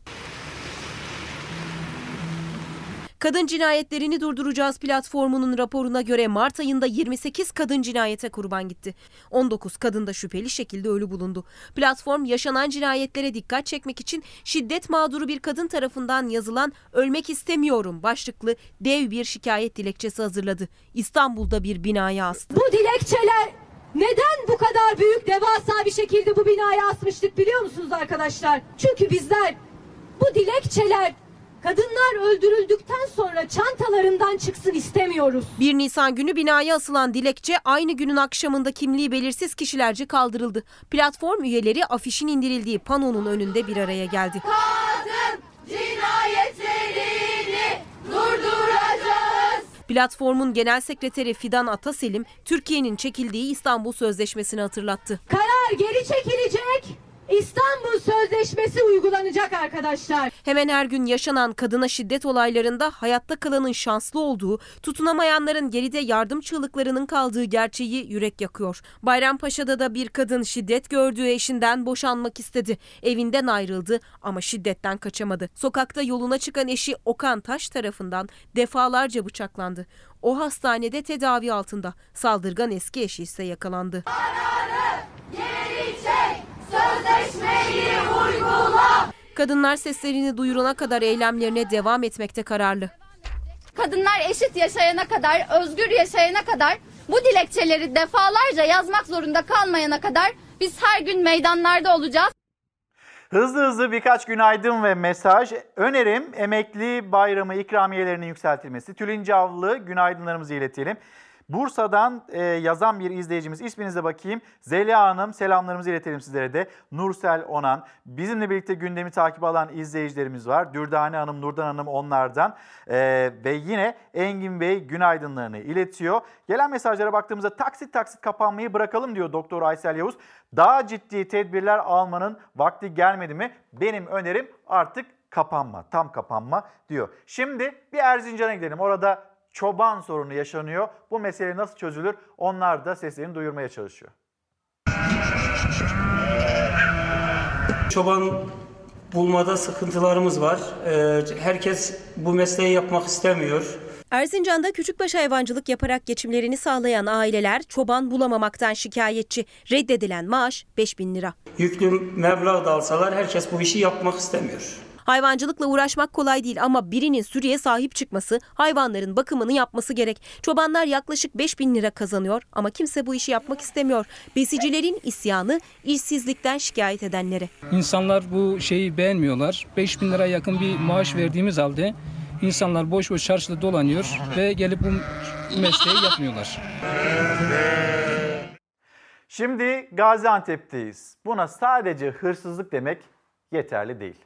Kadın Cinayetlerini Durduracağız platformunun raporuna göre Mart ayında yirmi sekiz kadın cinayete kurban gitti. on dokuz kadın da şüpheli şekilde ölü bulundu. Platform yaşanan cinayetlere dikkat çekmek için şiddet mağduru bir kadın tarafından yazılan "Ölmek istemiyorum" başlıklı dev bir şikayet dilekçesi hazırladı. İstanbul'da bir binaya astı. Bu dilekçeler neden bu kadar büyük, devasa bir şekilde bu binaya asmıştık biliyor musunuz arkadaşlar? Çünkü bizler bu dilekçeler kadınlar öldürüldükten sonra çantalarından çıksın istemiyoruz. bir Nisan günü binaya asılan dilekçe aynı günün akşamında kimliği belirsiz kişilerce kaldırıldı. Platform üyeleri afişin indirildiği panonun önünde bir araya geldi. Kadın cinayetlerini durduracağız. Platformun genel sekreteri Fidan Ataselim, Türkiye'nin çekildiği İstanbul Sözleşmesi'ni hatırlattı. Karar geri çekilecek. İstanbul Sözleşmesi uygulanacak arkadaşlar. Hemen her gün yaşanan kadına şiddet olaylarında hayatta kalanın şanslı olduğu, tutunamayanların geride yardım çığlıklarının kaldığı gerçeği yürek yakıyor. Bayrampaşa'da da bir kadın şiddet gördüğü eşinden boşanmak istedi. Evinden ayrıldı ama şiddetten kaçamadı. Sokakta yoluna çıkan eşi Okan Taş tarafından defalarca bıçaklandı. O hastanede tedavi altında. Saldırgan eski eşi ise yakalandı. Kararı geri çek. Sözleşmeyi uygula. Kadınlar seslerini duyurana kadar eylemlerine devam etmekte kararlı. Kadınlar eşit yaşayana kadar, özgür yaşayana kadar, bu dilekçeleri defalarca yazmak zorunda kalmayana kadar biz her gün meydanlarda olacağız. Hızlı hızlı birkaç günaydın ve mesaj. Önerim emekli bayramı ikramiyelerinin yükseltilmesi. Tülin Cavlı günaydınlarımızı iletelim. Bursa'dan e, yazan bir izleyicimiz, isminize bakayım. Zeliha Hanım, selamlarımızı iletelim sizlere de. Nursel Onan, bizimle birlikte gündemi takip alan izleyicilerimiz var. Dürdane Hanım, Nurdan Hanım onlardan. E, ve yine Engin Bey günaydınlarını iletiyor. Gelen mesajlara baktığımızda taksit taksit kapanmayı bırakalım diyor Doktor Aysel Yavuz. Daha ciddi tedbirler almanın vakti gelmedi mi? Benim önerim artık kapanma, tam kapanma diyor. Şimdi bir Erzincan'a gidelim. Orada çoban sorunu yaşanıyor. Bu mesele nasıl çözülür? Onlar da seslerini duyurmaya çalışıyor. Çoban bulmada sıkıntılarımız var. Herkes bu mesleği yapmak istemiyor. Erzincan'da küçükbaş hayvancılık yaparak geçimlerini sağlayan aileler çoban bulamamaktan şikayetçi. Reddedilen maaş beş bin lira. Yüklü meblağ da alsalar herkes bu işi yapmak istemiyor. Hayvancılıkla uğraşmak kolay değil ama birinin sürüye sahip çıkması, hayvanların bakımını yapması gerek. Çobanlar yaklaşık beş bin lira kazanıyor ama kimse bu işi yapmak istemiyor. Besicilerin isyanı işsizlikten şikayet edenlere. İnsanlar bu şeyi beğenmiyorlar. beş bin lira yakın bir maaş verdiğimiz halde insanlar boş boş çarşıda dolanıyor ve gelip bu mesleği yapmıyorlar. Şimdi Gaziantep'teyiz. Buna sadece hırsızlık demek yeterli değil.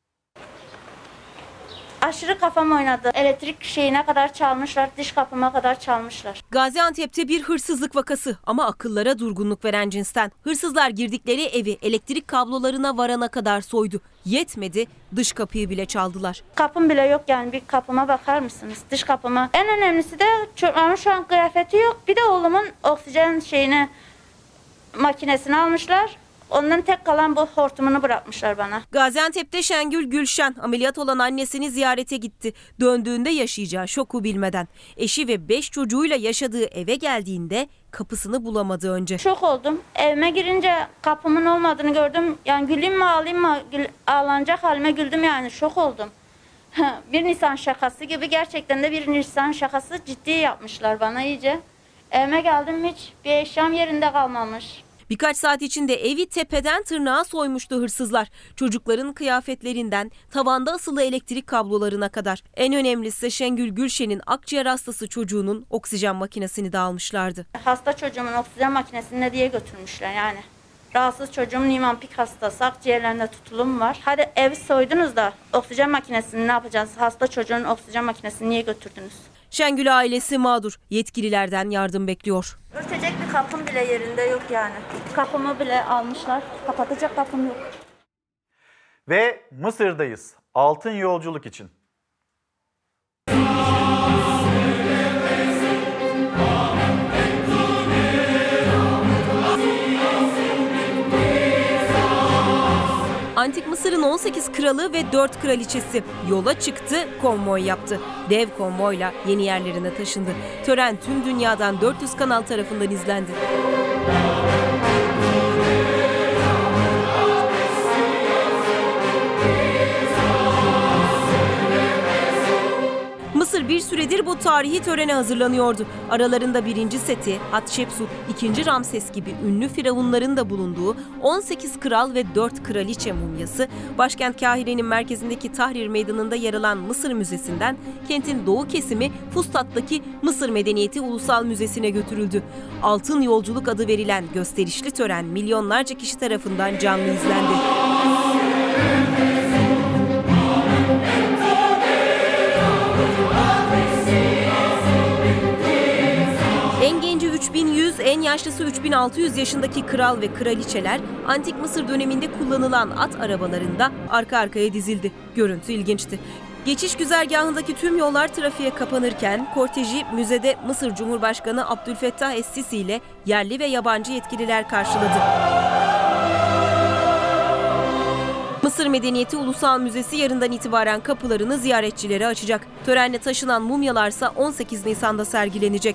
Aşırı kafam oynadı. Elektrik şeyine kadar çalmışlar, diş kapıma kadar çalmışlar. Gaziantep'te bir hırsızlık vakası ama akıllara durgunluk veren cinsten. Hırsızlar girdikleri evi elektrik kablolarına varana kadar soydu. Yetmedi, dış kapıyı bile çaldılar. Kapım bile yok yani, bir kapıma bakar mısınız? Dış kapıma. En önemlisi de çocuğumun şu an kıyafeti yok. Bir de oğlumun oksijen şeyini, makinesini almışlar. Ondan tek kalan bu hortumunu bırakmışlar bana. Gaziantep'te Şengül Gülşen ameliyat olan annesini ziyarete gitti. Döndüğünde yaşayacağı şoku bilmeden. Eşi ve beş çocuğuyla yaşadığı eve geldiğinde kapısını bulamadı önce. Şok oldum. Evime girince kapımın olmadığını gördüm. Yani güleyim mi ağlayayım mı? Gül, ağlanacak halime güldüm yani, şok oldum. Bir Nisan şakası gibi, gerçekten de bir Nisan şakası ciddi yapmışlar bana iyice. Evime geldim, hiç bir eşyam yerinde kalmamış. Birkaç saat içinde evi tepeden tırnağa soymuştu hırsızlar. Çocukların kıyafetlerinden tavanda asılı elektrik kablolarına kadar. En önemlisi Şengül Gülşen'in akciğer hastası çocuğunun oksijen makinesini de almışlardı. Hasta çocuğumun oksijen makinesini ne diye götürmüşler yani. Rahatsız çocuğum Niemann-Pick hastası, akciğerlerinde tutulum var. Hadi evi soydunuz da oksijen makinesini ne yapacağız? Hasta çocuğun oksijen makinesini niye götürdünüz? Şengül ailesi mağdur. Yetkililerden yardım bekliyor. Örtecek bir kapım bile yerinde yok yani. Kapımı bile almışlar. Kapatacak kapım yok. Ve Mısır'dayız. Altın yolculuk için. Antik Mısır'ın on sekiz kralı ve dört kraliçesi yola çıktı, konvoy yaptı. Dev konvoyla yeni yerlerine taşındı. Tören tüm dünyadan dört yüz kanal tarafından izlendi. Mısır bir süredir bu tarihi törene hazırlanıyordu. Aralarında birinci Seti, Hatshepsut, ikinci Ramses gibi ünlü firavunların da bulunduğu on sekiz kral ve dört kraliçe mumyası, başkent Kahire'nin merkezindeki Tahrir Meydanı'nda yer alan Mısır Müzesi'nden kentin doğu kesimi Fustat'taki Mısır Medeniyeti Ulusal Müzesi'ne götürüldü. Altın Yolculuk adı verilen gösterişli tören milyonlarca kişi tarafından canlı izlendi. En genci üç bin yüz, en yaşlısı üç bin altı yüz yaşındaki kral ve kraliçeler Antik Mısır döneminde kullanılan at arabalarında arka arkaya dizildi. Görüntü ilginçti. Geçiş güzergahındaki tüm yollar trafiğe kapanırken korteji müzede Mısır Cumhurbaşkanı Abdülfettah Es-Sisi ile yerli ve yabancı yetkililer karşıladı. Mısır Medeniyeti Ulusal Müzesi yarından itibaren kapılarını ziyaretçilere açacak. Törenle taşınan mumyalarsa on sekiz Nisan'da sergilenecek.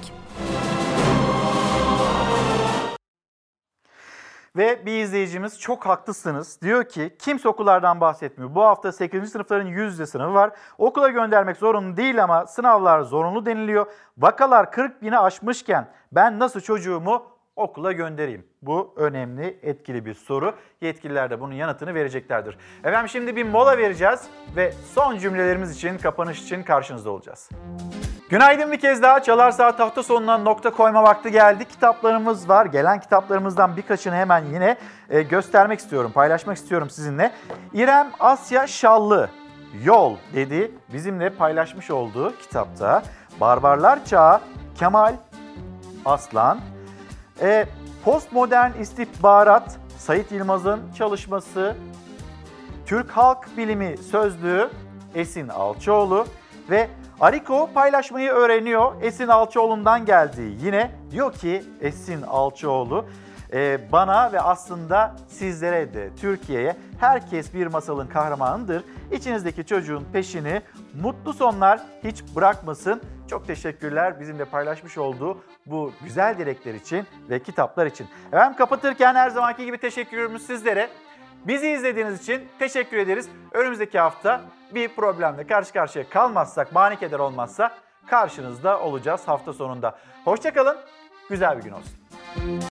Ve bir izleyicimiz çok haklısınız. Diyor ki kimse okullardan bahsetmiyor. Bu hafta sekizinci sınıfların yüz yüze sınavı var. Okula göndermek zorunlu değil ama sınavlar zorunlu deniliyor. Vakalar kırk bini aşmışken ben nasıl çocuğumu okula göndereyim? Bu önemli, etkili bir soru. Yetkililer de bunun yanıtını vereceklerdir. Efendim şimdi bir mola vereceğiz ve son cümlelerimiz için, kapanış için karşınızda olacağız. Günaydın bir kez daha. Çalar Saat hafta sonuna nokta koyma vakti geldi. Kitaplarımız var. Gelen kitaplarımızdan birkaçını hemen yine e, göstermek istiyorum, paylaşmak istiyorum sizinle. İrem Asya Şallı, Yol dedi bizimle paylaşmış olduğu kitapta. Barbarlar Çağı, Kemal Aslan, e, Postmodern İstihbarat, Sait Yılmaz'ın çalışması, Türk Halk Bilimi Sözlüğü, Esin Alçıoğlu ve Ariko paylaşmayı öğreniyor. Esin Alçıoğlu'ndan geldi. Yine diyor ki Esin Alçıoğlu, Ee, bana ve aslında sizlere de, Türkiye'ye, herkes bir masalın kahramanıdır. İçinizdeki çocuğun peşini mutlu sonlar hiç bırakmasın. Çok teşekkürler bizimle paylaşmış olduğu bu güzel dilekler için ve kitaplar için. Efendim kapatırken her zamanki gibi teşekkürümüz sizlere. Bizi izlediğiniz için teşekkür ederiz. Önümüzdeki hafta bir problemle karşı karşıya kalmazsak, manidar olmazsa karşınızda olacağız hafta sonunda. Hoşça kalın, güzel bir gün olsun.